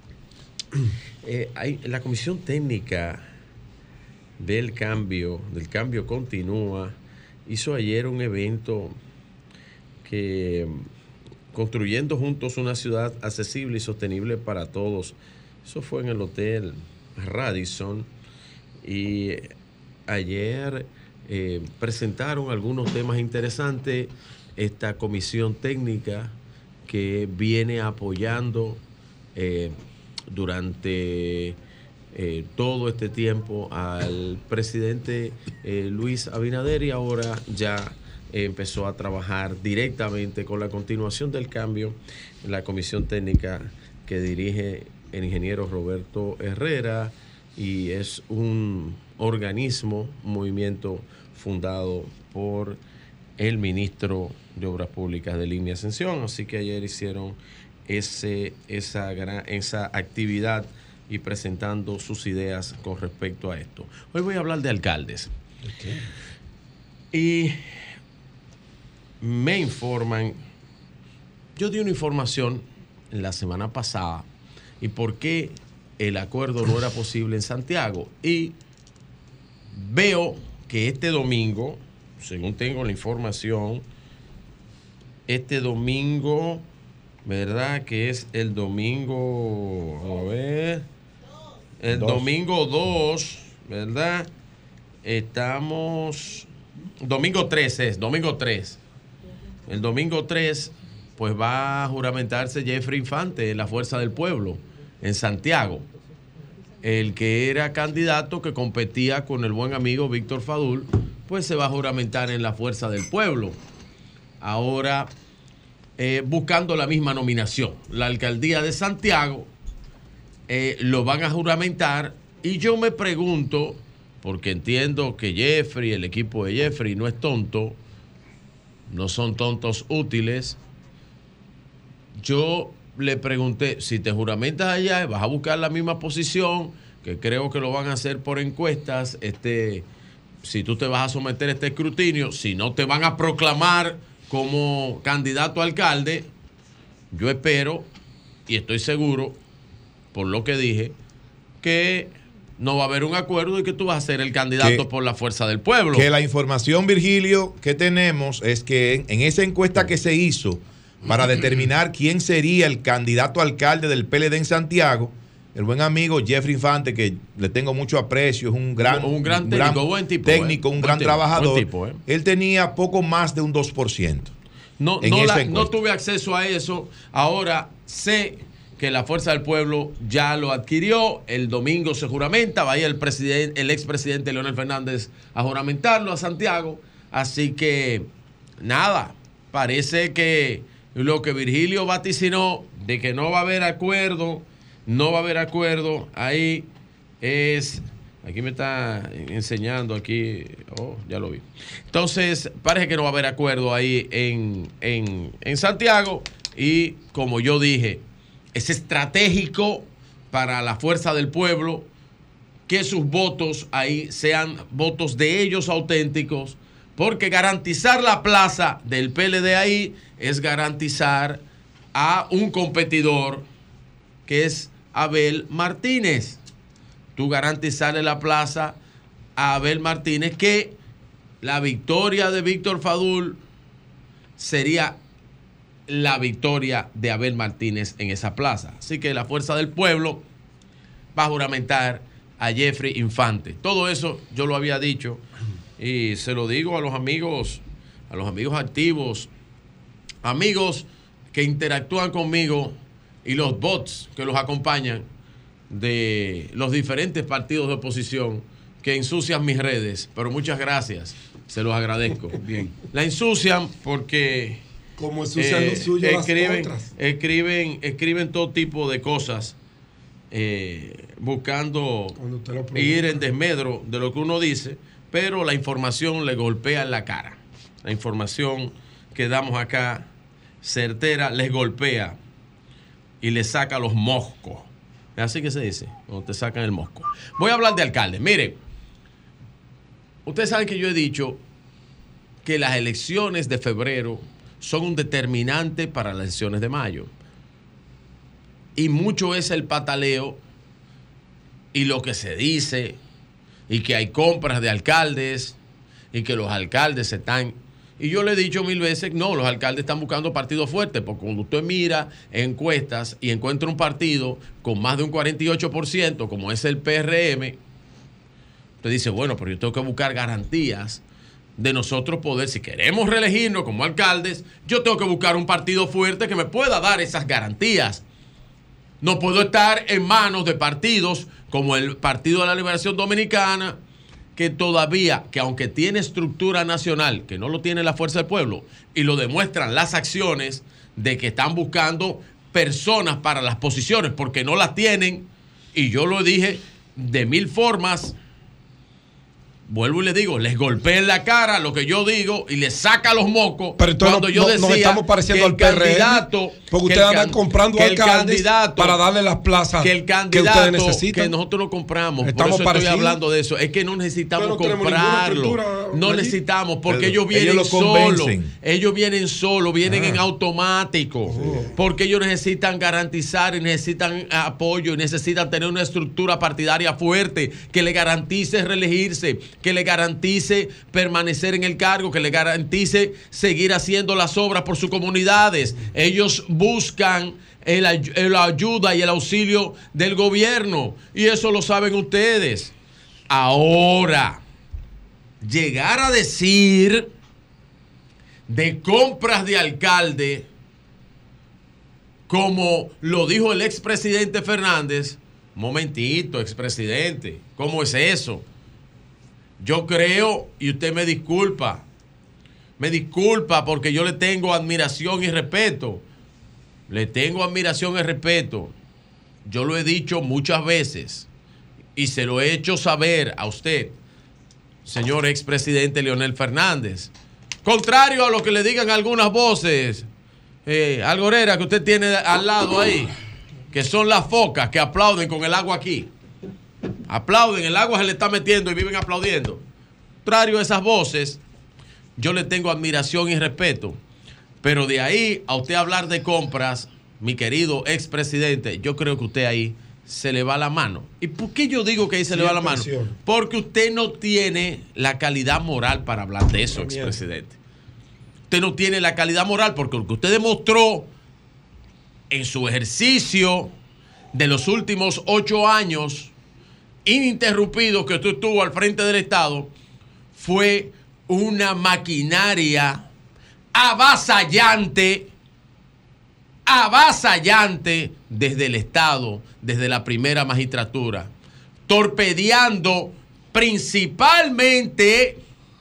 La Comisión Técnica del Cambio Continúa hizo ayer un evento que construyendo juntos una ciudad accesible y sostenible para todos. Eso fue en el Hotel Radisson y ayer presentaron algunos temas interesantes. Esta comisión técnica que viene apoyando durante todo este tiempo al presidente Luis Abinader, y ahora ya empezó a trabajar directamente con la continuación del cambio en la comisión técnica que dirige el ingeniero Roberto Herrera, y es un organismo, un movimiento fundado por el ministro de Obras Públicas de Línea Ascensión. Así que ayer hicieron esa actividad y presentando sus ideas con respecto a esto. Hoy voy a hablar de alcaldes. Okay. Y me informan, yo di una información la semana pasada y por qué el acuerdo no era posible en Santiago. Y veo que este domingo, según tengo la información, este domingo, ¿verdad? Que es el domingo, vamos a ver, el domingo 2, ¿verdad? Estamos, domingo 3 es, domingo 3. El domingo 3, pues va a juramentarse Jeffrey Infante en la Fuerza del Pueblo, en Santiago. El que era candidato que competía con el buen amigo Víctor Fadul, pues se va a juramentar en la Fuerza del Pueblo. Ahora, buscando la misma nominación. La alcaldía de Santiago lo van a juramentar y yo me pregunto, porque entiendo que Jeffrey, el equipo de Jeffrey no es tonto, no son tontos útiles. Yo le pregunté, si te juramentas allá, vas a buscar la misma posición, que creo que lo van a hacer por encuestas, si tú te vas a someter a este escrutinio, si no te van a proclamar como candidato a alcalde, yo espero y estoy seguro, por lo que dije, que no va a haber un acuerdo y que tú vas a ser el candidato por la Fuerza del Pueblo. Que la información, Virgilio, que tenemos es que en esa encuesta que se hizo para determinar quién sería el candidato a alcalde del PLD en Santiago, el buen amigo Jeffrey Infante, que le tengo mucho aprecio, es un gran técnico, buen tipo, un gran trabajador, tipo, él tenía poco más de un 2%. No tuve acceso a eso. Ahora sé que la Fuerza del Pueblo ya lo adquirió. El domingo se juramenta, va a ir el expresidente Leonel Fernández a juramentarlo a Santiago. Así que, nada, parece que lo que Virgilio vaticinó de que no va a haber acuerdo, ahí es... Aquí me está enseñando, aquí, ya lo vi. Entonces, parece que no va a haber acuerdo ahí en Santiago y, como yo dije, es estratégico para la Fuerza del Pueblo que sus votos ahí sean votos de ellos auténticos, porque garantizar la plaza del PLD ahí es garantizar a un competidor que es Abel Martínez. Tú garantizarle la plaza a Abel Martínez, que la victoria de Víctor Fadul sería la victoria de Abel Martínez en esa plaza. Así que la Fuerza del Pueblo va a juramentar a Jeffrey Infante. Todo eso yo lo había dicho y se lo digo a los amigos activos, amigos que interactúan conmigo y los bots que los acompañan de los diferentes partidos de oposición que ensucian mis redes, pero muchas gracias, se los agradezco. Bien. La ensucian porque como ensucian los suyos escriben todo tipo de cosas buscando ir en desmedro de lo que uno dice, pero la información le golpea en la cara. La información que damos acá certera les golpea y les saca los moscos. Así que se dice, cuando te sacan el mosco. Voy a hablar de alcaldes. Mire, ustedes saben que yo he dicho que las elecciones de febrero son un determinante para las elecciones de mayo. Y mucho es el pataleo y lo que se dice, y que hay compras de alcaldes, y que los alcaldes están... Y yo le he dicho 1000 veces, no, los alcaldes están buscando partidos fuertes, porque cuando usted mira encuestas y encuentra un partido con más de un 48%, como es el PRM, usted dice, bueno, pero yo tengo que buscar garantías de nosotros poder, si queremos reelegirnos como alcaldes, yo tengo que buscar un partido fuerte que me pueda dar esas garantías. No puedo estar en manos de partidos como el Partido de la Liberación Dominicana, que todavía, que aunque tiene estructura nacional, que no lo tiene la Fuerza del Pueblo, y lo demuestran las acciones de que están buscando personas para las posiciones porque no las tienen, y yo lo dije de 1000 formas, vuelvo y le digo, les golpea en la cara lo que yo digo y les saca los mocos. Pero cuando yo decía nos estamos pareciendo al PRM, porque ustedes andan comprando alcaldes para darle las plazas que ustedes necesitan. Que nosotros no compramos. Estamos por eso estoy hablando de eso. Es que no necesitamos comprarlo. No necesitamos, porque ellos vienen solos. Ellos vienen solos, vienen en automático. Porque ellos necesitan garantizar y necesitan apoyo y necesitan tener una estructura partidaria fuerte que le garantice reelegirse, que le garantice permanecer en el cargo, que le garantice seguir haciendo las obras por sus comunidades. Ellos buscan la ayuda y el auxilio del gobierno, y eso lo saben ustedes. Ahora, llegar a decir de compras de alcalde, como lo dijo el expresidente Fernández, momentito, expresidente, ¿cómo es eso? Yo creo, y usted me disculpa porque yo le tengo admiración y respeto. Le tengo admiración y respeto. Yo lo he dicho muchas veces y se lo he hecho saber a usted, señor expresidente Leonel Fernández. Contrario a lo que le digan algunas voces, algorera que usted tiene al lado ahí, que son las focas que aplauden con el agua aquí. Aplauden, el agua se le está metiendo y viven aplaudiendo. Contrario a esas voces, yo le tengo admiración y respeto. Pero de ahí a usted hablar de compras, mi querido expresidente, yo creo que usted ahí se le va la mano. ¿Y por qué yo digo que ahí se le va la mano? Porque usted no tiene la calidad moral para hablar de eso, expresidente. Usted no tiene la calidad moral porque lo que usted demostró en su ejercicio de los últimos 8 años ininterrumpido que usted estuvo al frente del Estado fue una maquinaria avasallante desde el Estado, desde la primera magistratura, torpedeando principalmente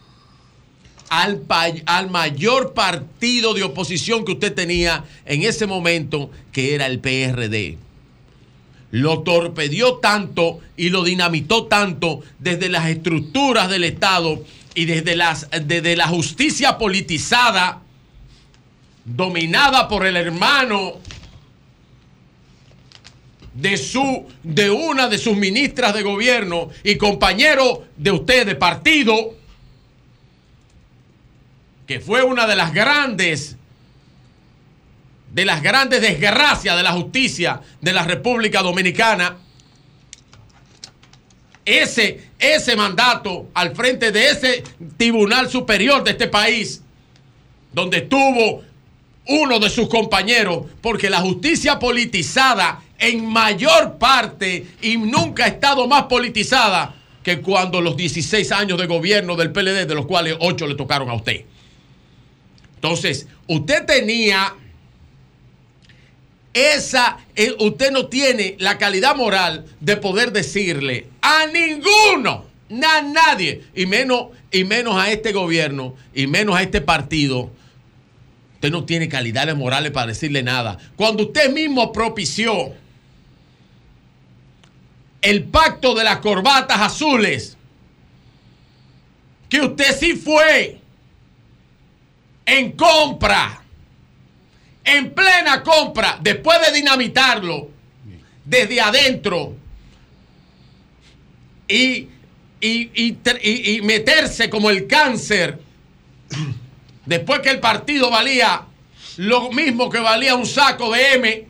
al mayor partido de oposición que usted tenía en ese momento, que era el PRD. Lo torpedió tanto y lo dinamitó tanto desde las estructuras del Estado y desde la justicia politizada, dominada por el hermano de una de sus ministras de gobierno y compañero de usted de partido, que fue una de las grandes desgracias de la justicia de la República Dominicana. Ese mandato al frente de ese tribunal superior de este país, donde estuvo uno de sus compañeros, porque la justicia politizada en mayor parte y nunca ha estado más politizada que cuando los 16 años de gobierno del PLD, de los cuales 8 le tocaron a usted. Entonces, usted tenía usted no tiene la calidad moral de poder decirle a ninguno, a nadie, y menos a este gobierno, y menos a este partido. Usted no tiene calidades morales para decirle nada. Cuando usted mismo propició el pacto de las corbatas azules, que usted sí fue en compra, en plena compra, después de dinamitarlo desde adentro y meterse como el cáncer, después que el partido valía lo mismo que valía un saco de M,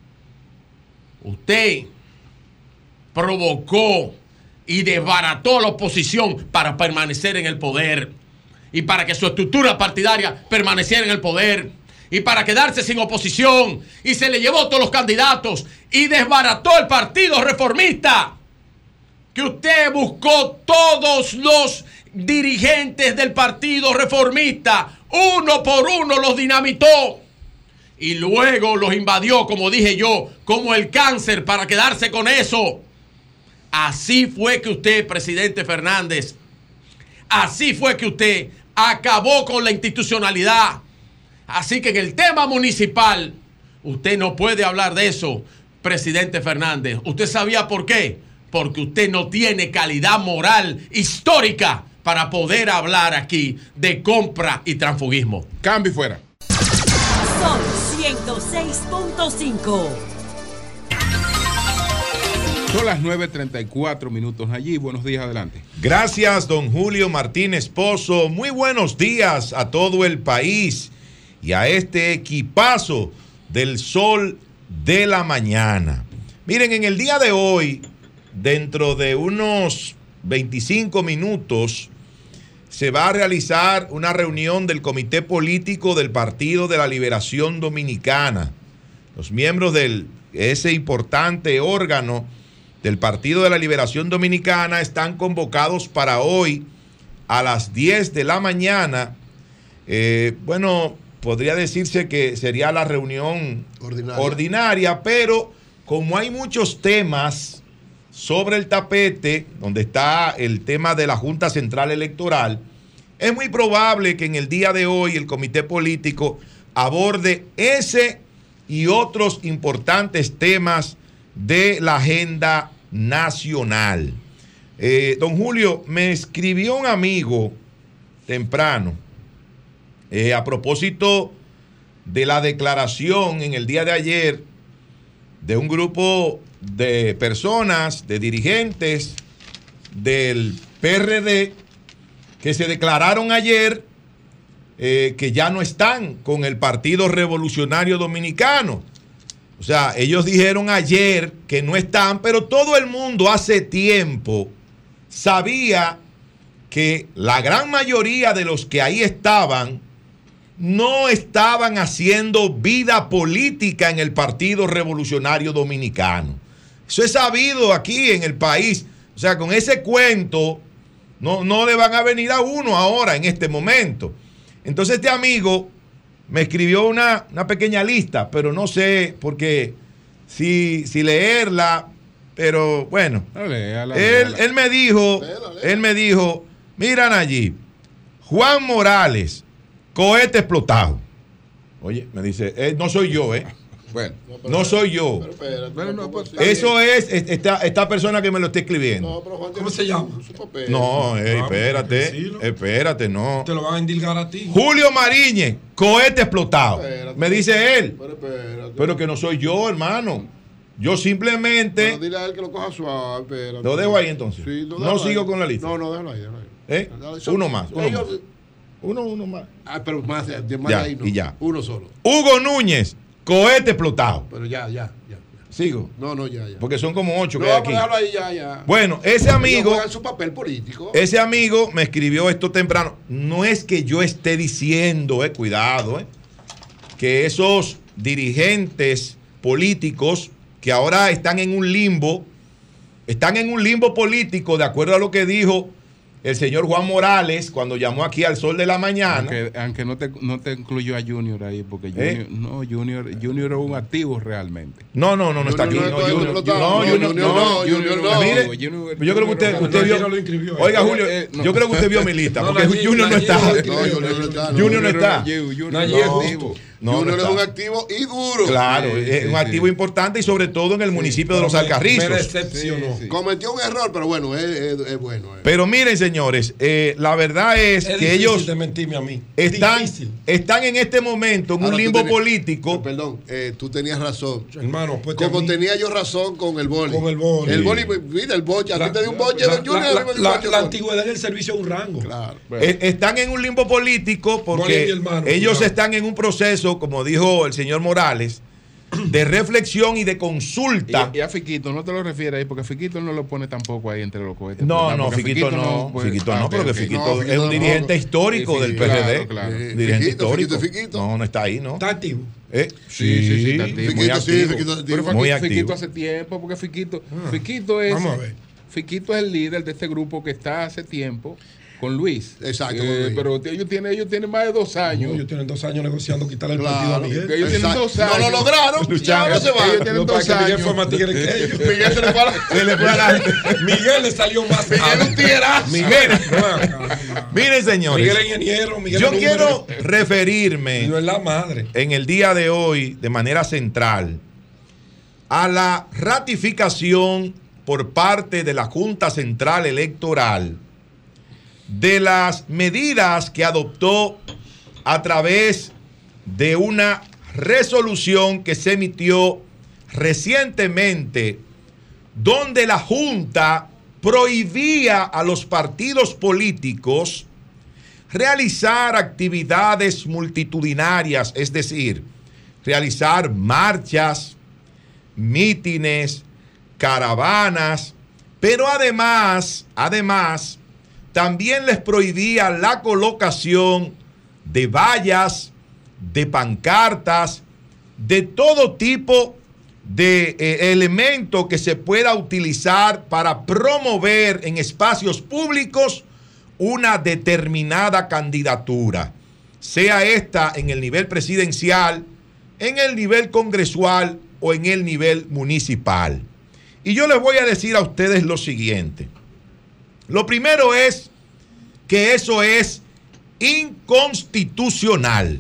usted provocó y desbarató a la oposición para permanecer en el poder y para que su estructura partidaria permaneciera en el poder y para quedarse sin oposición, y se le llevó todos los candidatos y desbarató el Partido Reformista, que usted buscó todos los dirigentes del Partido Reformista, uno por uno los dinamitó y luego los invadió, como dije yo, como el cáncer, para quedarse con eso. Así fue que usted, presidente Fernández, así fue que usted acabó con la institucionalidad. Así que en el tema municipal, usted no puede hablar de eso, presidente Fernández. ¿Usted sabía por qué? Porque usted no tiene calidad moral histórica para poder hablar aquí de compra y transfugismo. Cambio y fuera. Son 106.5. Son las 9:34 minutos allí. Buenos días, adelante. Gracias, don Julio Martínez Pozo. Muy buenos días a todo el país y a este equipazo del Sol de la Mañana. Miren, en el día de hoy, dentro de unos 25 minutos, se va a realizar una reunión del Comité Político del Partido de la Liberación Dominicana. Los miembros de ese importante órgano del Partido de la Liberación Dominicana están convocados para hoy a las 10 de la mañana. Podría decirse que sería la reunión ordinaria, pero como hay muchos temas sobre el tapete, donde está el tema de la Junta Central Electoral, es muy probable que en el día de hoy el Comité Político aborde ese y otros importantes temas de la agenda nacional. Don Julio, me escribió un amigo temprano a propósito de la declaración en el día de ayer de un grupo de personas, de dirigentes del PRD que se declararon ayer que ya no están con el Partido Revolucionario Dominicano. O sea, ellos dijeron ayer que no están, pero todo el mundo hace tiempo sabía que la gran mayoría de los que ahí estaban no estaban haciendo vida política en el Partido Revolucionario Dominicano. Eso es sabido aquí en el país. O sea, con ese cuento no le van a venir a uno ahora en este momento. Entonces este amigo me escribió una pequeña lista, pero no sé porque si leerla, pero bueno. Él me dijo, miran allí, Juan Morales, cohete explotado. Oye, me dice, no soy yo, Bueno, no soy yo. Eso es esta persona que me lo está escribiendo. ¿Cómo se llama? No, espérate, no. Te lo van a endilgar a ti. Julio Mariñez, cohete explotado. Me dice él. Pero que no soy yo, hermano. Yo simplemente. Pero dile a él que lo coja suave. Espérate. Lo dejo ahí entonces. Sí, no sigo ahí con la lista. No, déjalo ahí. Uno más. Uno más. Pero más ya, de ahí no. Y ya. Uno solo. Hugo Núñez, cohete explotado. Pero ya. ¿Sigo? No, ya. Porque son como 8 que hay aquí. Déjalo ahí, ya. Bueno, ese amigo. Su papel político. Ese amigo me escribió esto temprano. No es que yo esté diciendo, cuidado, que esos dirigentes políticos que ahora están en un limbo político, de acuerdo a lo que dijo el señor Juan Morales cuando llamó aquí al Sol de la Mañana. Aunque no te incluyó a Junior ahí, porque Junior es un activo realmente. No está aquí. Junior no. Mire, yo creo que usted vio. Oiga, Julio, yo creo que usted vio mi lista, porque Junior no está. Junior no está. Junior es un activo y duro. Claro, es un activo importante y sobre todo en el municipio de Los Alcarrizos. Me decepcionó. Cometió un error, pero bueno, es bueno. Pero miren, señores, la verdad es que ellos de mentirme a mí. Están en este momento en un limbo político. Perdón, tú tenías razón. Hermano, pues como tenía yo razón con el boli. El boli, mira, el boche. A ti te dio un boche, don Junior. La antigüedad del servicio es un rango. Claro. Están en un limbo político porque ellos están en un proceso, como dijo el señor Morales, de reflexión y de consulta. Y a Fiquito no te lo refieres ahí, porque Fiquito no lo pone tampoco ahí entre los cohetes. Fiquito no, porque Fiquito es un dirigente histórico del PRD. Claro. Dirigente histórico. No está ahí, ¿no? Está activo. Sí, está activo. Muy activo. Pero Fiquito hace tiempo, porque Fiquito es el líder de este grupo que está hace tiempo con Luis. Exacto. Pero ellos tienen más de 2 años. Ellos tienen 2 años negociando quitarle el partido a Miguel. Ellos tienen 2 años. No lo lograron. Luchando. Se van. Ellos tienen 2 años. Miguel fue más tigre que ellos. Miguel se le fue a la Miguel le salió más. Miguel un tiguerazo. Miren, señores. Miguel es ingeniero. Yo quiero referirme no es la madre. En el día de hoy, de manera central, a la ratificación por parte de la Junta Central Electoral de las medidas que adoptó a través de una resolución que se emitió recientemente, donde la Junta prohibía a los partidos políticos realizar actividades multitudinarias, es decir, realizar marchas, mítines, caravanas, pero además, también les prohibía la colocación de vallas, de pancartas, de todo tipo de elemento que se pueda utilizar para promover en espacios públicos una determinada candidatura, sea esta en el nivel presidencial, en el nivel congresual o en el nivel municipal. Y yo les voy a decir a ustedes lo siguiente. Lo primero es que eso es inconstitucional.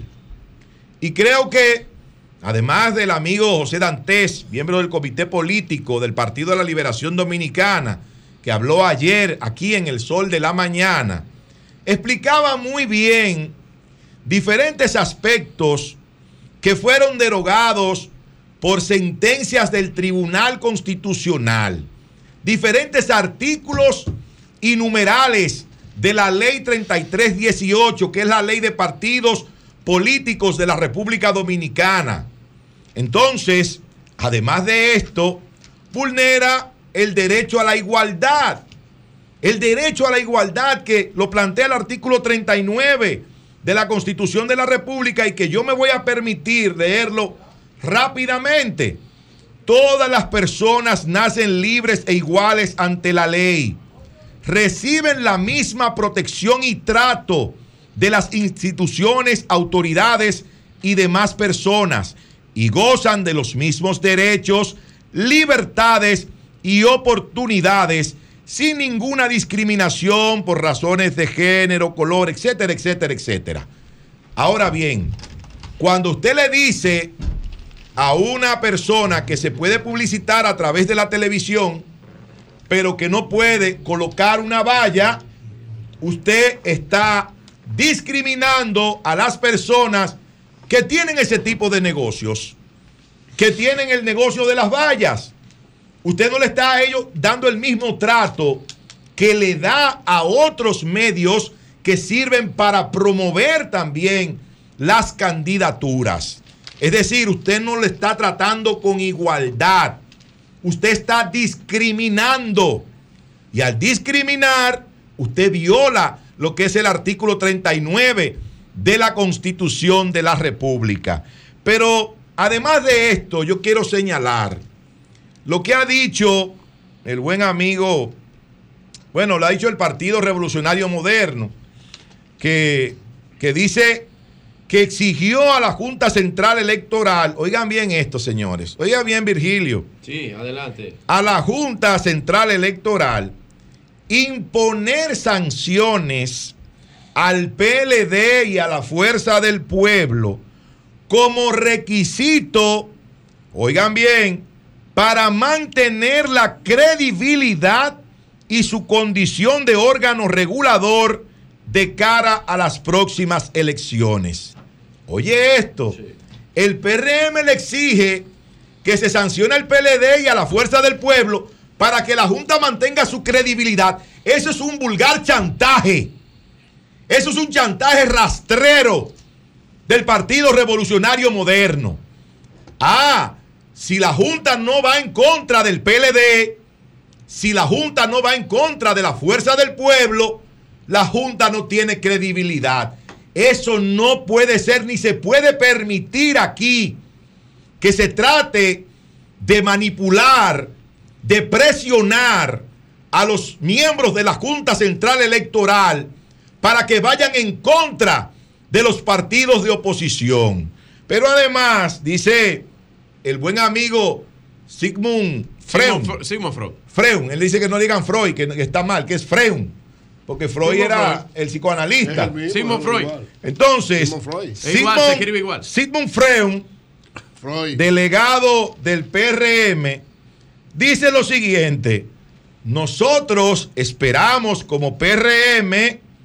Y creo que, además del amigo José Dantes, miembro del Comité Político del Partido de la Liberación Dominicana, que habló ayer aquí en El Sol de la Mañana, explicaba muy bien diferentes aspectos que fueron derogados por sentencias del Tribunal Constitucional, diferentes artículos y numerales de la Ley 3318, que es la Ley de Partidos Políticos de la República Dominicana. Entonces, además de esto, vulnera el derecho a la igualdad. El derecho a la igualdad que lo plantea el artículo 39 de la Constitución de la República y que yo me voy a permitir leerlo rápidamente. Todas las personas nacen libres e iguales ante la ley. Reciben la misma protección y trato de las instituciones, autoridades y demás personas y gozan de los mismos derechos, libertades y oportunidades sin ninguna discriminación por razones de género, color, etcétera, etcétera, etcétera. Ahora bien, cuando usted le dice a una persona que se puede publicitar a través de la televisión, pero que no puede colocar una valla, usted está discriminando a las personas que tienen ese tipo de negocios, que tienen el negocio de las vallas. Usted no le está a ellos dando el mismo trato que le da a otros medios que sirven para promover también las candidaturas. Es decir, usted no le está tratando con igualdad. Usted está discriminando. Y al discriminar, usted viola lo que es el artículo 39 de la Constitución de la República. Pero además de esto, yo quiero señalar lo que ha dicho el buen amigo, bueno, lo ha dicho el Partido Revolucionario Moderno, que dice que exigió a la Junta Central Electoral, oigan bien esto, señores, oigan bien, Virgilio. Sí, adelante. A la Junta Central Electoral imponer sanciones al PLD y a la Fuerza del Pueblo como requisito, oigan bien, para mantener la credibilidad y su condición de órgano regulador de cara a las próximas elecciones. Oye esto, sí. El PRM le exige que se sancione al PLD y a la Fuerza del Pueblo para que la Junta mantenga su credibilidad. Eso es un vulgar chantaje. Eso es un chantaje rastrero del Partido Revolucionario Moderno. Si la Junta no va en contra del PLD, si la Junta no va en contra de la Fuerza del Pueblo, la Junta no tiene credibilidad. Eso no puede ser ni se puede permitir aquí que se trate de manipular, de presionar a los miembros de la Junta Central Electoral para que vayan en contra de los partidos de oposición. Pero además, dice el buen amigo Sigmund Freud. Freud, él dice que no digan Freud, que está mal, que es Freud, porque Freud era el psicoanalista. Sigmund Freud. Entonces, Sigmund Freud, delegado del PRM, dice lo siguiente: nosotros esperamos como PRM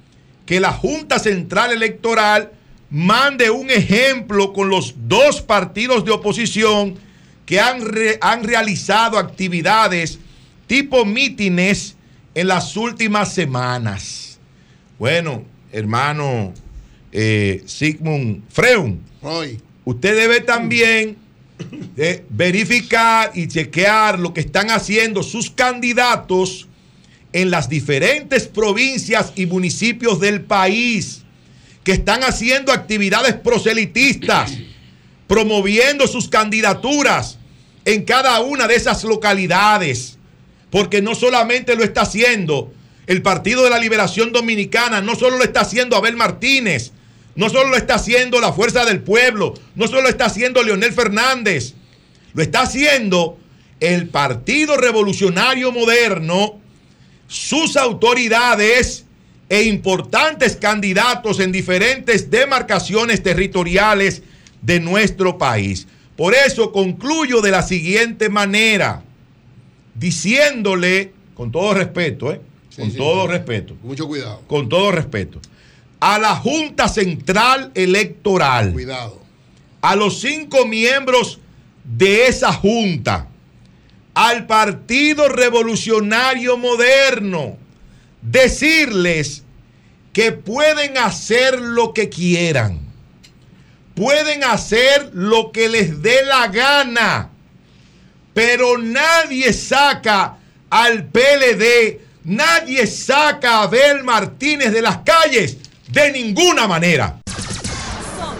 que la Junta Central Electoral mande un ejemplo con los dos partidos de oposición que han realizado actividades tipo mítines en las últimas semanas. Bueno, hermano Sigmund Freud, usted debe también verificar y chequear lo que están haciendo sus candidatos en las diferentes provincias y municipios del país, que están haciendo actividades proselitistas, promoviendo sus candidaturas en cada una de esas localidades, porque no solamente lo está haciendo el Partido de la Liberación Dominicana, no solo lo está haciendo Abel Martínez, no solo lo está haciendo la Fuerza del Pueblo, no solo lo está haciendo Leonel Fernández, lo está haciendo el Partido Revolucionario Moderno, sus autoridades e importantes candidatos en diferentes demarcaciones territoriales de nuestro país. Por eso concluyo de la siguiente manera, diciéndole, con todo respeto, respeto, mucho cuidado, con todo respeto, a la Junta Central Electoral, cuidado, a los 5 miembros de esa Junta, al Partido Revolucionario Moderno, decirles que pueden hacer lo que quieran, pueden hacer lo que les dé la gana, pero nadie saca al PLD, nadie saca a Abel Martínez de las calles de ninguna manera. Son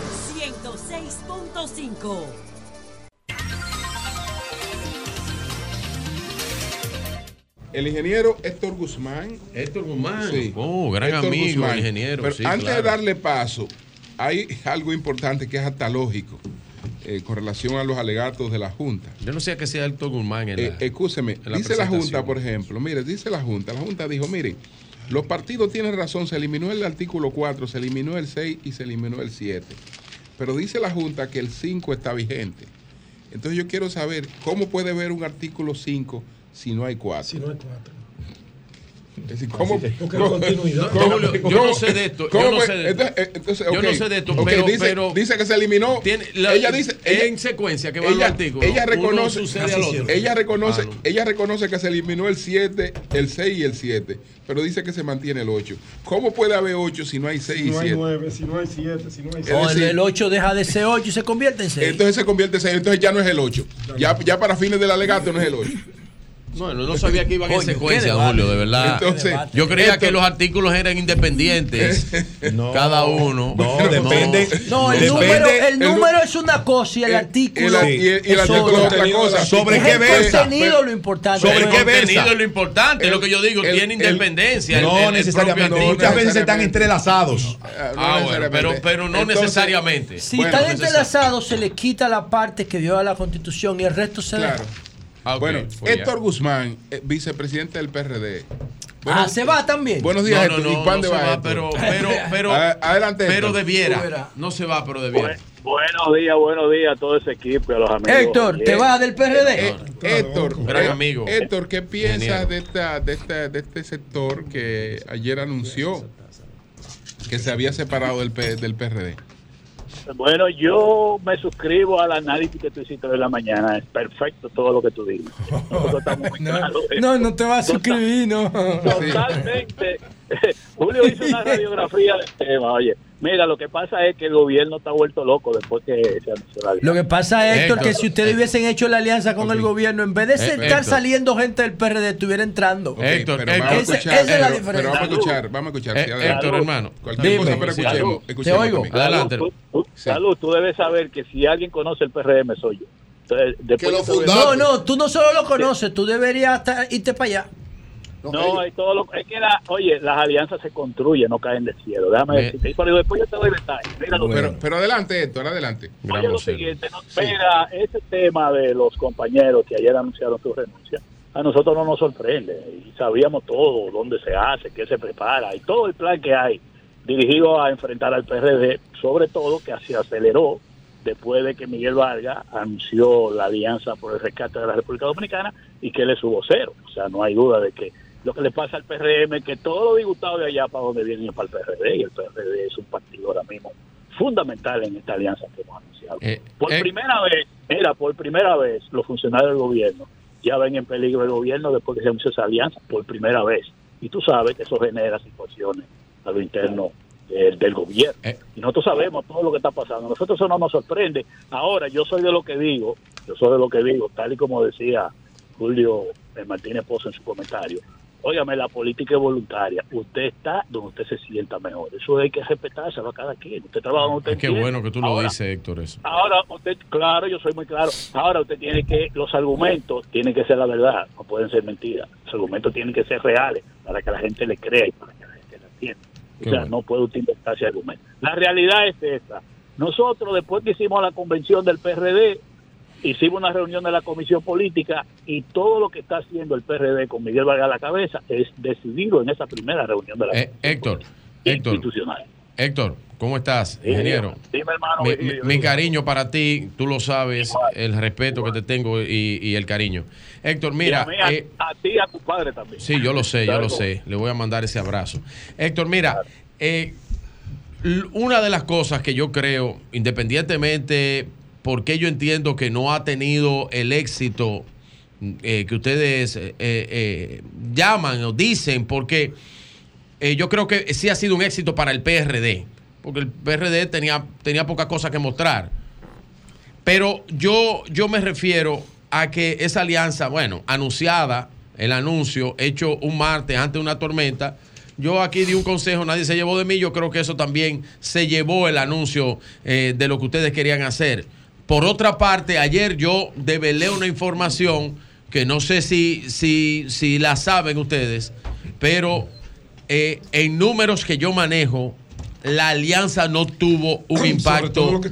106.5. El ingeniero Héctor Guzmán. Héctor Guzmán. Sí. Oh, gran Héctor amigo, Guzmán. ingeniero. Pero sí, antes claro. de darle paso, hay algo importante que es hasta lógico con relación a los alegatos de la Junta. Yo no sé qué sea Héctor Guzmán en la, escúcheme, en la dice la Junta, presentación. por ejemplo, mire, dice la Junta dijo, miren, los partidos tienen razón, se eliminó el artículo 4, se eliminó el 6 y se eliminó el 7. Pero dice la Junta que el 5 está vigente. Entonces yo quiero saber cómo puede haber un artículo 5 si no hay 4. Si no hay 4. Es decir, ¿cómo? Yo no sé de esto. Yo no sé de esto. Entonces, yo no sé de esto, pero dice que se eliminó. Ella dice en secuencia que va el artículo. Ella reconoce, ella ella reconoce que se eliminó el 7, el 6 y el 7, pero dice que se mantiene el 8. ¿Cómo puede haber 8 si no hay 6 y 7? Si no hay 9, si no hay 7, si no hay 6. O el 8 deja de ser 8 y se convierte en 6. Entonces se convierte en 6, entonces ya no es el 8. Ya para fines del alegato no es el 8. Bueno, no sabía que iban en secuencia, Julio, de verdad. Entonces, yo creía que los artículos eran independientes. No, cada uno. No, depende. No, el número es una cosa y el artículo y el artículo es otra cosa. ¿Sobre qué versa? El contenido lo importante. Sobre qué contenido es lo importante. Lo que yo digo, tiene independencia. No necesariamente. Muchas veces están entrelazados. Bueno, pero no necesariamente. Si están entrelazados, se le quita la parte que viola la Constitución y el resto se deja. Bueno, Héctor Guzmán, vicepresidente del PRD. Se va también. Buenos días, Héctor. ¿Y cuándo se va? Pero adelante, pero debiera. No se va, pero debiera. Buenos días a todo ese equipo y a los amigos. Héctor, ¿te vas del PRD? Héctor, gran amigo. Héctor, ¿qué piensas de este sector que ayer anunció que se había separado del PRD? Bueno, yo me suscribo al análisis que tú hiciste de la mañana. Es perfecto todo lo que tú dices. No te vas a suscribir, no. Totalmente. Julio hizo una radiografía del tema. Oye, mira, lo que pasa es que el gobierno está vuelto loco después que se anunció la alianza. Lo que pasa, Héctor, que si ustedes hubiesen hecho la alianza con el gobierno, en vez de estar saliendo gente del PRD, estuviera entrando. Héctor, esa es la diferencia. Pero vamos a escuchar. Héctor, hermano. Cualquier cosa, pero escuchemos. Te oigo. Adelante. Salud, tú debes saber que si alguien conoce el PRM soy yo. Entonces, no, tú no solo lo conoces, tú deberías irte para allá. Es todo es que las alianzas se construyen, no caen del cielo. Déjame decirte. Pero después yo te doy detalles. Pero adelante, Héctor, adelante. Oye, lo siguiente, mira, ese tema de los compañeros que ayer anunciaron su renuncia, a nosotros no nos sorprende. Y sabíamos todo, dónde se hace, qué se prepara y todo el plan que hay dirigido a enfrentar al PRD, sobre todo que se aceleró después de que Miguel Vargas anunció la alianza por el rescate de la República Dominicana y que él es su vocero. O sea, no hay duda de que Lo que le pasa al PRM es que todos los diputados de allá para donde vienen es para el PRD, y el PRD es un partido ahora mismo fundamental en esta alianza que hemos anunciado. Por primera vez, los funcionarios del gobierno ya ven en peligro el gobierno después que se anunció esa alianza, por primera vez. Y tú sabes que eso genera situaciones a lo interno del gobierno. Y nosotros sabemos todo lo que está pasando. Nosotros eso no nos sorprende. Ahora, yo soy de lo que digo, tal y como decía Julio Martínez Pozo en su comentario. Óigame, la política es voluntaria. Usted está donde usted se sienta mejor. Eso hay que respetárselo a cada quien. Usted trabaja donde usted quiere. Qué bueno que tú lo dices, Héctor, eso. Ahora, usted, claro, yo soy muy claro. Ahora usted tiene que, los argumentos tienen que ser la verdad, no pueden ser mentiras. Los argumentos tienen que ser reales para que la gente le crea y para que la gente la entienda. O sea, no puede usted inventarse argumentos. La realidad es esta. Nosotros, después que hicimos la convención del PRD, hicimos una reunión de la comisión política y todo lo que está haciendo el PRD con Miguel Vargas a la cabeza es decidido en esa primera reunión de la comisión institucional. Héctor, ¿cómo estás, ingeniero? Dime, hermano. Mi cariño para ti, tú lo sabes, el respeto que te tengo y el cariño. Héctor, mira. A ti y a tu padre también. Sí, yo lo sé. Le voy a mandar ese abrazo. Héctor, mira, una de las cosas que yo creo, independientemente, porque yo entiendo que no ha tenido el éxito que ustedes llaman o dicen, porque yo creo que sí ha sido un éxito para el PRD, porque el PRD tenía poca cosa que mostrar. Pero yo me refiero a que esa alianza, bueno, anunciada, el anuncio hecho un martes antes de una tormenta. Yo aquí di un consejo, nadie se llevó de mí. Yo creo que eso también se llevó el anuncio de lo que ustedes querían hacer. Por otra parte, ayer yo develé una información que no sé si la saben ustedes, pero en números que yo manejo, la alianza no tuvo un impacto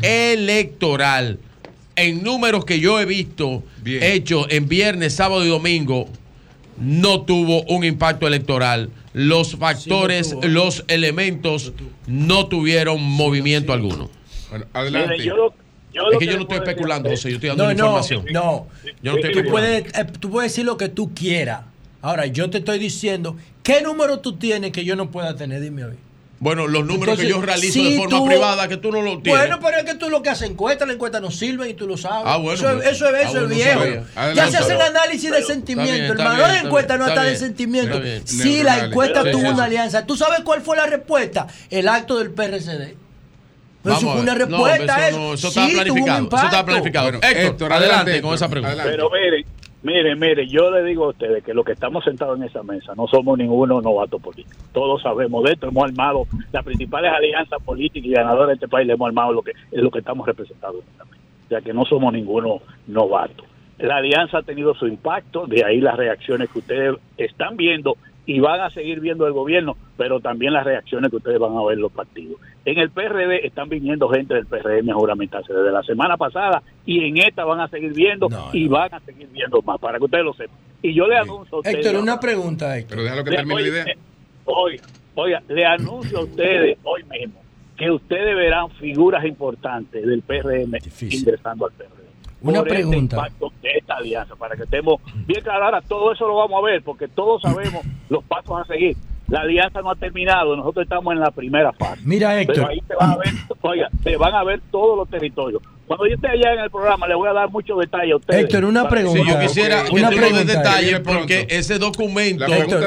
electoral. En números que yo he visto hechos en viernes, sábado y domingo, no tuvo un impacto electoral. Los factores, los elementos no tuvieron movimiento alguno. Bueno, adelante. Mire, es que yo no estoy especulando, José, yo estoy dando información. No, yo no estoy tú puedes decir lo que tú quieras. Ahora, yo te estoy diciendo, ¿qué número tú tienes que yo no pueda tener? Dime a ver. Bueno, los números que yo realizo de forma privada, que tú no lo tienes. Bueno, pero es que tú lo que haces encuestas, las encuestas no sirven y tú lo sabes. Bueno, eso es viejo. Ya se hacen análisis de sentimiento, hermano. La encuesta no está de sentimiento. Sí, la encuesta tuvo una alianza. ¿Tú sabes cuál fue la respuesta? El acto del PRCD. Pero eso fue una respuesta. Eso estaba planificado. Eso estaba planificado. Bueno, Héctor, adelante con esa pregunta. Pero mire, yo le digo a ustedes que los que estamos sentados en esa mesa no somos ninguno novato político. Todos sabemos de esto, hemos armado las principales alianzas políticas y ganadoras de este país, le hemos armado lo que estamos representados en esa mesa. O sea que no somos ninguno novato. La alianza ha tenido su impacto, de ahí las reacciones que ustedes están viendo y van a seguir viendo el gobierno, pero también las reacciones que ustedes van a ver los partidos. En el PRD están viniendo gente del PRM a juramentarse desde la semana pasada y en esta van a seguir viendo van a seguir viendo más, para que ustedes lo sepan. Y yo le anuncio a ustedes... Héctor, una pregunta, Héctor. Pero déjalo que termine la idea. Oiga, le anuncio a ustedes hoy mismo que ustedes verán figuras importantes del PRM ingresando al PRD. Una pregunta. El impacto de esta alianza, para que estemos bien claros. Ahora todo eso lo vamos a ver, porque todos sabemos los pasos a seguir. La alianza no ha terminado, nosotros estamos en la primera fase. Mira, Héctor. Pero ahí se van a ver todos los territorios. Cuando yo esté allá en el programa, le voy a dar muchos detalles a ustedes. Tú yo quisiera que tú nos des detalles, porque ese documento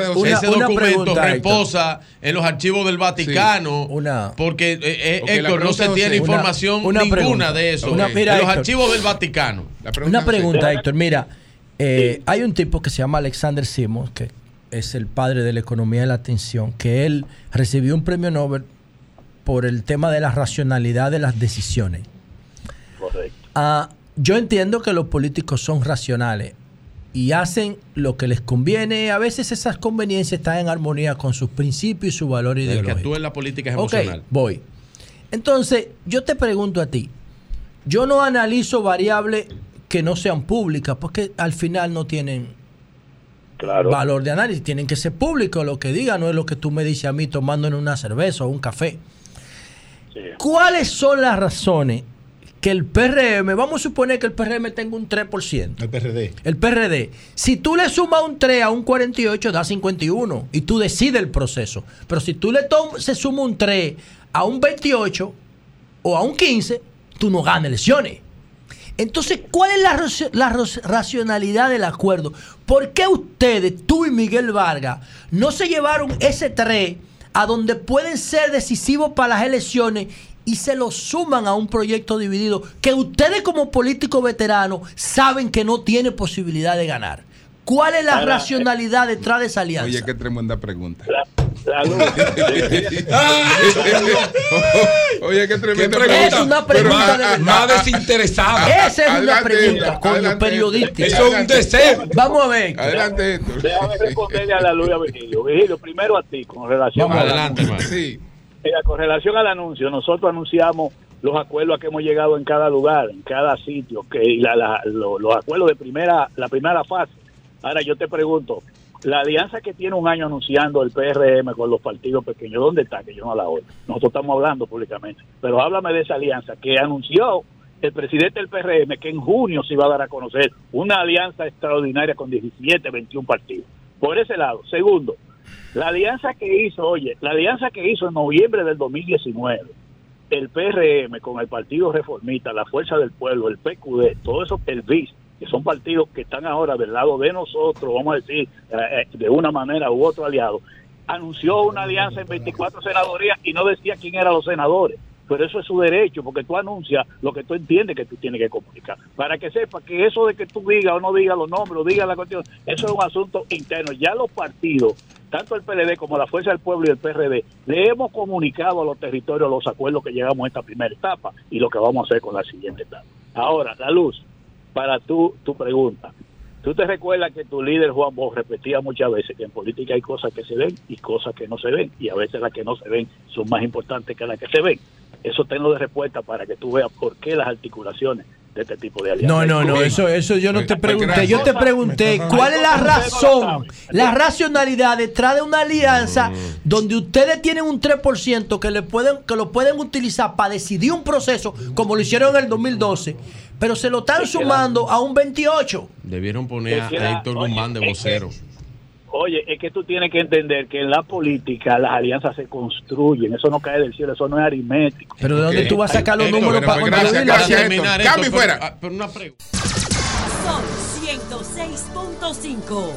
reposa en los archivos del Vaticano, porque Héctor, no se tiene información ninguna de eso. En los archivos del Vaticano. Una pregunta, Héctor. Mira, hay un tipo que se llama Alexander Simons, que es el padre de la economía de la atención, que él recibió un premio Nobel por el tema de la racionalidad de las decisiones. Correcto. Yo entiendo que los políticos son racionales y hacen lo que les conviene. A veces esas conveniencias están en armonía con sus principios y su valor ideológico. El que actúa en la política es emocional. Voy. Entonces, yo te pregunto a ti. Yo no analizo variables que no sean públicas, porque al final no tienen valor de análisis. Tienen que ser públicos. Lo que digan no es lo que tú me dices a mí tomando en una cerveza o un café. Sí. ¿Cuáles son las razones que el PRM, vamos a suponer que el PRM tenga un 3%. El PRD. Si tú le sumas un 3 a un 48, da 51 y tú decides el proceso. Pero si tú se suma un 3 a un 28 o a un 15, tú no ganas elecciones. Entonces, ¿cuál es la racionalidad del acuerdo? ¿Por qué ustedes, tú y Miguel Vargas, no se llevaron ese 3 a donde pueden ser decisivos para las elecciones y se lo suman a un proyecto dividido que ustedes como políticos veteranos saben que no tiene posibilidad de ganar? ¿Cuál es la racionalidad detrás de esa alianza? Oye, qué tremenda pregunta. Oye, qué tremenda pregunta. Es una pregunta de verdad. Más desinteresada. Esa es una pregunta, coño, periodística. Eso es un deseo. Vamos a ver. Adelante, Héctor. Déjame responderle a la luz a Virgilio. Virgilio, primero a ti, con relación adelante, hermano. Sí. Con relación al anuncio, nosotros anunciamos los acuerdos a que hemos llegado en cada lugar, en cada sitio, los acuerdos de la primera fase. Ahora yo te pregunto, la alianza que tiene un año anunciando el PRM con los partidos pequeños, ¿dónde está? Que yo no la oigo. Nosotros estamos hablando públicamente, pero háblame de esa alianza que anunció el presidente del PRM que en junio se iba a dar a conocer una alianza extraordinaria con 17, 21 partidos. Por ese lado. Segundo, la alianza que hizo en noviembre del 2019, el PRM con el Partido Reformista, la Fuerza del Pueblo, el PQD, todo eso, el BIS, que son partidos que están ahora del lado de nosotros, vamos a decir, de una manera u otro aliado, anunció una alianza en 24 senadorías y no decía quién eran los senadores. Pero eso es su derecho, porque tú anuncias lo que tú entiendes que tú tienes que comunicar. Para que sepa que eso de que tú digas o no digas los nombres o digas la cuestión, eso es un asunto interno. Ya los partidos, tanto el PLD como la Fuerza del Pueblo y el PRD, le hemos comunicado a los territorios los acuerdos que llegamos a esta primera etapa y lo que vamos a hacer con la siguiente etapa. Ahora, La Luz, para tu pregunta. Tú te recuerdas que tu líder Juan Bosch repetía muchas veces que en política hay cosas que se ven y cosas que no se ven, y a veces las que no se ven son más importantes que las que se ven. Eso tengo de respuesta para que tú veas por qué las articulaciones de este tipo de alianzas. No, eso yo no te pregunté. Yo te pregunté cuál es la razón, la racionalidad detrás de una alianza donde ustedes tienen un 3% que lo pueden utilizar para decidir un proceso como lo hicieron en el 2012, pero se lo están sumando a un 28. Debieron poner a Héctor Guzmán de vocero. Oye, es que tú tienes que entender que en la política las alianzas se construyen, eso no cae del cielo, eso no es aritmético. Pero ¿de dónde tú vas a sacar los números para terminar? Cambio fuera. Pero una pregunta. Son 106.5.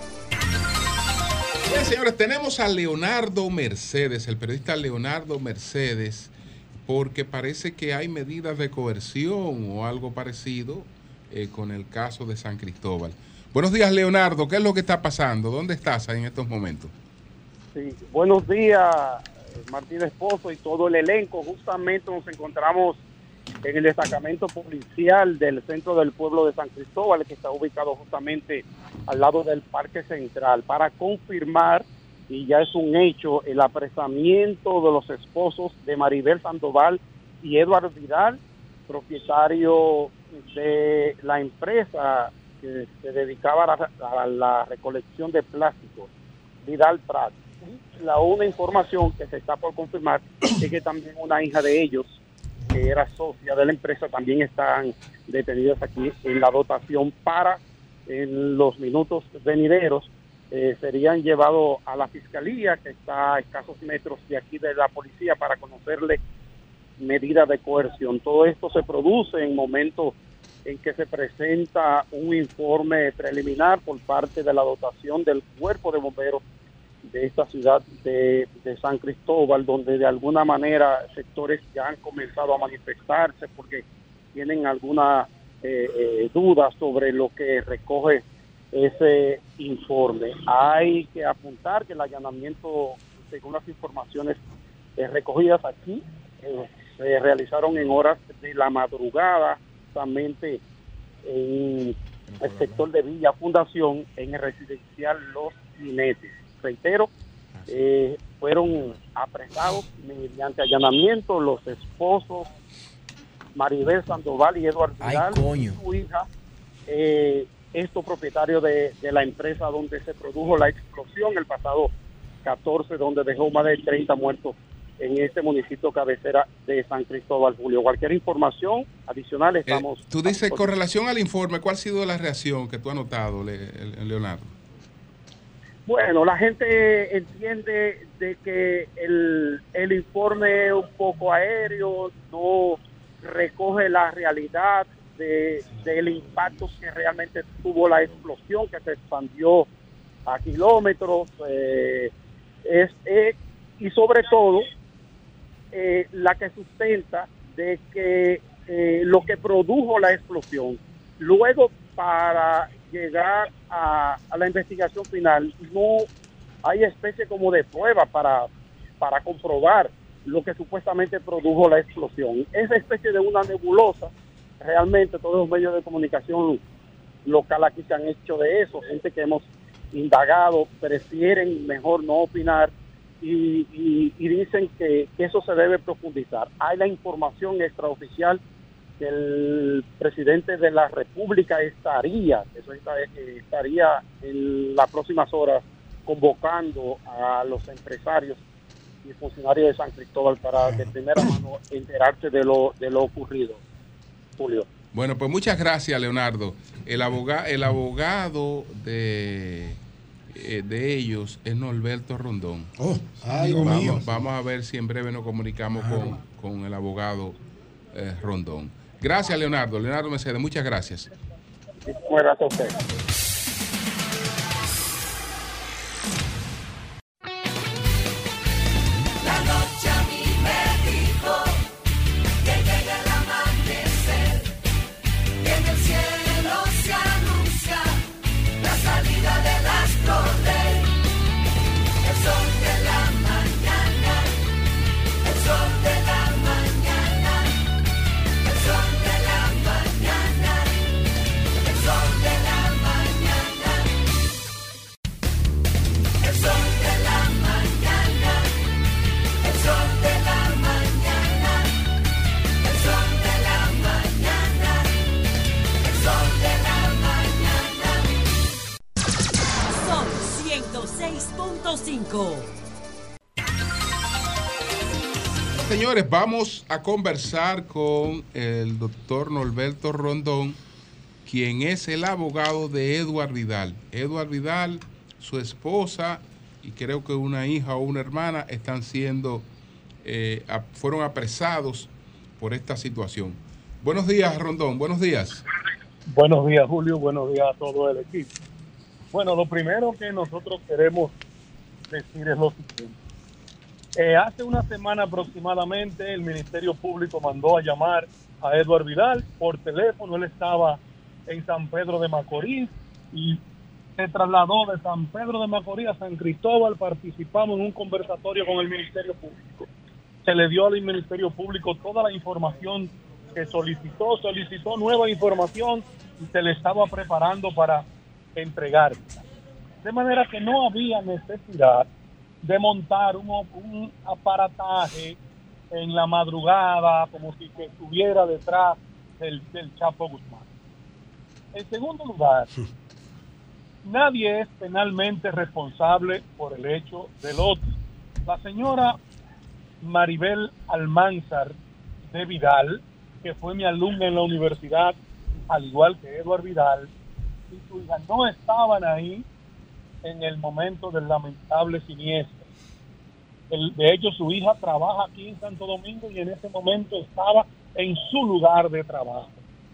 Bien, señores, tenemos a Leonardo Mercedes, el periodista Leonardo Mercedes, porque parece que hay medidas de coerción o algo parecido con el caso de San Cristóbal. Buenos días, Leonardo. ¿Qué es lo que está pasando? ¿Dónde estás en estos momentos? Sí, buenos días, Martín Esposo y todo el elenco. Justamente nos encontramos en el destacamento policial del centro del pueblo de San Cristóbal, que está ubicado justamente al lado del Parque Central, para confirmar, y ya es un hecho, el apresamiento de los esposos de Maribel Sandoval y Eduardo Vidal, propietario de la empresa que se dedicaba a la recolección de plásticos, Vidal Prat. Una información que se está por confirmar es que también una hija de ellos, que era socia de la empresa, también están detenidas aquí en la dotación para, en los minutos venideros, serían llevados a la fiscalía, que está a escasos metros de aquí de la policía, para conocerle medidas de coerción. Todo esto se produce en momentos en que se presenta un informe preliminar por parte de la dotación del Cuerpo de Bomberos de esta ciudad de San Cristóbal, donde de alguna manera sectores ya han comenzado a manifestarse porque tienen alguna duda sobre lo que recoge ese informe. Hay que apuntar que el allanamiento, según las informaciones recogidas aquí, se realizaron en horas de la madrugada, justamente en el sector de Villa Fundación, en el residencial Los Jinetes. Reitero, fueron apresados mediante allanamiento los esposos Maribel Sandoval y Eduardo Vidal, y su hija, estos propietarios de la empresa donde se produjo la explosión el pasado 14, donde dejó más de 30 muertos en este municipio cabecera de San Cristóbal, Julio. Cualquier información adicional estamos... Tú dices, con relación al informe, ¿cuál ha sido la reacción que tú has notado, Leonardo? Bueno, la gente entiende de que el informe es un poco aéreo, no recoge la realidad del impacto que realmente tuvo la explosión, que se expandió a kilómetros, y sobre todo la que sustenta de que lo que produjo la explosión, luego para llegar a la investigación final, no hay especie como de prueba para comprobar lo que supuestamente produjo la explosión. Esa especie de una nebulosa, realmente todos los medios de comunicación local aquí se han hecho de eso, gente que hemos indagado, prefieren mejor no opinar y dicen que eso se debe profundizar. Hay la información extraoficial que el presidente de la República estaría en las próximas horas convocando a los empresarios y funcionarios de San Cristóbal para de primera mano enterarse de lo ocurrido. Julio. Bueno, pues muchas gracias, Leonardo. El abogado de ellos es Norberto Rondón. Vamos a ver si en breve nos comunicamos con el abogado Rondón. Gracias, Leonardo. Leonardo Mercedes, muchas gracias. Gracias a usted. Señores, vamos a conversar con el doctor Norberto Rondón, quien es el abogado de Edward Vidal. Edward Vidal, su esposa y creo que una hija o una hermana fueron apresados por esta situación. Buenos días, Rondón, buenos días. Buenos días, Julio, buenos días a todo el equipo. Bueno, lo primero que nosotros queremos decir es lo siguiente. Hace una semana aproximadamente el Ministerio Público mandó a llamar a Edward Vidal por teléfono. Él estaba en San Pedro de Macorís y se trasladó de San Pedro de Macorís a San Cristóbal. Participamos en un conversatorio con el Ministerio Público. Se le dio al Ministerio Público toda la información que solicitó nueva información y se le estaba preparando para entregar. De manera que no había necesidad de montar un aparataje en la madrugada como si que estuviera detrás del Chapo Guzmán. En segundo lugar, nadie es penalmente responsable por el hecho del otro. La señora Maribel Almanzar de Vidal, que fue mi alumna en la universidad, al igual que Edward Vidal, y su hija no estaban ahí en el momento del lamentable siniestro. De hecho, su hija trabaja aquí en Santo Domingo y en ese momento estaba en su lugar de trabajo.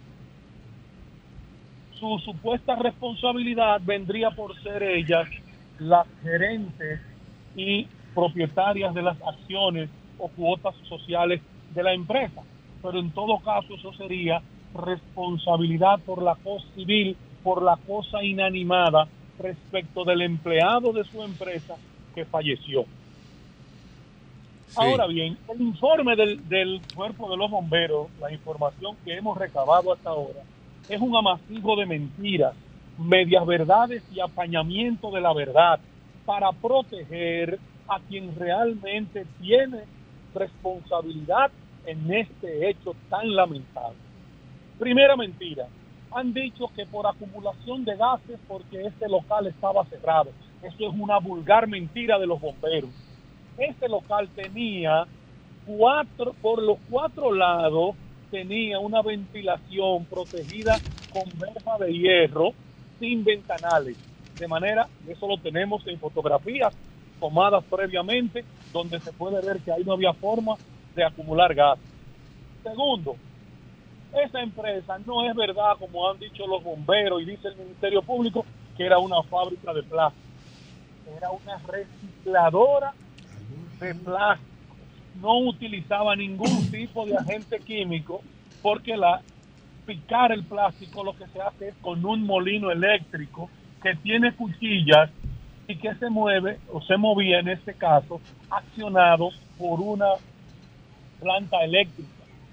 Su supuesta responsabilidad vendría por ser ellas las gerentes y propietarias de las acciones o cuotas sociales de la empresa. Pero en todo caso eso sería responsabilidad por la cosa civil, por la cosa inanimada respecto del empleado de su empresa que falleció. Sí. Ahora bien, el informe del Cuerpo de los Bomberos, la información que hemos recabado hasta ahora, es un amasijo de mentiras, medias verdades y apañamiento de la verdad para proteger a quien realmente tiene responsabilidad en este hecho tan lamentable. Primera mentira. Han dicho que por acumulación de gases porque este local estaba cerrado. Eso es una vulgar mentira de los bomberos. Este local tenía por los 4 lados, tenía una ventilación protegida con verja de hierro sin ventanales. De manera, eso lo tenemos en fotografías tomadas previamente, donde se puede ver que ahí no había forma de acumular gas. Segundo, esa empresa no es verdad, como han dicho los bomberos y dice el Ministerio Público, que era una fábrica de plástico. Era una recicladora de plástico. No utilizaba ningún tipo de agente químico, porque picar el plástico lo que se hace es con un molino eléctrico que tiene cuchillas y que se mueve, o se movía en este caso, accionado por una planta eléctrica.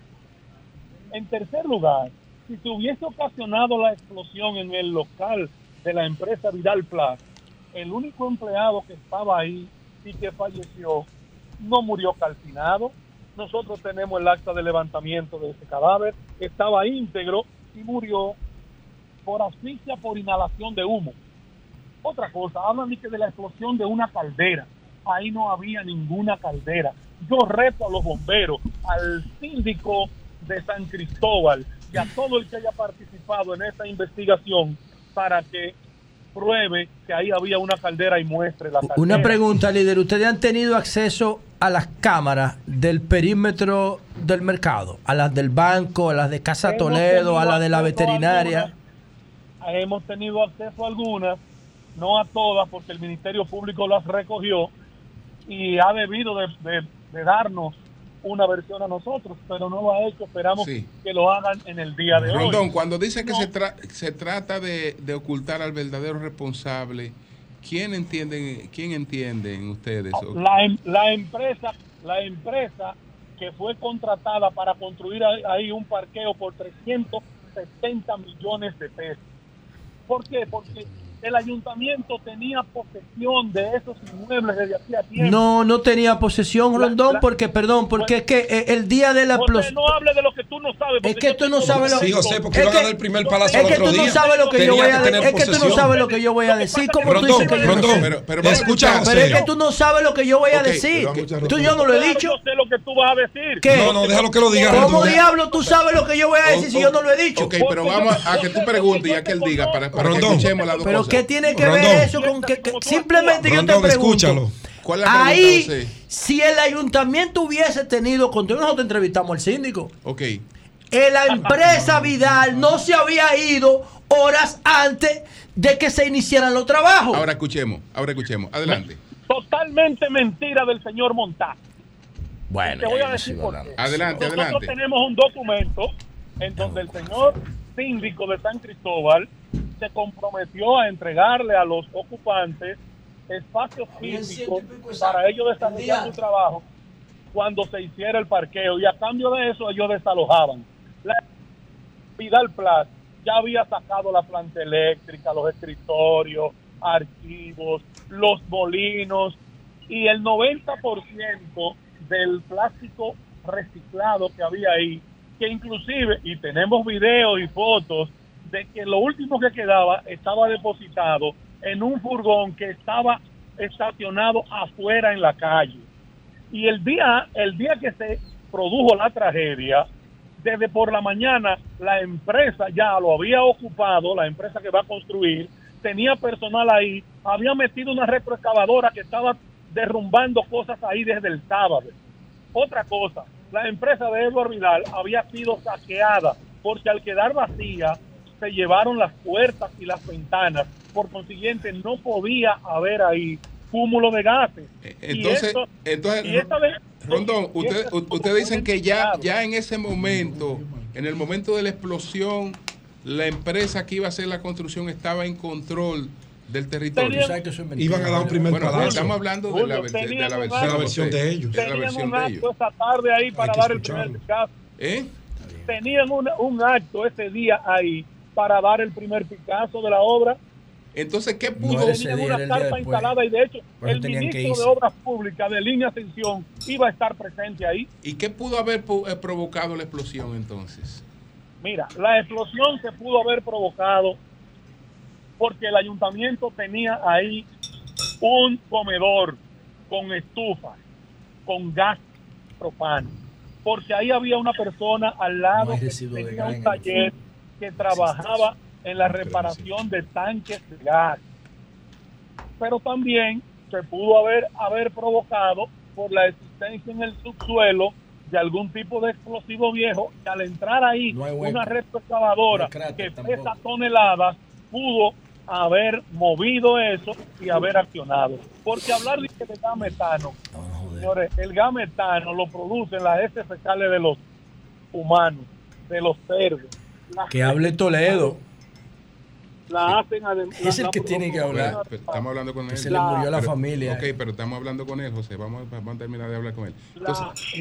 En tercer lugar, si se hubiese ocasionado la explosión en el local de la empresa Vidal Plus, el único empleado que estaba ahí y que falleció no murió calcinado. Nosotros tenemos el acta de levantamiento de ese cadáver, estaba íntegro y murió por asfixia por inhalación de humo. Otra cosa, hablan de la explosión de una caldera. Ahí no había ninguna caldera. Yo reto a los bomberos, al síndico de San Cristóbal y a todo el que haya participado en esta investigación para que pruebe que ahí había una caldera y muestre la caldera. Una pregunta, líder. ¿Ustedes han tenido acceso a las cámaras del perímetro del mercado? A las del banco, a las de Casa Toledo, a las de la veterinaria. Hemos tenido acceso a algunas, no a todas, porque el Ministerio Público las recogió y ha debido de darnos una versión a nosotros, pero no lo ha hecho. Esperamos que lo hagan en el día de hoy. Rondón, cuando dice que se trata de ocultar al verdadero responsable, ¿quién entienden ustedes? La empresa que fue contratada para construir ahí un parqueo por 370 millones de pesos. ¿Por qué? Porque el ayuntamiento tenía posesión de esos inmuebles desde hacía tiempo. No tenía posesión, Rondón, porque es que el día de la explosión... No hable de lo que tú no sabes. Es que tú no sabes lo que... Sí, José, porque iban a dar el primer palazo el otro día. Es que tú no sabes lo que yo voy a decir. Es que tú no sabes lo que yo voy a decir. ¿Cómo tú dices que yo no sé? Pero escucha, José. Pero es que tú no sabes lo que yo voy a decir. Yo no lo he dicho. Yo sé lo que tú vas a decir. ¿Qué? No, déjalo que lo diga. ¿Cómo diablo tú sabes lo que yo voy a decir si yo no lo he dicho? Ok, pero vamos a que tú preguntes y a que él diga para que escuchemos las dos cosas. ¿Pero qué tiene que ver eso con que simplemente yo te pregunto? Escúchalo. ¿Cuál es la pregunta, ahí, José? si el ayuntamiento hubiese tenido control, nosotros entrevistamos al síndico. Ok. La empresa Vidal no se había ido horas antes de que se iniciaran los trabajos. Ahora escuchemos. Adelante. Totalmente mentira del señor Montaz. Bueno, te voy a decir por qué. Adelante. Nosotros tenemos un documento en donde el señor síndico de San Cristóbal se comprometió a entregarle a los ocupantes espacios físicos para ellos desarrollar su trabajo cuando se hiciera el parqueo, y a cambio de eso ellos desalojaban. La Vidal Plus ya había sacado la planta eléctrica, los escritorios, archivos, los molinos, y el 90% del plástico reciclado que había ahí, que inclusive, y tenemos videos y fotos de que lo último que quedaba estaba depositado en un furgón que estaba estacionado afuera en la calle. Y el día que se produjo la tragedia, desde por la mañana la empresa ya lo había ocupado, la empresa que va a construir, tenía personal ahí, había metido una retroexcavadora que estaba derrumbando cosas ahí desde el sábado. Otra cosa, la empresa de Edward Vidal había sido saqueada porque al quedar vacía se llevaron las puertas y las ventanas, por consiguiente no podía haber ahí cúmulo de gases. Entonces Rondón, ustedes dicen que ya en ese momento, en el momento de la explosión, la empresa que iba a hacer la construcción estaba en control del territorio. Iban a dar un primer palazo. Estamos hablando de la versión de ellos. Tenían un acto esa tarde ahí para dar el primer Picasso. Tenían un acto ese día ahí para dar el primer Picasso de la obra. Entonces, ¿qué pudo? Tenían una carpa instalada y de hecho el ministro de Obras Públicas de Línea Ascensión iba a estar presente ahí. ¿Y qué pudo haber provocado la explosión entonces? Mira, la explosión se pudo haber provocado porque el ayuntamiento tenía ahí un comedor con estufas con gas propano, porque ahí había una persona al lado que tenía un taller que trabajaba en la reparación de tanques de gas. Pero también se pudo haber provocado por la existencia en el subsuelo de algún tipo de explosivo viejo, que al entrar ahí una retroexcavadora que pesa toneladas pudo haber movido eso y haber accionado. Porque hablar de gas metano, señores, el gas metano lo producen las heces fecales de los humanos, de los cerdos. Que hable Toledo. La hacen además. Es el que tiene que hablar. Pero estamos hablando con él. Se le murió la familia. Ok, pero estamos hablando con él, José. Vamos a terminar de hablar con él. Entonces,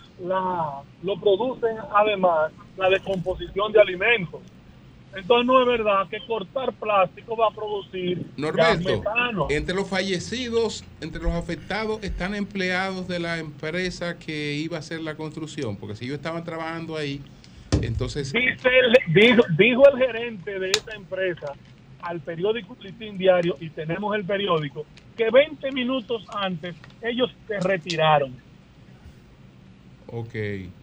lo producen además la descomposición de alimentos. Entonces no es verdad que cortar plástico va a producir Norberto, gas metano. entre los fallecidos, entre los afectados, están empleados de la empresa que iba a hacer la construcción, porque si ellos estaban trabajando ahí, entonces... Dijo el gerente de esa empresa al periódico Listín Diario, y tenemos el periódico, que 20 minutos antes ellos se retiraron. Ok.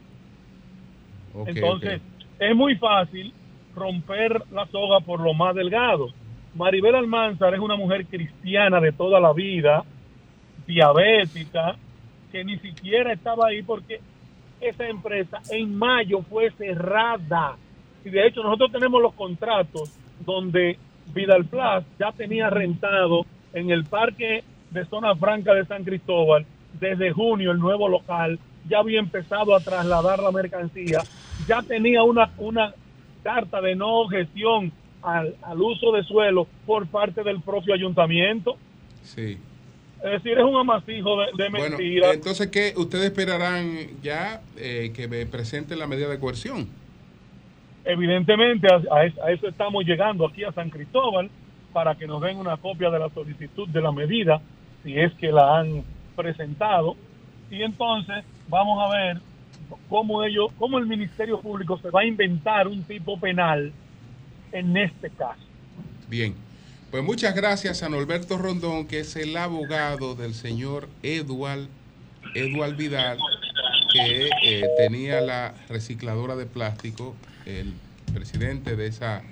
Entonces, es muy fácil romper la soga por lo más delgado. Maribel Almanzar es una mujer cristiana de toda la vida, diabética, que ni siquiera estaba ahí porque esa empresa en mayo fue cerrada. Y de hecho nosotros tenemos los contratos donde Vidalplast ya tenía rentado en el parque de Zona Franca de San Cristóbal desde junio el nuevo local, ya había empezado a trasladar la mercancía, ya tenía una carta de no objeción al uso de suelo por parte del propio ayuntamiento. Sí. Es decir, es un amasijo de mentiras. Bueno, entonces, ¿qué? ¿Ustedes esperarán ya que me presenten la medida de coerción? Evidentemente, a eso estamos llegando aquí a San Cristóbal para que nos den una copia de la solicitud de la medida, si es que la han presentado. Y entonces vamos a ver cómo el Ministerio Público se va a inventar un tipo penal en este caso. Bien. Pues muchas gracias a Norberto Rondón, que es el abogado del señor Eduard Vidal, que tenía la recicladora de plástico, el presidente de esa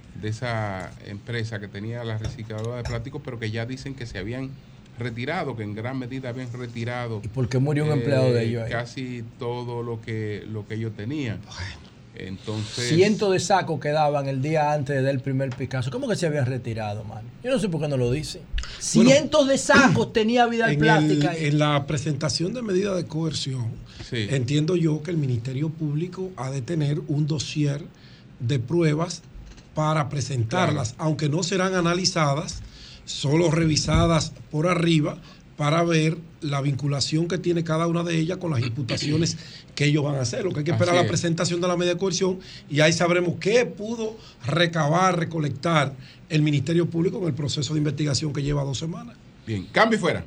empresa que tenía la recicladora de plástico, pero que ya dicen que se habían retirado, que en gran medida habían retirado. ¿Y por qué murió un empleado de ellos ahí? Casi todo lo que ellos tenían. Entonces, cientos de sacos quedaban el día antes del primer Picasso. ¿Cómo que se habían retirado, man? Yo no sé por qué no lo dicen. Cientos de sacos tenía Vidal Plástica. En la presentación de medida de coerción, sí, entiendo yo que el Ministerio Público ha de tener un dossier de pruebas para presentarlas, claro, aunque no serán analizadas, solo revisadas por arriba, para ver la vinculación que tiene cada una de ellas con las imputaciones que ellos van a hacer. Lo que hay que esperar la presentación de la medida de coerción, y ahí sabremos qué pudo recolectar el Ministerio Público en el proceso de investigación que lleva 2 semanas. Bien, cambio y fuera.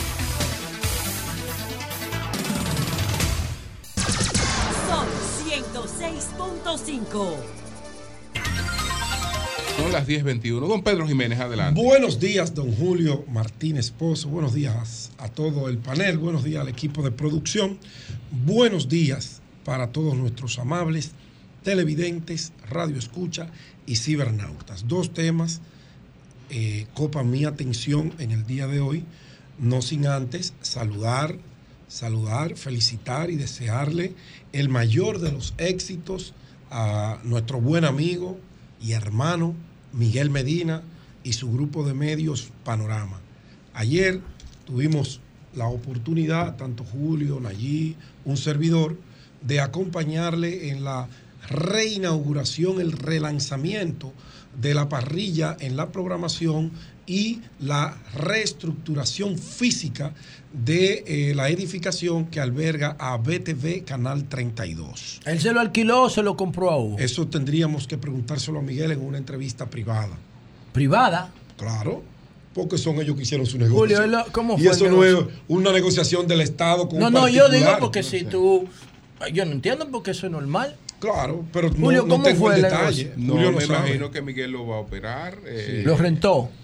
Son 106.5. Son las 10:21. Don Pedro Jiménez, adelante. Buenos días, don Julio Martínez Pozo. Buenos días a todo el panel. Buenos días al equipo de producción. Buenos días para todos nuestros amables televidentes, radioescucha y cibernautas. 2 temas copan mi atención en el día de hoy, no sin antes saludar, felicitar y desearle el mayor de los éxitos a nuestro buen amigo y hermano Miguel Medina y su grupo de medios Panorama. Ayer tuvimos la oportunidad, tanto Julio, Nayí, un servidor, de acompañarle en la reinauguración, el relanzamiento de la parrilla en la programación y la reestructuración física de la edificación que alberga a BTV Canal 32. ¿Él se lo alquiló o se lo compró a Hugo? Eso tendríamos que preguntárselo a Miguel en una entrevista privada. ¿Privada? Claro, porque son ellos que hicieron su negocio. Julio, ¿cómo fue? Y eso no es una negociación del Estado con un particular. No, yo digo porque si tú... Yo no entiendo porque eso es normal. Claro, pero Julio, no tengo el detalle. No, me imagino que Miguel lo va a operar. ¿Lo rentó?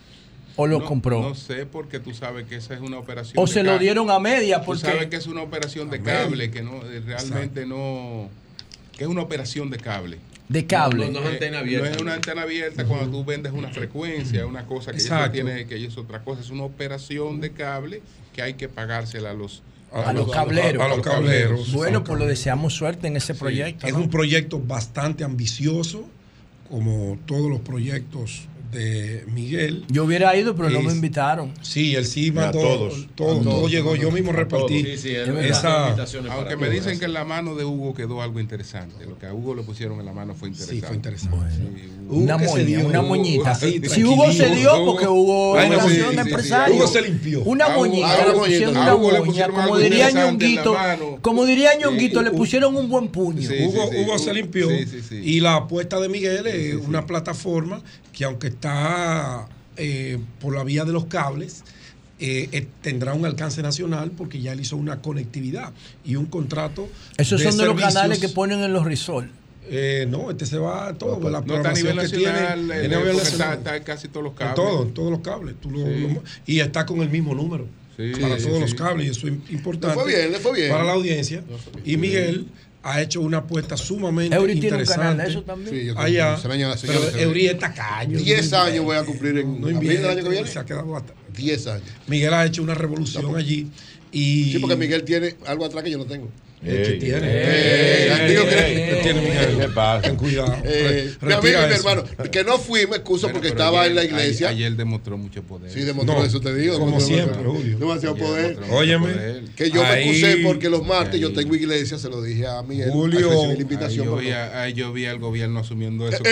¿O lo compró? No sé, porque tú sabes que esa es una operación. ¿O se lo dieron a media? Porque... Tú sabes que es una operación de cable, que no realmente no... Que es una operación de cable. De cable. No es antena abierta. No es una antena abierta cuando tú vendes una frecuencia, una cosa que eso tiene, que es otra cosa. Es una operación de cable que hay que pagársela a los cableros. A los cableros. Bueno, pues le deseamos suerte en ese proyecto. Es un proyecto bastante ambicioso, como todos los proyectos de Miguel. Yo hubiera ido, pero no me invitaron. Sí, él sí mandó. Todo llegó. Yo mismo repartí. Aunque me dicen que en la mano de Hugo quedó algo interesante. Lo que a Hugo le pusieron en la mano fue interesante. Sí, fue interesante. Bueno. Una moñita. Si Hugo se dio, porque hubo relación de empresario. Hugo se limpió. Una moñita. Le pusieron una moña. Como diría Ñonguito, le pusieron un buen puño. Hugo se limpió. Y la apuesta de Miguel es una plataforma que, aunque está por la vía de los cables, tendrá un alcance nacional porque ya él hizo una conectividad y un contrato. Esos son de los canales que ponen en los resorts. No, se va todo. La no está a nivel nacional, está casi todos los cables. Todos los cables. Y está con el mismo número para todos los cables, y eso es importante. Le fue bien. Para la audiencia. Y Miguel ha hecho una apuesta sumamente interesante. Tiene un canal de eso también. Sí, allá. Pero Eury es tacaño. 10 años voy a cumplir en abril del año que viene. Se ha quedado hasta 10 años. Miguel ha hecho una revolución allí. Sí, porque Miguel tiene algo atrás que yo no tengo. ¿Qué tiene? ¿Qué tiene Miguel? ¿Qué pasa? Ten cuidado. Mi hermano, que no fui, me excuso porque estaba en la iglesia. Ayer demostró mucho poder. Sí, demostró eso, te digo. Como siempre, Julio. Demasiado poder. Óyeme. Que yo me excusé porque los martes yo tengo iglesia, se lo dije a Miguel. Julio. La invitación. Yo vi al gobierno asumiendo eso.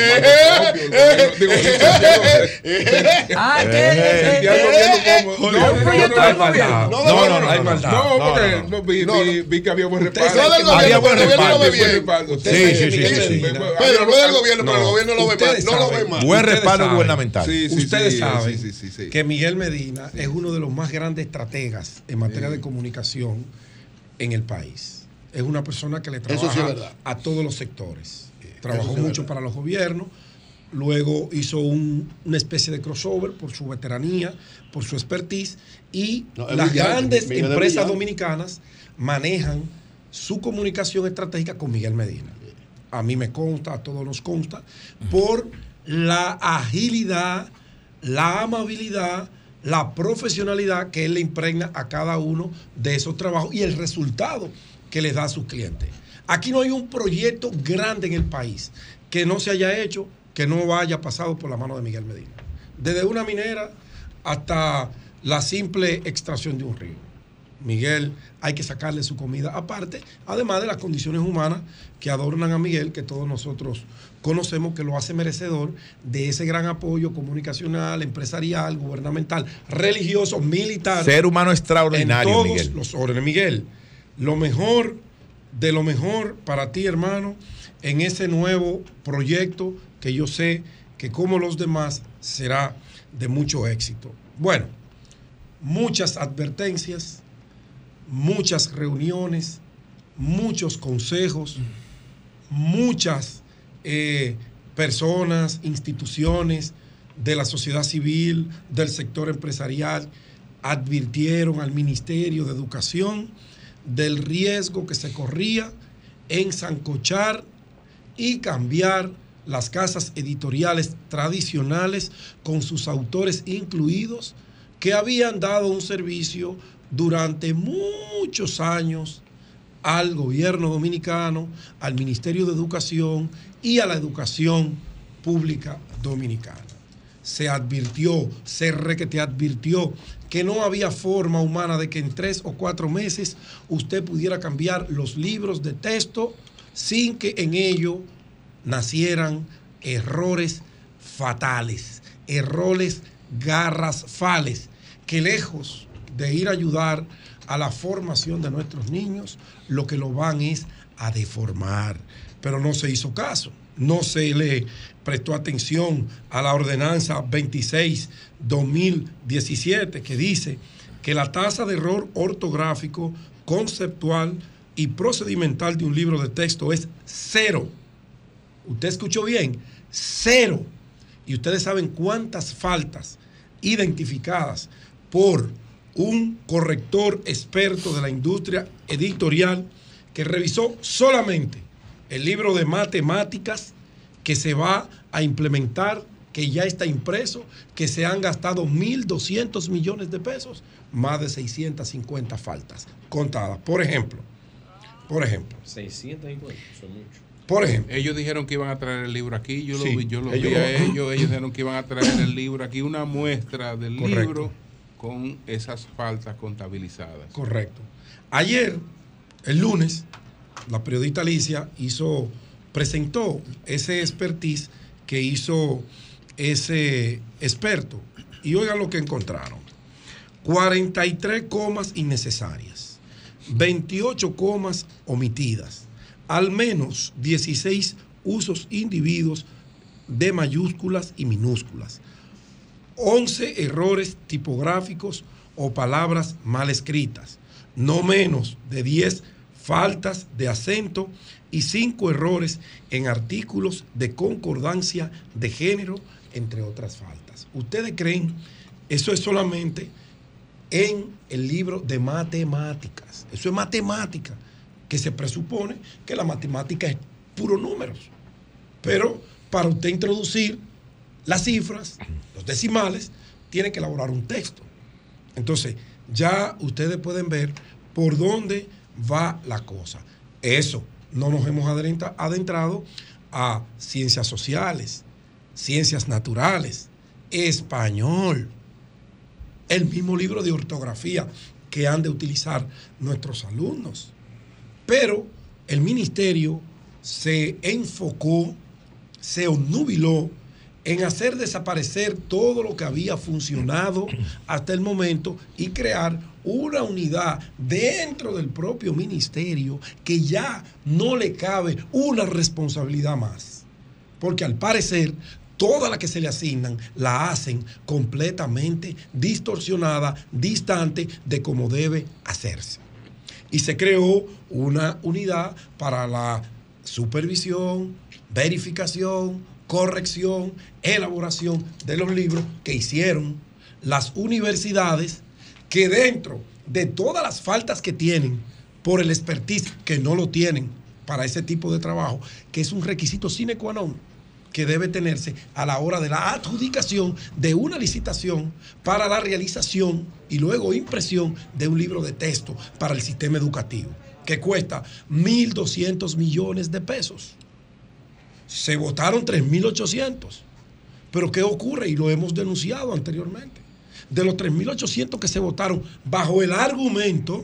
No, hay maldad. No, porque vi que había buen respaldo. Había buen respaldo. Sí. Pedro, no es del gobierno, pero el gobierno no lo ve más. Buen respaldo gubernamental. Ustedes saben que Miguel Medina es uno de los más grandes estrategas en materia de comunicación en el país. Es una persona que le trabaja a todos los sectores. Trabajó mucho para los gobiernos. Luego hizo una especie de crossover por su veteranía, por su expertise, y las grandes empresas dominicanas manejan su comunicación estratégica con Miguel Medina. A mí me consta, a todos nos consta, por la agilidad, la amabilidad, la profesionalidad que él le impregna a cada uno de esos trabajos y el resultado que les da a sus clientes. Aquí no hay un proyecto grande en el país que no se haya hecho, que no haya pasado por la mano de Miguel Medina. Desde una minera hasta la simple extracción de un río. Miguel, hay que sacarle su comida aparte, además de las condiciones humanas que adornan a Miguel, que todos nosotros conocemos, que lo hace merecedor de ese gran apoyo comunicacional, empresarial, gubernamental, religioso, militar. Ser humano extraordinario, en todos Miguel. Los órdenes. Miguel, lo mejor de lo mejor para ti, hermano, en ese nuevo proyecto que yo sé que, como los demás, será de mucho éxito. Bueno, muchas advertencias, muchas reuniones, muchos consejos, muchas personas, instituciones de la sociedad civil, del sector empresarial, advirtieron al Ministerio de Educación del riesgo que se corría en sancochar y cambiar las casas editoriales tradicionales con sus autores incluidos, que habían dado un servicio durante muchos años al gobierno dominicano, al Ministerio de Educación y a la educación pública dominicana. Se advirtió, se requete advirtió que no había forma humana de que en 3 o 4 meses usted pudiera cambiar los libros de texto sin que en ello nacieran errores fatales, errores garrafales, que lejos de ir a ayudar a la formación de nuestros niños, lo que lo van es a deformar. Pero no se hizo caso, no se le prestó atención a la ordenanza 26/2017, que dice que la tasa de error ortográfico, conceptual y procedimental de un libro de texto es 0. Usted escuchó bien, 0. Y ustedes saben cuántas faltas identificadas por un corrector experto de la industria editorial que revisó solamente el libro de matemáticas que se va a implementar, que ya está impreso, que se han gastado 1.200 millones de pesos, más de 650 faltas contadas. Por ejemplo. 650, son mucho. Por ejemplo. Ellos dijeron que iban a traer el libro aquí, yo lo vi a ellos dijeron que iban a traer el libro aquí, una muestra del libro con esas faltas contabilizadas. Correcto. Ayer, el lunes, la periodista Alicia presentó ese expertise que hizo ese experto. Y oigan lo que encontraron. 43 comas innecesarias, 28 comas omitidas, al menos 16 usos indebidos de mayúsculas y minúsculas, 11 errores tipográficos o palabras mal escritas, no menos de 10 faltas de acento y 5 errores en artículos de concordancia de género, entre otras faltas. ¿Ustedes creen? Eso es solamente en el libro de matemáticas. Eso es matemática, que se presupone que la matemática es puro números. Pero para usted introducir las cifras, los decimales, tiene que elaborar un texto. Entonces, ya ustedes pueden ver por dónde va la cosa. Eso, no nos hemos adentrado a ciencias sociales, ciencias naturales, español, el mismo libro de ortografía que han de utilizar nuestros alumnos. Pero el ministerio se enfocó, se obnubiló en hacer desaparecer todo lo que había funcionado hasta el momento y crear una unidad dentro del propio ministerio que ya no le cabe una responsabilidad más. Porque al parecer, toda la que se le asignan la hacen completamente distorsionada, distante de cómo debe hacerse. Y se creó una unidad para la supervisión, verificación, corrección, elaboración de los libros que hicieron las universidades, que dentro de todas las faltas que tienen por el expertise, que no lo tienen para ese tipo de trabajo, que es un requisito sine qua non que debe tenerse a la hora de la adjudicación de una licitación para la realización y luego impresión de un libro de texto para el sistema educativo, que cuesta 1.200 millones de pesos. Se votaron 3.800. Pero ¿qué ocurre? Y lo hemos denunciado anteriormente. De los 3.800 que se votaron bajo el argumento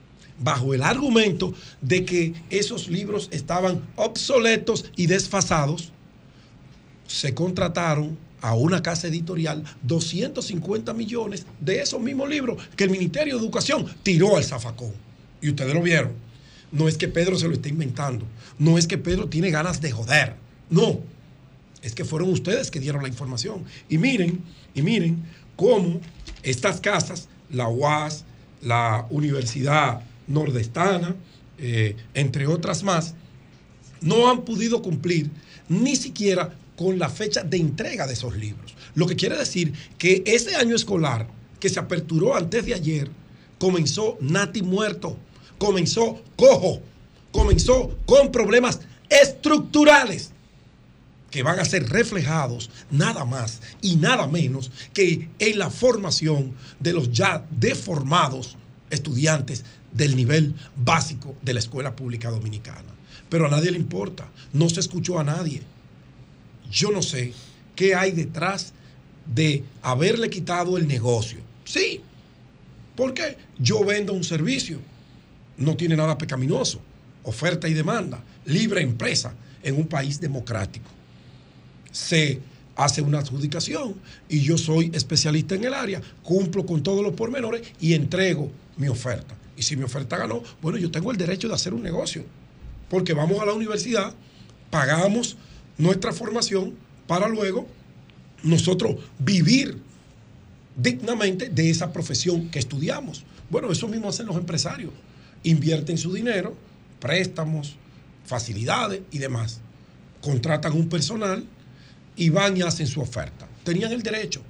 de que esos libros estaban obsoletos y desfasados, se contrataron a una casa editorial 250 millones de esos mismos libros que el Ministerio de Educación tiró al zafacón. Y ustedes lo vieron. No es que Pedro se lo esté inventando. No es que Pedro tiene ganas de joder. No. Es que fueron ustedes que dieron la información. Y miren cómo estas casas, la UAS, la Universidad Nordestana, entre otras más, no han podido cumplir ni siquiera con la fecha de entrega de esos libros. Lo que quiere decir que ese año escolar que se aperturó antes de ayer comenzó nati muerto, comenzó cojo, comenzó con problemas estructurales que van a ser reflejados nada más y nada menos que en la formación de los ya deformados estudiantes del nivel básico de la escuela pública dominicana. Pero a nadie le importa, no se escuchó a nadie. Yo no sé qué hay detrás de haberle quitado el negocio. Sí, porque yo vendo un servicio, no tiene nada pecaminoso, oferta y demanda, libre empresa en un país democrático. Se hace una adjudicación y yo soy especialista en el área, cumplo con todos los pormenores y entrego mi oferta. Y si mi oferta ganó, bueno, yo tengo el derecho de hacer un negocio, porque vamos a la universidad, pagamos nuestra formación para luego nosotros vivir dignamente de esa profesión que estudiamos. Bueno, eso mismo hacen los empresarios. Invierten su dinero, préstamos, facilidades y demás. Contratan un personal y van y hacen su oferta. Tenían el derecho,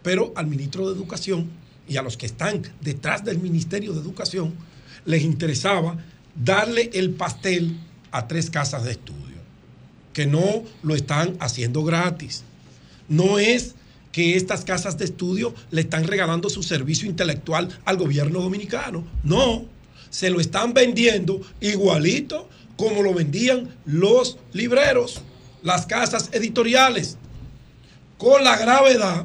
Pero al ministro de Educación y a los que están detrás del Ministerio de Educación les interesaba darle el pastel a 3 casas de estudio, que no lo están haciendo gratis. No es que estas casas de estudio le están regalando su servicio intelectual al gobierno dominicano. No, se lo están vendiendo igualito como lo vendían los libreros, las casas editoriales, con la gravedad,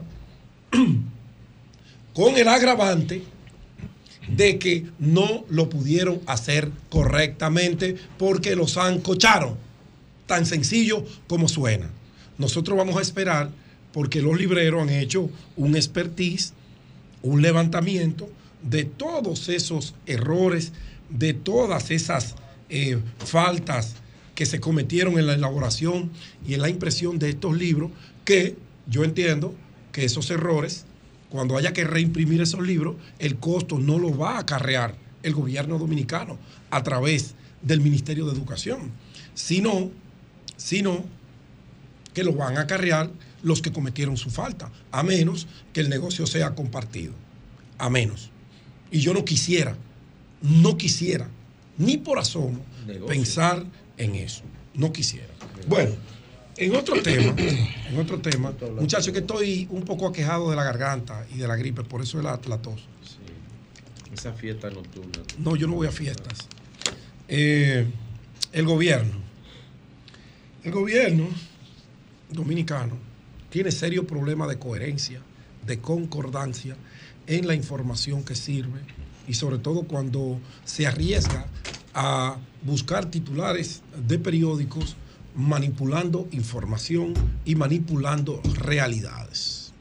con el agravante de que no lo pudieron hacer correctamente porque los sancocharon. Tan sencillo como suena. Nosotros vamos a esperar porque los libreros han hecho un expertise, un levantamiento de todos esos errores, de todas esas faltas que se cometieron en la elaboración y en la impresión de estos libros, que yo entiendo que esos errores, cuando haya que reimprimir esos libros, el costo no lo va a acarrear el gobierno dominicano a través del Ministerio de Educación, sino que lo van a acarrear los que cometieron su falta, a menos que el negocio sea compartido, a menos. Y yo no quisiera, ni por asomo, pensar en eso, no quisiera. Bueno, en otro tema, muchachos, que estoy un poco aquejado de la garganta y de la gripe, por eso es la tos. Sí. Esa fiesta nocturna. No, yo no voy a fiestas. El gobierno dominicano tiene serio problema de coherencia, de concordancia en la información que sirve y sobre todo cuando se arriesga a buscar titulares de periódicos manipulando información y manipulando realidades.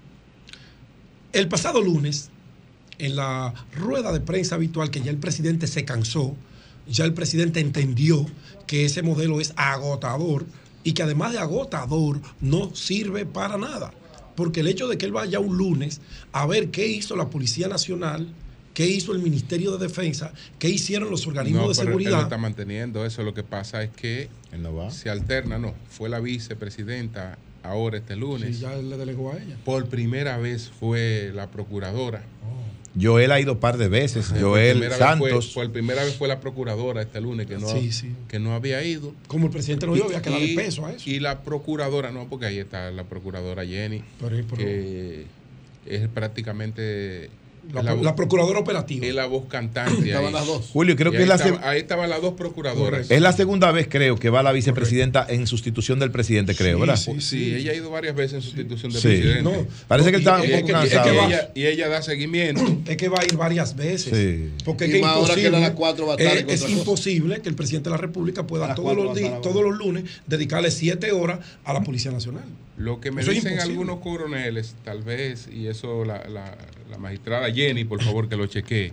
El pasado lunes, en la rueda de prensa habitual, que ya el presidente se cansó, ya el presidente entendió que ese modelo es agotador y que además de agotador no sirve para nada. Porque el hecho de que él vaya un lunes a ver qué hizo la Policía Nacional, qué hizo el Ministerio de Defensa, qué hicieron los organismos de seguridad. Él no está manteniendo eso. Lo que pasa es que se alterna. Fue la vicepresidenta ahora este lunes. Sí, ya le delegó a ella. Por primera vez fue la procuradora. Joel ha ido un par de veces. Joel Santos. Por primera vez fue la procuradora este lunes que no había ido. Como el presidente no dijo, había que darle peso a eso. Y la procuradora, no, porque ahí está la procuradora Jenny, que es prácticamente la procuradora operativa. Es la voz cantante. Estaban las dos. Julio, creo que ahí estaban las dos procuradoras. Es la segunda vez, creo, que va la vicepresidenta en sustitución del presidente, creo, ¿verdad? Sí, ella ha ido varias veces en sustitución del presidente. No, parece que está un poco cansado. Y ella da seguimiento. Es que va a ir varias veces. Sí. Porque es que ahora que a las 4 va a estar es imposible que el presidente de la República pueda todos los lunes dedicarle 7 horas a la Policía Nacional. Lo que me dicen algunos coroneles, tal vez, y eso la magistrada Jenny, por favor, que lo chequee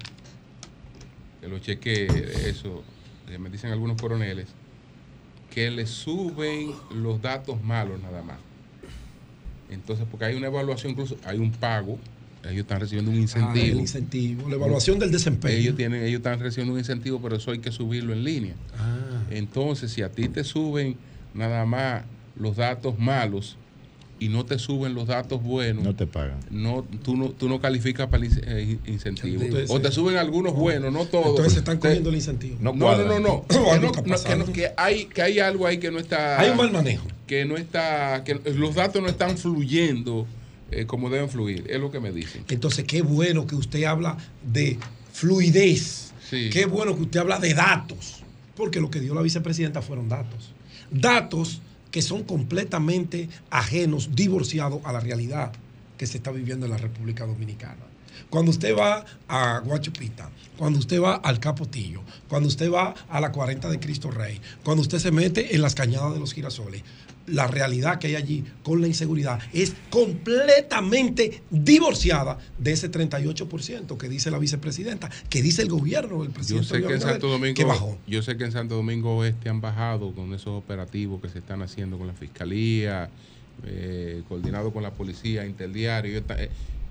eso, me dicen algunos coroneles, que le suben los datos malos nada más. Entonces, porque hay una evaluación, incluso hay un pago, ellos están recibiendo un incentivo. El incentivo, la evaluación del desempeño. Ellos están recibiendo un incentivo, pero eso hay que subirlo en línea. Entonces, si a ti te suben nada más los datos malos y no te suben los datos buenos, no te pagan. Tú no calificas para el incentivo. Entonces, o te suben algunos buenos, no todos. Entonces se están cogiendo el incentivo. No. Que hay algo ahí que no está. Hay un mal manejo. Que los datos no están fluyendo como deben fluir. Es lo que me dicen. Entonces, qué bueno que usted habla de fluidez. Sí. Qué bueno que usted habla de datos. Porque lo que dio la vicepresidenta fueron datos. Datos que son completamente ajenos, divorciados a la realidad que se está viviendo en la República Dominicana. Cuando usted va a Guachupita, cuando usted va al Capotillo, cuando usted va a la 40 de Cristo Rey, cuando usted se mete en las cañadas de los girasoles, la realidad que hay allí con la inseguridad es completamente divorciada de ese 38% que dice la vicepresidenta, que dice el gobierno del presidente. Yo sé que en Santo Domingo Oeste han bajado con esos operativos que se están haciendo con la Fiscalía, coordinado con la Policía, Interdiario.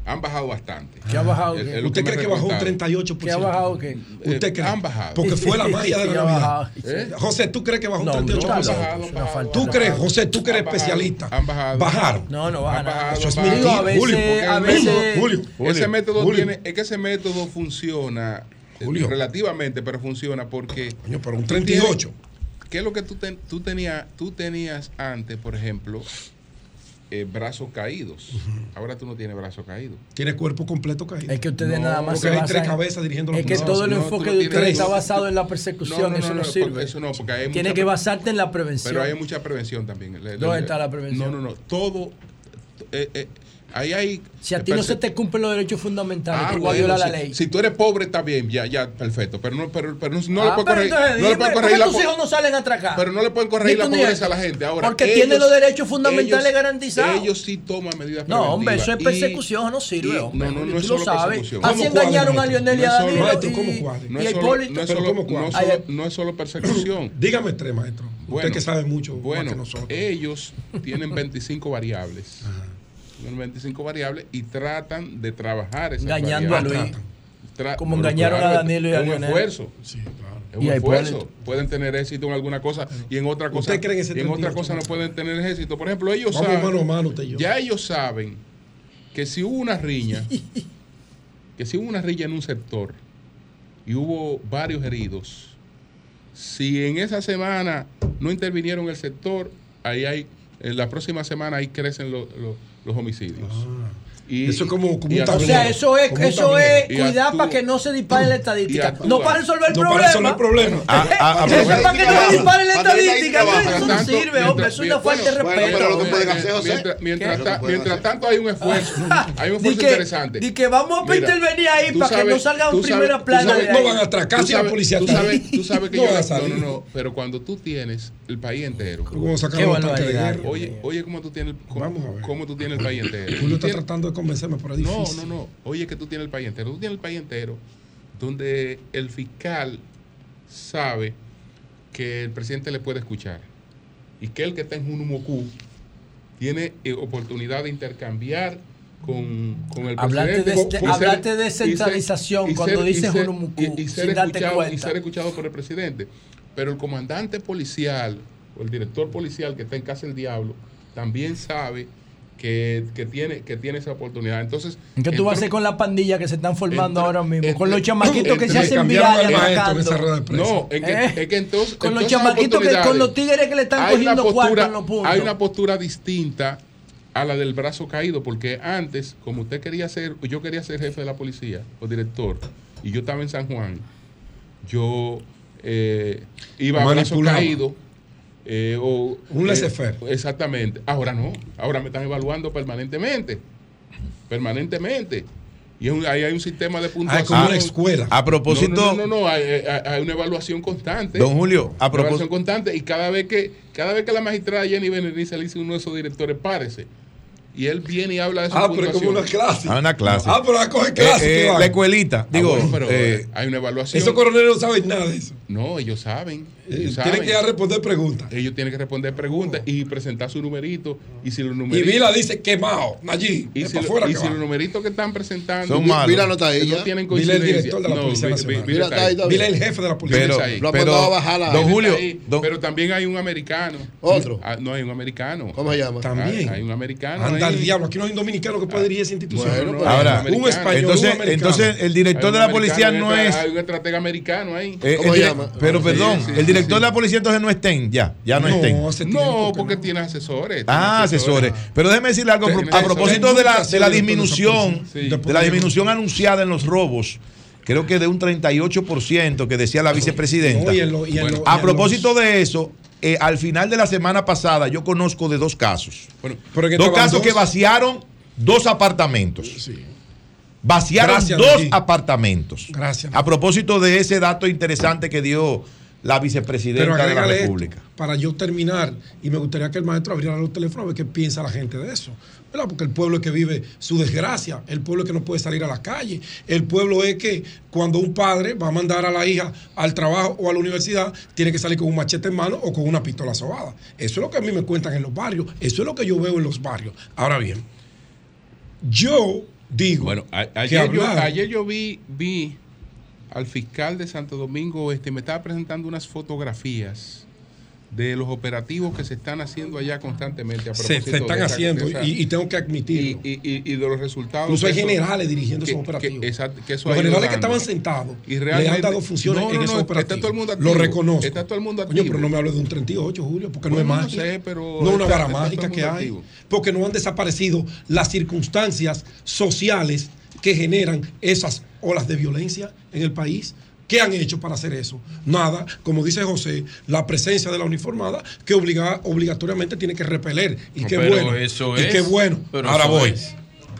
han bajado bastante. ¿Qué ha bajado? ¿Usted cree que bajó un 38%? ¿Qué ha bajado qué? ¿Usted cree? Han bajado. Porque fue la magia de la Navidad. José, ¿tú crees que bajó un 38%? ¿Tú crees, José, tú que eres especialista? Han bajado. ¿Bajaron? No bajaron. Eso es mentira. Julio. Ese método funciona relativamente, pero funciona porque... Coño, pero un 38. ¿Qué es lo que tú tenías antes, por ejemplo? Brazos caídos. Ahora tú no tienes brazos caídos. Tienes cuerpo completo caído. Es que ustedes nada más se basan. Tres cabezas dirigiendo los Es que todo el enfoque de ustedes está basado en la persecución. Eso no sirve. Eso no, porque hay Tienes que basarte en la prevención. Pero hay mucha prevención también. ¿Dónde está la prevención? No. Todo. Ahí hay. Si a ti no se te cumplen los derechos fundamentales, tú vas a violar la ley. Si tú eres pobre, está bien, ya, perfecto. Pero no le puedes corregir. No le pueden corregir tus hijos no salen a atracar. Pero no le pueden corregir la pobreza a la gente. Ahora, porque tienen los derechos fundamentales garantizados. Ellos sí toman medidas preventivas. No, hombre, eso es persecución, no sirve. No es solo persecución. Así engañaron a Lionel y a Danilo y a Hipólito. No es solo persecución. Dígame tres, maestro. Usted que sabe mucho más que nosotros. Ellos tienen 25 variables. 25 variables y tratan de trabajar esas engañando variables. A Luis. Como engañaron a Danilo y a Lionel. Es un esfuerzo. Sí, claro. Es un esfuerzo. Pueden tener éxito en alguna cosa y en otra cosa. En otra cosa no pueden tener éxito. Por ejemplo, ellos saben. Mano a mano, usted y yo. Ya ellos saben que si hubo una riña, en un sector y hubo varios heridos, si en esa semana no intervinieron el sector, en la próxima semana ahí crecen los homicidios. Y eso es como un tablero. O sea, eso es cuidar para que no se dispare la estadística. No para resolver el problema. Para resolver el problema. Eso es para que no se dispare la estadística. Eso no sirve, hombre. Es una falta de respeto. Pero lo que pueden hacer, José. Mientras tanto hay un esfuerzo. Hay un esfuerzo interesante. Y que vamos a intervenir ahí para que no salga en primera plana. No van a atracar si la policía está. Tú sabes que no. Pero cuando tú tienes el país entero. Oye, cómo tú tienes el país entero. Julio está tratando de convencerme, pero es difícil. No. Oye, que tú tienes el país entero. Tú tienes el país entero donde el fiscal sabe que el presidente le puede escuchar y que el que está en Junumocú tiene oportunidad de intercambiar con el presidente. Hablaste de descentralización cuando dices Junumocú y ser escuchado por el presidente. Pero el comandante policial o el director policial que está en Casa del Diablo también sabe que tiene esa oportunidad. Entonces, ¿qué tú vas a hacer con la pandilla que se están formando ahora mismo? Con los chamaquitos que se hacen virales atacando. No, es que entonces con los chamaquitos con los tigres que le están cogiendo cuarto en los puntos. Hay una postura distinta a la del brazo caído, porque antes, como yo quería ser jefe de la policía o director, y yo estaba en San Juan, yo iba a brazo caído. Un laissez-faire. Exactamente. Ahora no. Ahora me están evaluando permanentemente. Y ahí hay un sistema de puntuación. Como una escuela. A propósito. No. Hay una evaluación constante. Don Julio, a propósito. Evaluación constante. Y cada vez que la magistrada Jenny Berenice le dice a uno de esos directores, párese. Y él viene y habla de su puntuación. Pero es como una clase. Una clase. Pero la coge clase. La escuelita. Digo, pero hay una evaluación. Esos coroneles no saben nada de eso. No, ellos saben. Tienen que responder preguntas. Ellos tienen que responder preguntas y presentar su numerito. Y si los numeritos. Y Vila dice quemado allí. Y si los numeritos que están presentando. Son malos. Vila no está ahí. No tienen coincidencia. Vila es el director de la Policía Nacional. Vila es el jefe de la Policía. Pero a bajar la. Don Julio. Pero también hay un americano. ¿Otro? No, hay un americano. ¿Cómo se llama? También. Hay un americano. Anda al diablo. Aquí no hay un dominicano que puede dirigir esa institución. Ahora, un español. Entonces, el director de la policía no es. Hay un estratega americano ahí. ¿Cómo se llama? Pero perdón, el director de la policía entonces no está ya no está. No, porque tiene asesores. Asesores. Pero déjeme decirle algo a propósito de la disminución, anunciada en los robos. Creo que de un 38% que decía la vicepresidenta. A propósito de eso, al final de la semana pasada yo conozco de dos casos. Dos casos que vaciaron 2 apartamentos. Sí. Vaciaron dos apartamentos. Gracias. A propósito de ese dato interesante que dio la vicepresidenta de la República. Para yo terminar, y me gustaría que el maestro abriera los teléfonos a ver qué piensa la gente de eso, ¿verdad? Porque el pueblo es que vive su desgracia, el pueblo es que no puede salir a la calle, el pueblo es que cuando un padre va a mandar a la hija al trabajo o a la universidad, tiene que salir con un machete en mano o con una pistola sobada. Eso es lo que a mí me cuentan en los barrios, eso es lo que yo veo en los barrios. Ahora bien, yo Digo, bueno, ayer yo vi al fiscal de Santo Domingo me estaba presentando unas fotografías de los operativos que se están haciendo allá constantemente. Se están haciendo y tengo que admitirlo. Y de los resultados. Incluso hay generales dirigiendo esos operativos. Los generales que estaban sentados le han dado funciones en esos operativos. Está todo el mundo activo. Lo reconozco. Está todo el mundo activo. Coño, pero no me hable de un 38, Julio, porque no es magia. No sé, pero no es una vara mágica que hay. Activo. Porque no han desaparecido las circunstancias sociales que generan esas olas de violencia en el país. ¿Qué han hecho para hacer eso? Nada, como dice José, la presencia de la uniformada que obligatoriamente tiene que repeler. Y qué bueno. Eso y qué bueno. Ahora voy. Es.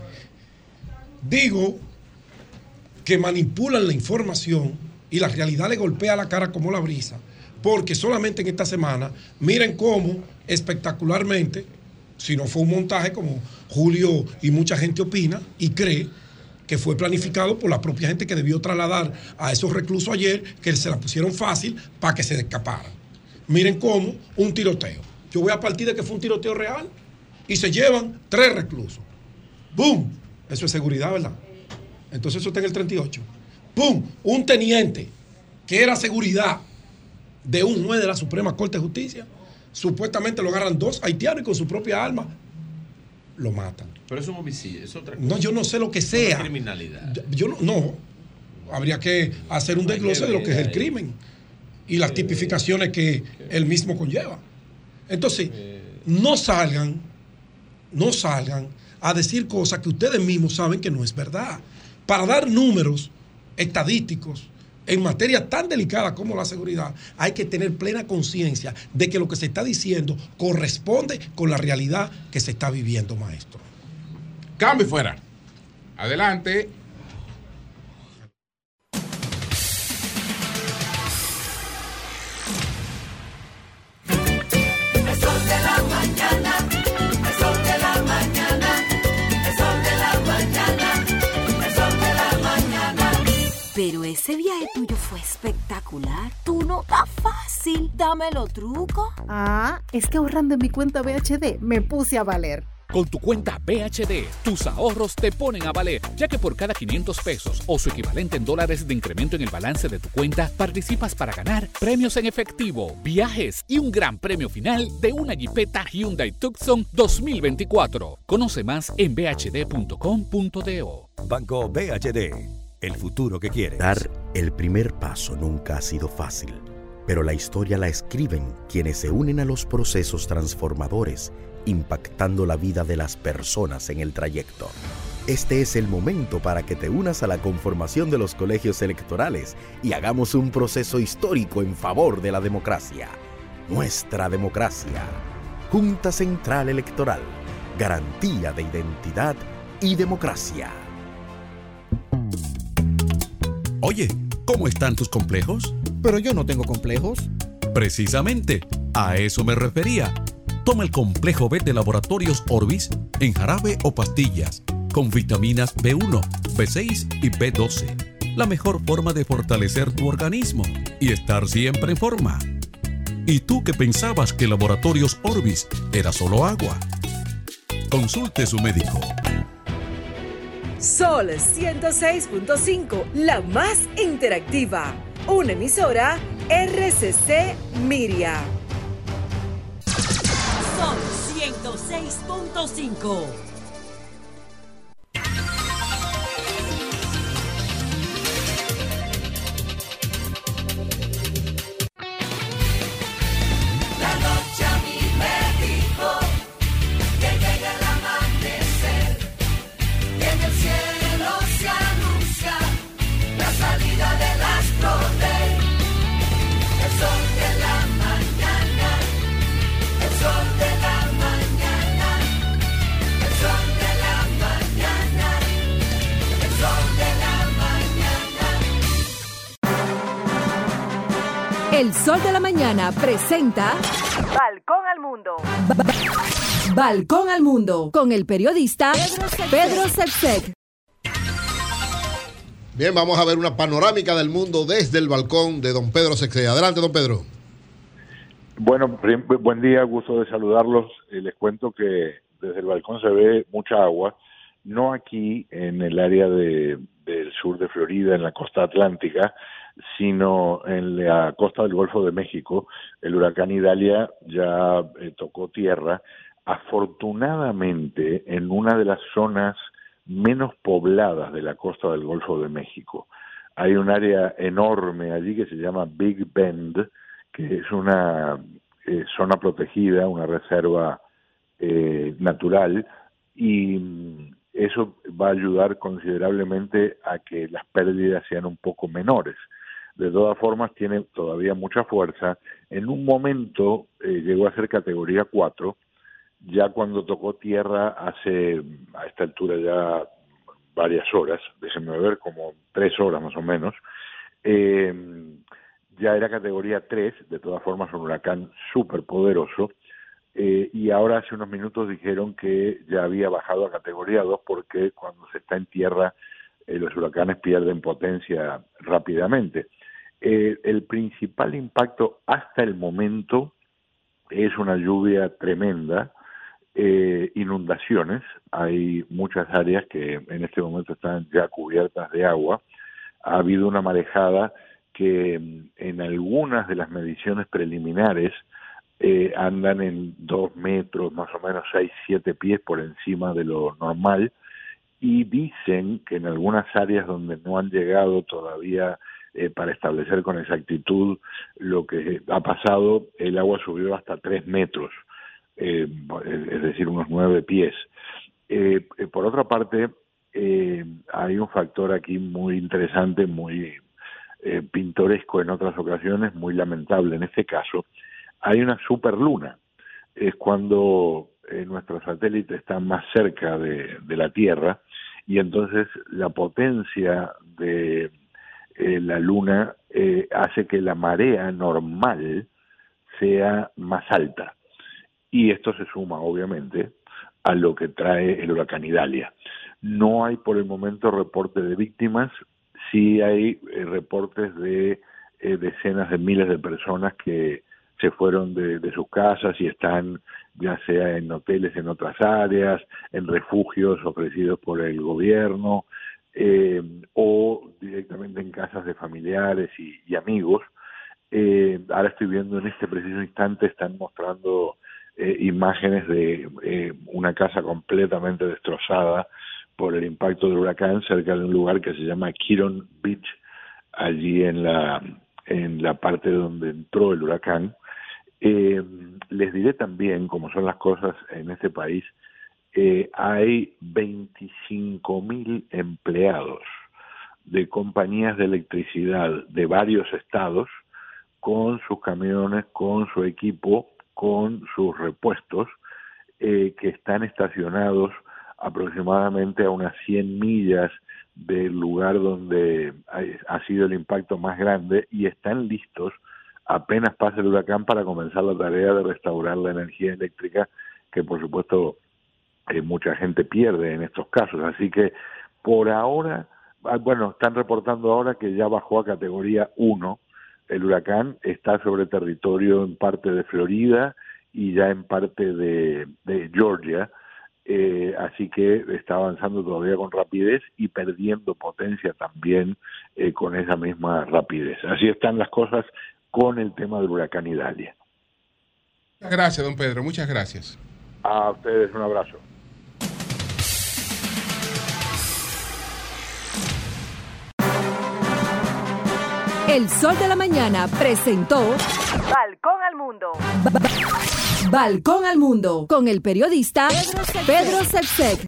Digo que manipulan la información y la realidad le golpea la cara como la brisa, porque solamente en esta semana, miren cómo espectacularmente, si no fue un montaje como Julio y mucha gente opina y cree, que fue planificado por la propia gente que debió trasladar a esos reclusos ayer, que se la pusieron fácil para que se escaparan. Miren cómo un tiroteo. Yo voy a partir de que fue un tiroteo real y se llevan 3 reclusos. ¡Bum! Eso es seguridad, ¿verdad? Entonces eso está en el 38. ¡Bum! Un teniente que era seguridad de un juez de la Suprema Corte de Justicia, supuestamente lo agarran 2 haitianos y con su propia arma lo matan. Pero es un homicidio, es otra cosa. No, yo no sé lo que sea. Criminalidad. Yo no. Habría que hacer un desglose de lo que es el crimen y las tipificaciones que él mismo conlleva. Entonces, no salgan a decir cosas que ustedes mismos saben que no es verdad. Para dar números estadísticos en materia tan delicada como la seguridad, hay que tener plena conciencia de que lo que se está diciendo corresponde con la realidad que se está viviendo, maestro. Cambio fuera. Adelante. El sol de la mañana, el sol de la mañana, el sol de la mañana, el sol de la mañana. Pero ese viaje tuyo fue espectacular. Tú no estás fácil. Dame los trucos. Ah, es que ahorrando en mi cuenta BHD me puse a valer. Con tu cuenta BHD, tus ahorros te ponen a valer, ya que por cada 500 pesos o su equivalente en dólares de incremento en el balance de tu cuenta, participas para ganar premios en efectivo, viajes y un gran premio final de una Jeepeta Hyundai Tucson 2024. Conoce más en bhd.com.do. Banco BHD, el futuro que quieres. Dar el primer paso nunca ha sido fácil, pero la historia la escriben quienes se unen a los procesos transformadores, impactando la vida de las personas en el trayecto. Este es el momento para que te unas a la conformación de los colegios electorales y hagamos un proceso histórico en favor de la democracia. Nuestra democracia. Junta Central Electoral. Garantía de identidad y democracia. Oye, ¿cómo están tus complejos? Pero yo no tengo complejos. Precisamente, a eso me refería. Toma el complejo B de Laboratorios Orbis en jarabe o pastillas, con vitaminas B1, B6 y B12. La mejor forma de fortalecer tu organismo y estar siempre en forma. ¿Y tú que pensabas que Laboratorios Orbis era solo agua? Consulte su médico. Sol 106.5, la más interactiva. Una emisora RCC Miria. Sol 106.5. La noche a mí me dijo que llega el amanecer, que en el cielo se anuncia la salida del astro rey. El sol de la mañana, el sol de la mañana, el sol de la mañana, el sol de la mañana. El Sol de la Mañana presenta Balcón al Mundo. Balcón al Mundo con el periodista Pedro Sepsek. Bien, vamos a ver una panorámica del mundo desde el balcón de don Pedro Sepsek. Adelante, don Pedro. Bueno, buen día, gusto de saludarlos. Les cuento que desde el balcón se ve mucha agua no aquí en el área del sur de Florida, en la costa atlántica, sino en la costa del Golfo de México. El huracán Idalia ya tocó tierra, afortunadamente en una de las zonas menos pobladas de la costa del Golfo de México. Hay un área enorme allí que se llama Big Bend, que es una zona protegida, una reserva natural, y eso va a ayudar considerablemente a que las pérdidas sean un poco menores. De todas formas, tiene todavía mucha fuerza. En un momento llegó a ser categoría 4, ya cuando tocó tierra hace, a esta altura ya varias horas, déjenme ver, como 3 horas más o menos, ya era categoría 3, de todas formas un huracán súper poderoso, y ahora hace unos minutos dijeron que ya había bajado a categoría 2 porque cuando se está en tierra los huracanes pierden potencia rápidamente. El principal impacto hasta el momento es una lluvia tremenda, inundaciones. Hay muchas áreas que en este momento están ya cubiertas de agua. Ha habido una marejada que en algunas de las mediciones preliminares andan en 2 metros, más o menos 6-7 pies por encima de lo normal, y dicen que en algunas áreas donde no han llegado todavía para establecer con exactitud lo que ha pasado, el agua subió hasta 3 metros, es decir, unos 9 pies. Por otra parte, hay un factor aquí muy interesante, muy pintoresco en otras ocasiones, muy lamentable en este caso. Hay una superluna, es cuando nuestro satélite está más cerca de la Tierra, y entonces la potencia de la luna hace que la marea normal sea más alta, y esto se suma obviamente a lo que trae el huracán Idalia. No hay por el momento reporte de víctimas, sí hay reportes de decenas de miles de personas que se fueron de sus casas y están ya sea en hoteles en otras áreas, en refugios ofrecidos por el gobierno, o directamente en casas de familiares y amigos. Ahora estoy viendo en este preciso instante, están mostrando imágenes de una casa completamente destrozada por el impacto del huracán cerca de un lugar que se llama Keaton Beach, allí en la parte donde entró el huracán. Les diré también, como son las cosas en este país, hay 25,000 empleados de compañías de electricidad de varios estados con sus camiones, con su equipo, con sus repuestos, que están estacionados aproximadamente a unas 100 millas del lugar donde ha sido el impacto más grande, y están listos apenas pase el huracán para comenzar la tarea de restaurar la energía eléctrica que por supuesto mucha gente pierde en estos casos. Así que por ahora, bueno, están reportando ahora que ya bajó a categoría 1 el huracán, está sobre territorio en parte de Florida y ya en parte de Georgia, así que está avanzando todavía con rapidez y perdiendo potencia también con esa misma rapidez. Así están las cosas con el tema del huracán Idalia. Muchas gracias, don Pedro, muchas gracias. A ustedes un abrazo. El Sol de la Mañana presentó Balcón al Mundo. Balcón al Mundo con el periodista Pedro Sepsek.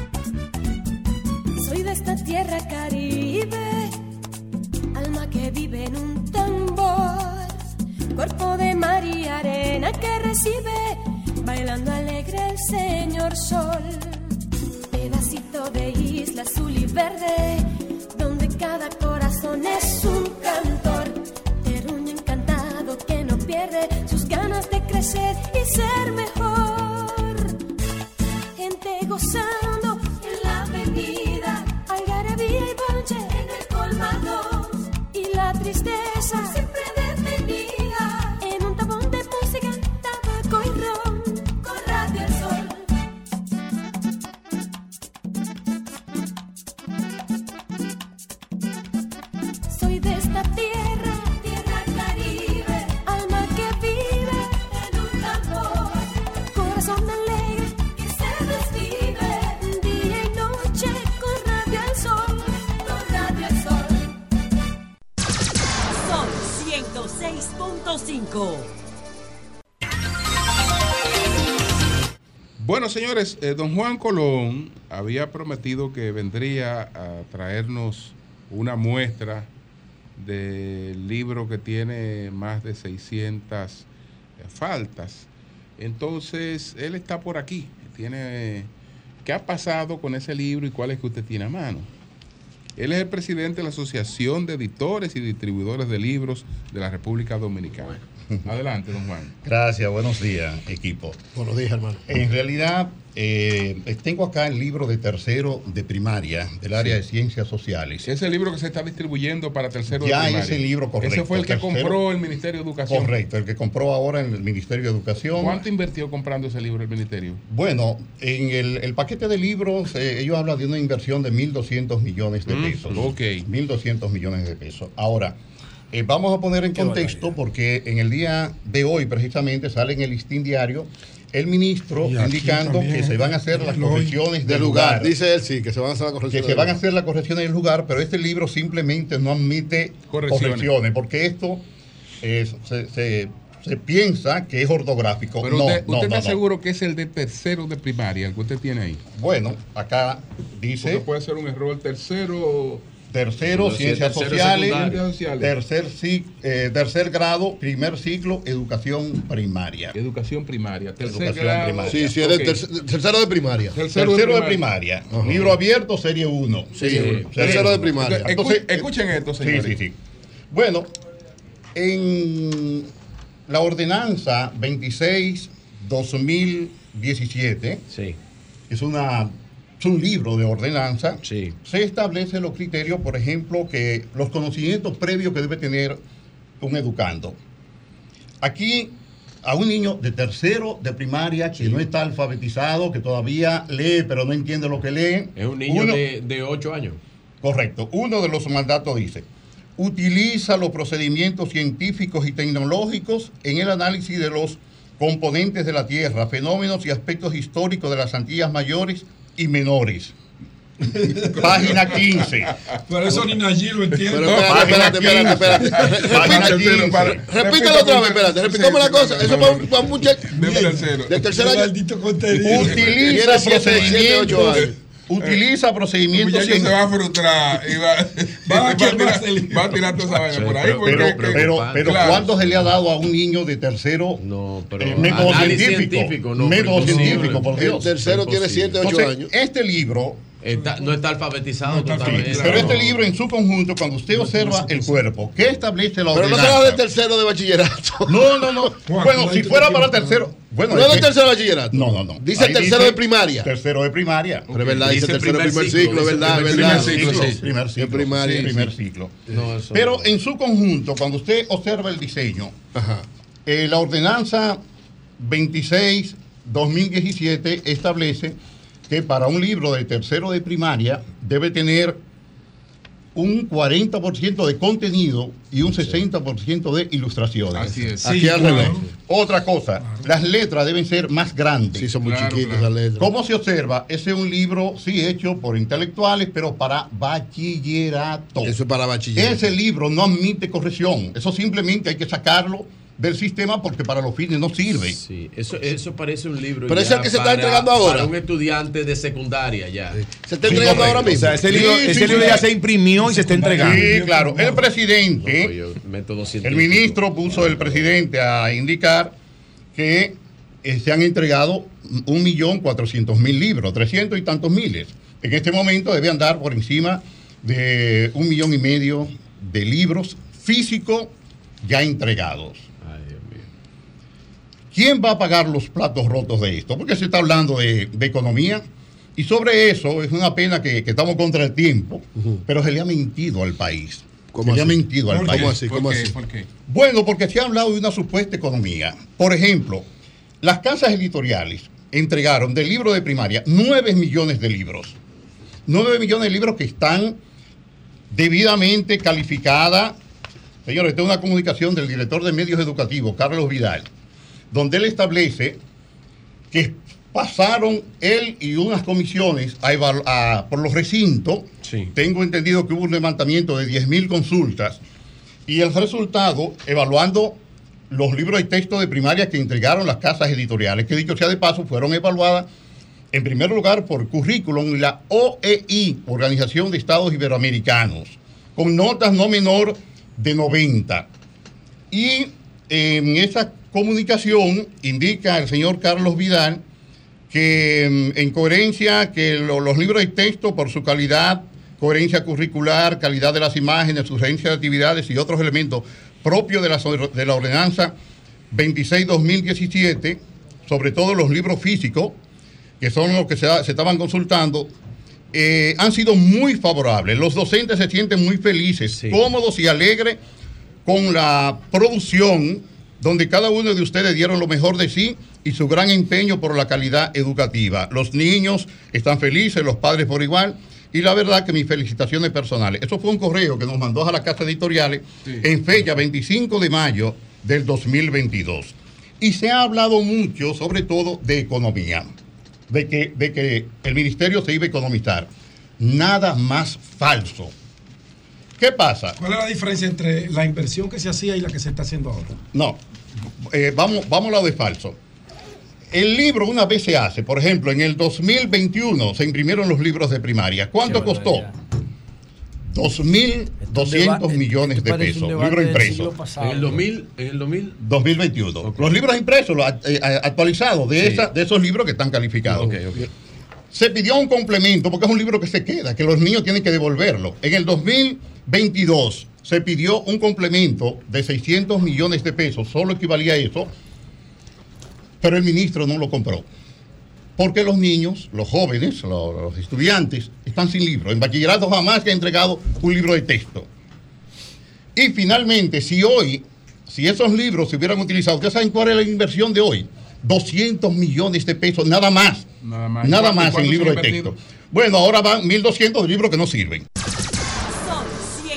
Soy de esta tierra caribe, alma que vive en un tambor, cuerpo de mar y arena que recibe, bailando alegre el señor sol. Pedacito de isla azul y verde, donde cada corazón es un cantor, terruño encantado que no pierde sus ganas de crecer y ser mejor. Gente gozando en la avenida, algarabía y bonche en el colmado, y la tristeza siempre detenida en un tabón de música, tabaco y ron, con Radio El Sol. 96.5. Bueno, señores, don Juan Colón había prometido que vendría a traernos una muestra del libro que tiene más de 600 faltas. Entonces, él está por aquí. ¿Qué ha pasado con ese libro y cuál es que usted tiene a mano? Él es el presidente de la Asociación de Editores y Distribuidores de Libros de la República Dominicana. Adelante, don Juan. Gracias, buenos días, equipo. Buenos días, hermano. En realidad, tengo acá el libro de tercero de primaria del área de ciencias sociales. Ese libro que se está distribuyendo para tercero de primaria. Ya ese libro, correcto. Ese fue el que compró el Ministerio de Educación. Correcto, el que compró ahora en el Ministerio de Educación. ¿Cuánto invirtió comprando ese libro el Ministerio? Bueno, en el paquete de libros, ellos hablan de una inversión de 1.200 millones de pesos. Ok. 1.200 millones de pesos. Ahora, vamos a poner en contexto porque en el día de hoy precisamente sale en el Listín Diario el ministro indicando que se van a hacer las correcciones del lugar. Dice él, sí, que se van a hacer las correcciones. Que se van a hacer las correcciones del lugar, pero este libro simplemente no admite correcciones porque esto se piensa que es ortográfico. Pero usted está seguro que es el de tercero de primaria, el que usted tiene ahí. Bueno, acá dice... Porque puede ser un error tercero, ciencias sociales, tercer grado, primer ciclo, educación primaria. Educación primaria, tercer grado. Sí, sí, okay. Tercero de primaria. Tercero de primaria. Libro abierto, serie 1. Sí, tercero de primaria. Entonces, escuchen esto, señores. Sí. Bueno, en la ordenanza 26/2017, es un libro de ordenanza, se establece los criterios, por ejemplo, que los conocimientos previos que debe tener un educando. Aquí, a un niño de tercero de primaria que no está alfabetizado, que todavía lee, pero no entiende lo que lee. Es un niño de 8 años. Correcto. Uno de los mandatos dice: utiliza los procedimientos científicos y tecnológicos en el análisis de los componentes de la Tierra, fenómenos y aspectos históricos de las Antillas mayores y menores. Página 15. Por eso ni allí lo entiendo. Pero espérate. Repítelo otra vez, espérate. Repitamos la cosa. Eso para un muchacho de tercer año. Utiliza procedimientos científicos. Se va a frustrar y va a tirar toda esa vaina por ahí. Pero ¿cuándo se le ha dado a un niño de tercero método científico? Método científico, por Dios. El tercero tiene 7, 8 años. Este libro no está alfabetizado totalmente. Pero este libro en su conjunto, cuando usted observa el cuerpo, ¿qué establece la ordenanza? Pero no se va del tercero de bachillerato. No. Bueno, si fuera para tercero. Bueno, no es del tercero de bachillerato. No. Dice tercero de primaria. Tercero de primaria. Pero es verdad, dice tercero de primer ciclo, es verdad. Primer ciclo. Pero en su conjunto, cuando usted observa el diseño, la ordenanza 26/2017 establece que para un libro de tercero de primaria debe tener un 40% de contenido y un 60% de ilustraciones. Así es. Aquí al revés. Otra cosa, las letras deben ser más grandes. Sí, son muy chiquitas las letras. ¿Cómo se observa? Ese es un libro, sí, hecho por intelectuales, pero para bachillerato. Eso es para bachillerato. Ese libro no admite corrección. Eso simplemente hay que sacarlo del sistema porque para los fines no sirve. Sí, eso parece un libro. Pero es el que se está entregando ahora. Para un estudiante de secundaria ya. Se está entregando ahora mismo. O sea, ese libro ya se imprimió y se está entregando. Sí, claro. El presidente, el ministro puso el presidente a indicar que se han entregado 1.400.000 libros, 300 y tantos miles. En este momento debe andar por encima de 1,5 millones de libros físicos ya entregados. ¿Quién va a pagar los platos rotos de esto? Porque se está hablando de economía y sobre eso es una pena que estamos contra el tiempo, pero se le ha mentido al país. ¿Cómo así? ¿Por qué? Bueno, porque se ha hablado de una supuesta economía. Por ejemplo, las casas editoriales entregaron del libro de primaria 9 millones de libros. 9 millones de libros que están debidamente calificadas. Señores, esta es una comunicación del director de medios educativos, Carlos Vidal, donde él establece que pasaron él y unas comisiones por los recintos. Sí. Tengo entendido que hubo un levantamiento de 10.000 consultas Y el resultado, evaluando los libros de texto de primaria que entregaron las casas editoriales, que dicho sea de paso, fueron evaluadas en primer lugar por Currículum, la OEI, Organización de Estados Iberoamericanos, con notas no menor de 90. Y en esa comunicación indica el señor Carlos Vidal que en coherencia que los libros de texto por su calidad, coherencia curricular, calidad de las imágenes, sugerencia de actividades y otros elementos propios de la ordenanza 26-2017, sobre todo los libros físicos, que son los que se estaban consultando, han sido muy favorables. Los docentes se sienten muy felices, cómodos y alegres con la producción, donde cada uno de ustedes dieron lo mejor de sí y su gran empeño por la calidad educativa. Los niños están felices, los padres por igual, y la verdad que mis felicitaciones personales. Eso fue un correo que nos mandó a la Casa Editoriales en fecha 25 de mayo del 2022. Y se ha hablado mucho, sobre todo, de economía, de que el ministerio se iba a economizar. Nada más falso. ¿Qué pasa? ¿Cuál es la diferencia entre la inversión que se hacía y la que se está haciendo ahora? No, vamos a lo de falso. El libro una vez se hace, por ejemplo, en el 2021 se imprimieron los libros de primaria. ¿Cuánto costó? 2.200 millones de pesos. Libro impreso. En el 2021. Okay. Los libros impresos, actualizados de esos libros que están calificados. Okay. Se pidió un complemento porque es un libro que se queda, que los niños tienen que devolverlo. En el 2022 se pidió un complemento de 600 millones de pesos, solo equivalía a eso, pero el ministro no lo compró. Porque los niños, los jóvenes, los estudiantes, están sin libro. En bachillerato jamás se ha entregado un libro de texto. Y finalmente, si esos libros se hubieran utilizado, ¿ustedes saben cuál es la inversión de hoy? 200 millones de pesos, nada más en libros de texto. Bueno, ahora van 1.200 libros que no sirven. Son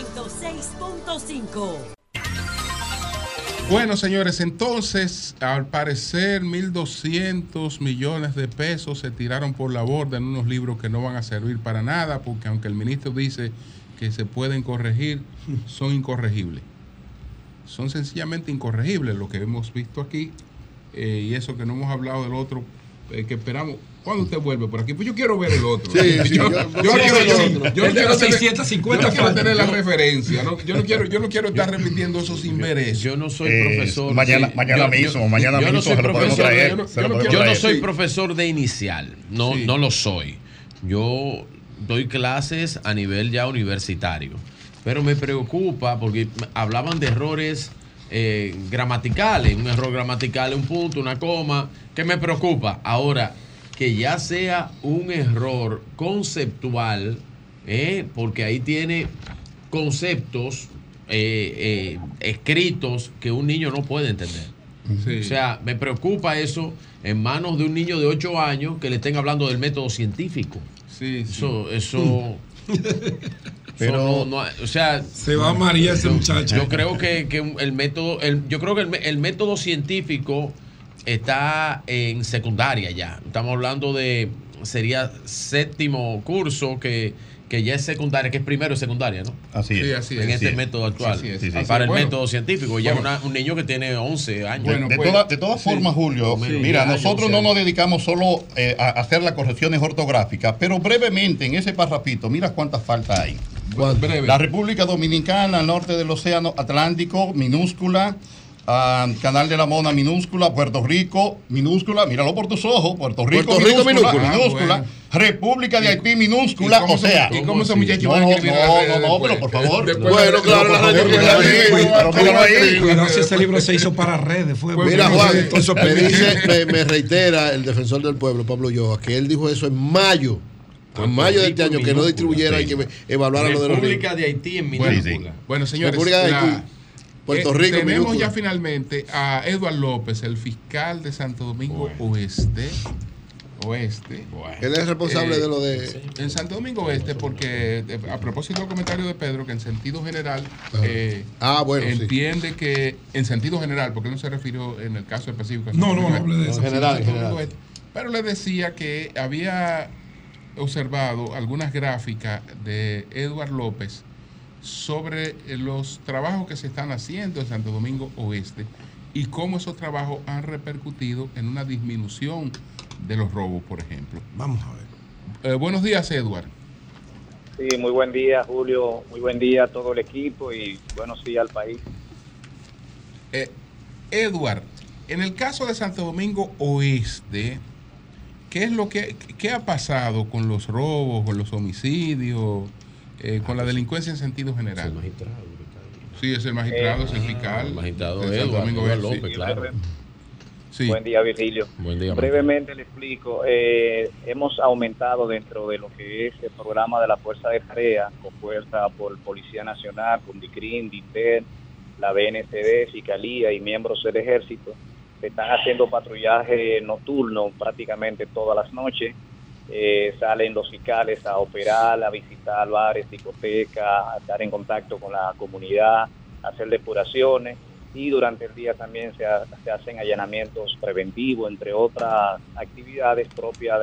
106.5. Bueno, señores, entonces, al parecer, 1.200 millones de pesos se tiraron por la borda en unos libros que no van a servir para nada, porque aunque el ministro dice que se pueden corregir, son incorregibles. Son sencillamente incorregibles lo que hemos visto aquí, y eso que no hemos hablado del otro, que esperamos. ¿Cuándo usted vuelve por aquí? Pues yo quiero ver el otro. Yo quiero tener la referencia. ¿No? Yo no quiero estar repitiendo eso sin ver eso. Yo no soy profesor. Mañana mismo se lo podemos traer. Yo no soy profesor de inicial. No lo soy. Yo doy clases a nivel ya universitario. Pero me preocupa porque hablaban de errores gramaticales. Un error gramatical, un punto, una coma. ¿Qué me preocupa? Ahora, que ya sea un error conceptual, porque ahí tiene conceptos escritos que un niño no puede entender. Sí. O sea, me preocupa eso en manos de un niño de 8 años que le estén hablando del método científico. Sí. Eso pero no, o sea, se va a María ese muchacho. Yo creo que el método científico está en secundaria ya. Estamos hablando sería 7º curso que ya es secundaria, que es primero de secundaria, ¿no? Así es. Sí, en este método actual. Para el método científico. Ya un niño que tiene 11 años. Bueno, de todas formas, Julio, mira, nosotros no nos dedicamos solo a hacer las correcciones ortográficas, pero brevemente en ese parrafito, mira cuántas faltas hay. La República Dominicana, al norte del Océano Atlántico, minúscula. Canal de la Mona, minúscula. Puerto Rico, minúscula. Míralo por tus ojos. Puerto Rico minúscula. Bueno. República de Haití, minúscula. O sea, ¿y cómo esos muchachos van a escribir? No, pero por favor. Bueno, claro, la radio. Cuidado si ese libro se hizo para redes. Mira, Juan, me reitera el defensor del pueblo, Pablo Lloa, que él dijo eso en mayo. En mayo de este año, que no distribuyera y que evaluara lo de los República de Haití en minúscula. Bueno, señores. República de Haití. Puerto Rico, tenemos minúscula. Ya finalmente a Eduardo López, el fiscal de Santo Domingo Oeste. Él es responsable de lo de... En Santo Domingo Oeste, porque a propósito del comentario de Pedro, que en sentido general entiende que, en sentido general, porque él no se refirió en el caso específico. No hablé de eso. En general. Pero le decía que había observado algunas gráficas de Eduardo López sobre los trabajos que se están haciendo en Santo Domingo Oeste y cómo esos trabajos han repercutido en una disminución de los robos, por ejemplo. Vamos a ver. Buenos días, Edward. Sí, muy buen día, Julio. Muy buen día a todo el equipo y buenos días al país. Edward, en el caso de Santo Domingo Oeste, ¿qué ha pasado con los robos, con los homicidios, con la delincuencia en sentido general? Sí, es el magistrado, es el fiscal. El magistrado de Santo Domingo Edward Oeste. López, claro. Sí. Buen día, Virgilio. Buen día. Brevemente le explico. Hemos aumentado dentro de lo que es el programa de la Fuerza de Tarea, con fuerza por Policía Nacional, con DICRIN, DINTER, la BNCD, Fiscalía y miembros del Ejército. Se están haciendo patrullaje nocturno prácticamente todas las noches. Salen los fiscales a operar, a visitar bares, discotecas, a estar en contacto con la comunidad, a hacer depuraciones. Y durante el día también se hacen allanamientos preventivos, entre otras actividades propias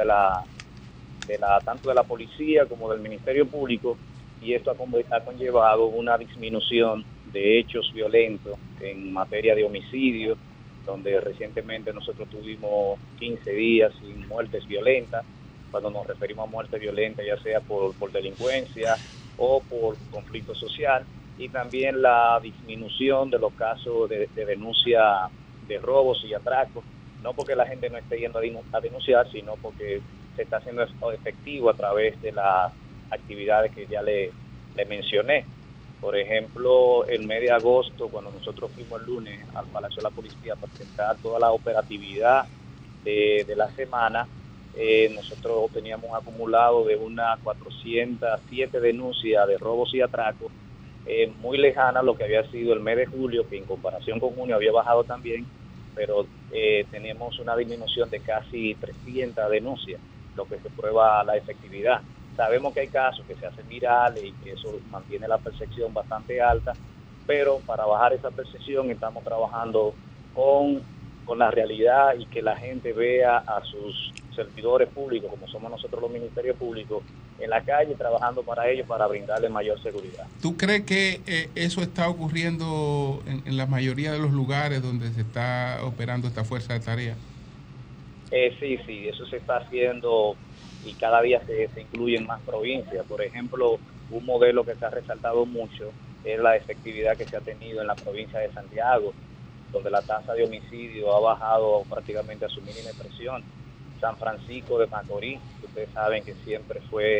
tanto de la policía como del Ministerio Público, y esto ha conllevado una disminución de hechos violentos en materia de homicidio, donde recientemente nosotros tuvimos 15 días sin muertes violentas. Cuando nos referimos a muerte violenta, ya sea por delincuencia o por conflicto social, y también la disminución de los casos de denuncia de robos y atracos, no porque la gente no esté yendo a denunciar, sino porque se está haciendo efectivo a través de las actividades que ya le mencioné. Por ejemplo, el mes de agosto, cuando nosotros fuimos el lunes al Palacio de la Policía para presentar toda la operatividad de la semana, nosotros teníamos un acumulado de unas 407 denuncias de robos y atracos, muy lejana a lo que había sido el mes de julio, que en comparación con junio había bajado también, pero tenemos una disminución de casi 300 denuncias, lo que se prueba la efectividad. Sabemos que hay casos que se hacen virales y que eso mantiene la percepción bastante alta, pero para bajar esa percepción estamos trabajando con la realidad y que la gente vea a sus servidores públicos, como somos nosotros los ministerios públicos, en la calle trabajando para ellos, para brindarles mayor seguridad. ¿Tú crees que eso está ocurriendo en la mayoría de los lugares donde se está operando esta fuerza de tarea? Sí, eso se está haciendo y cada día se incluyen más provincias. Por ejemplo, un modelo que se ha resaltado mucho es la efectividad que se ha tenido en la provincia de Santiago, donde la tasa de homicidio ha bajado prácticamente a su mínima expresión. San Francisco de Macorís, ustedes saben que siempre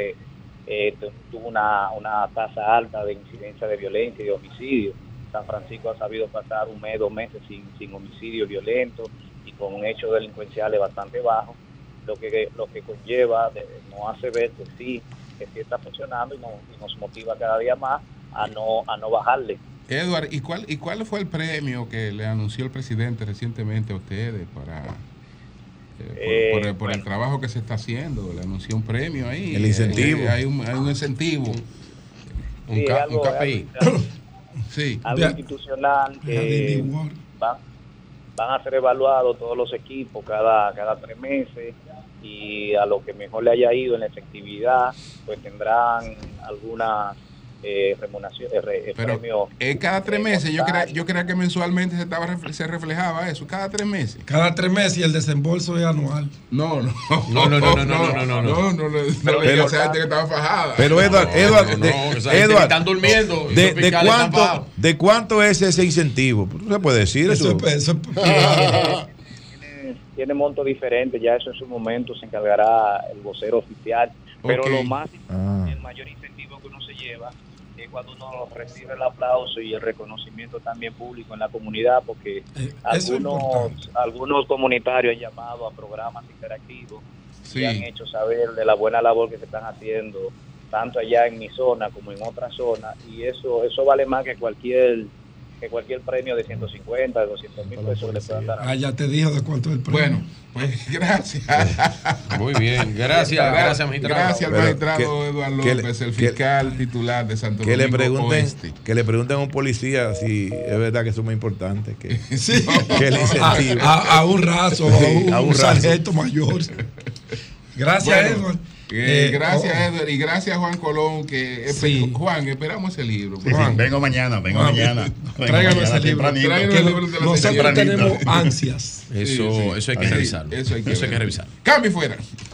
tuvo una tasa alta de incidencia de violencia y de homicidio. San Francisco ha sabido pasar un mes, 2 meses sin homicidio violento y con un hecho delincuencial bastante bajo, lo que conlleva, nos hace ver que sí está funcionando y nos motiva cada día más a no bajarle. Edward, ¿y cuál fue el premio que le anunció el presidente recientemente a ustedes por el trabajo que se está haciendo? Le anunció un premio ahí. El incentivo. Hay un incentivo. Sí, un KPI. Sí. Algo institucional que van a ser evaluados todos los equipos cada 3 meses, y a lo que mejor le haya ido en la efectividad, pues tendrán algunas premios. Cada 3 meses, yo creía que mensualmente se reflejaba eso, cada 3 meses. Cada 3 meses y el desembolso es anual. No. Pero esa gente que estaba fajada. Pero Edward, están durmiendo. ¿De cuánto es ese incentivo? ¿No se puede decir eso? Tiene montos diferentes, ya eso en su momento se encargará el vocero oficial, pero el mayor incentivo que uno se lleva es cuando uno recibe el aplauso y el reconocimiento también público en la comunidad, porque algunos comunitarios han llamado a programas interactivos y han hecho saber de la buena labor que se están haciendo, tanto allá en mi zona como en otras zonas, y eso vale más que cualquier premio de 150, de 200 mil pesos que le puedan dar. Ya te dijo de cuánto es el premio. Bueno, pues gracias. Muy bien, gracias magistrado. Gracias al magistrado Eduardo López, el fiscal titular de Santo Domingo Oeste. Que le pregunten a un policía si es verdad que eso es muy importante, que el incentivo. A un raso, a un sargento mayor. Gracias, Edward. Gracias, Edward, y gracias, Juan Colón. Juan, esperamos ese libro. Juan, vengo mañana. Tráiganos ese libro. Nosotros tenemos ansias. Eso hay que revisarlo. Eso hay que revisar. Cambio fuera.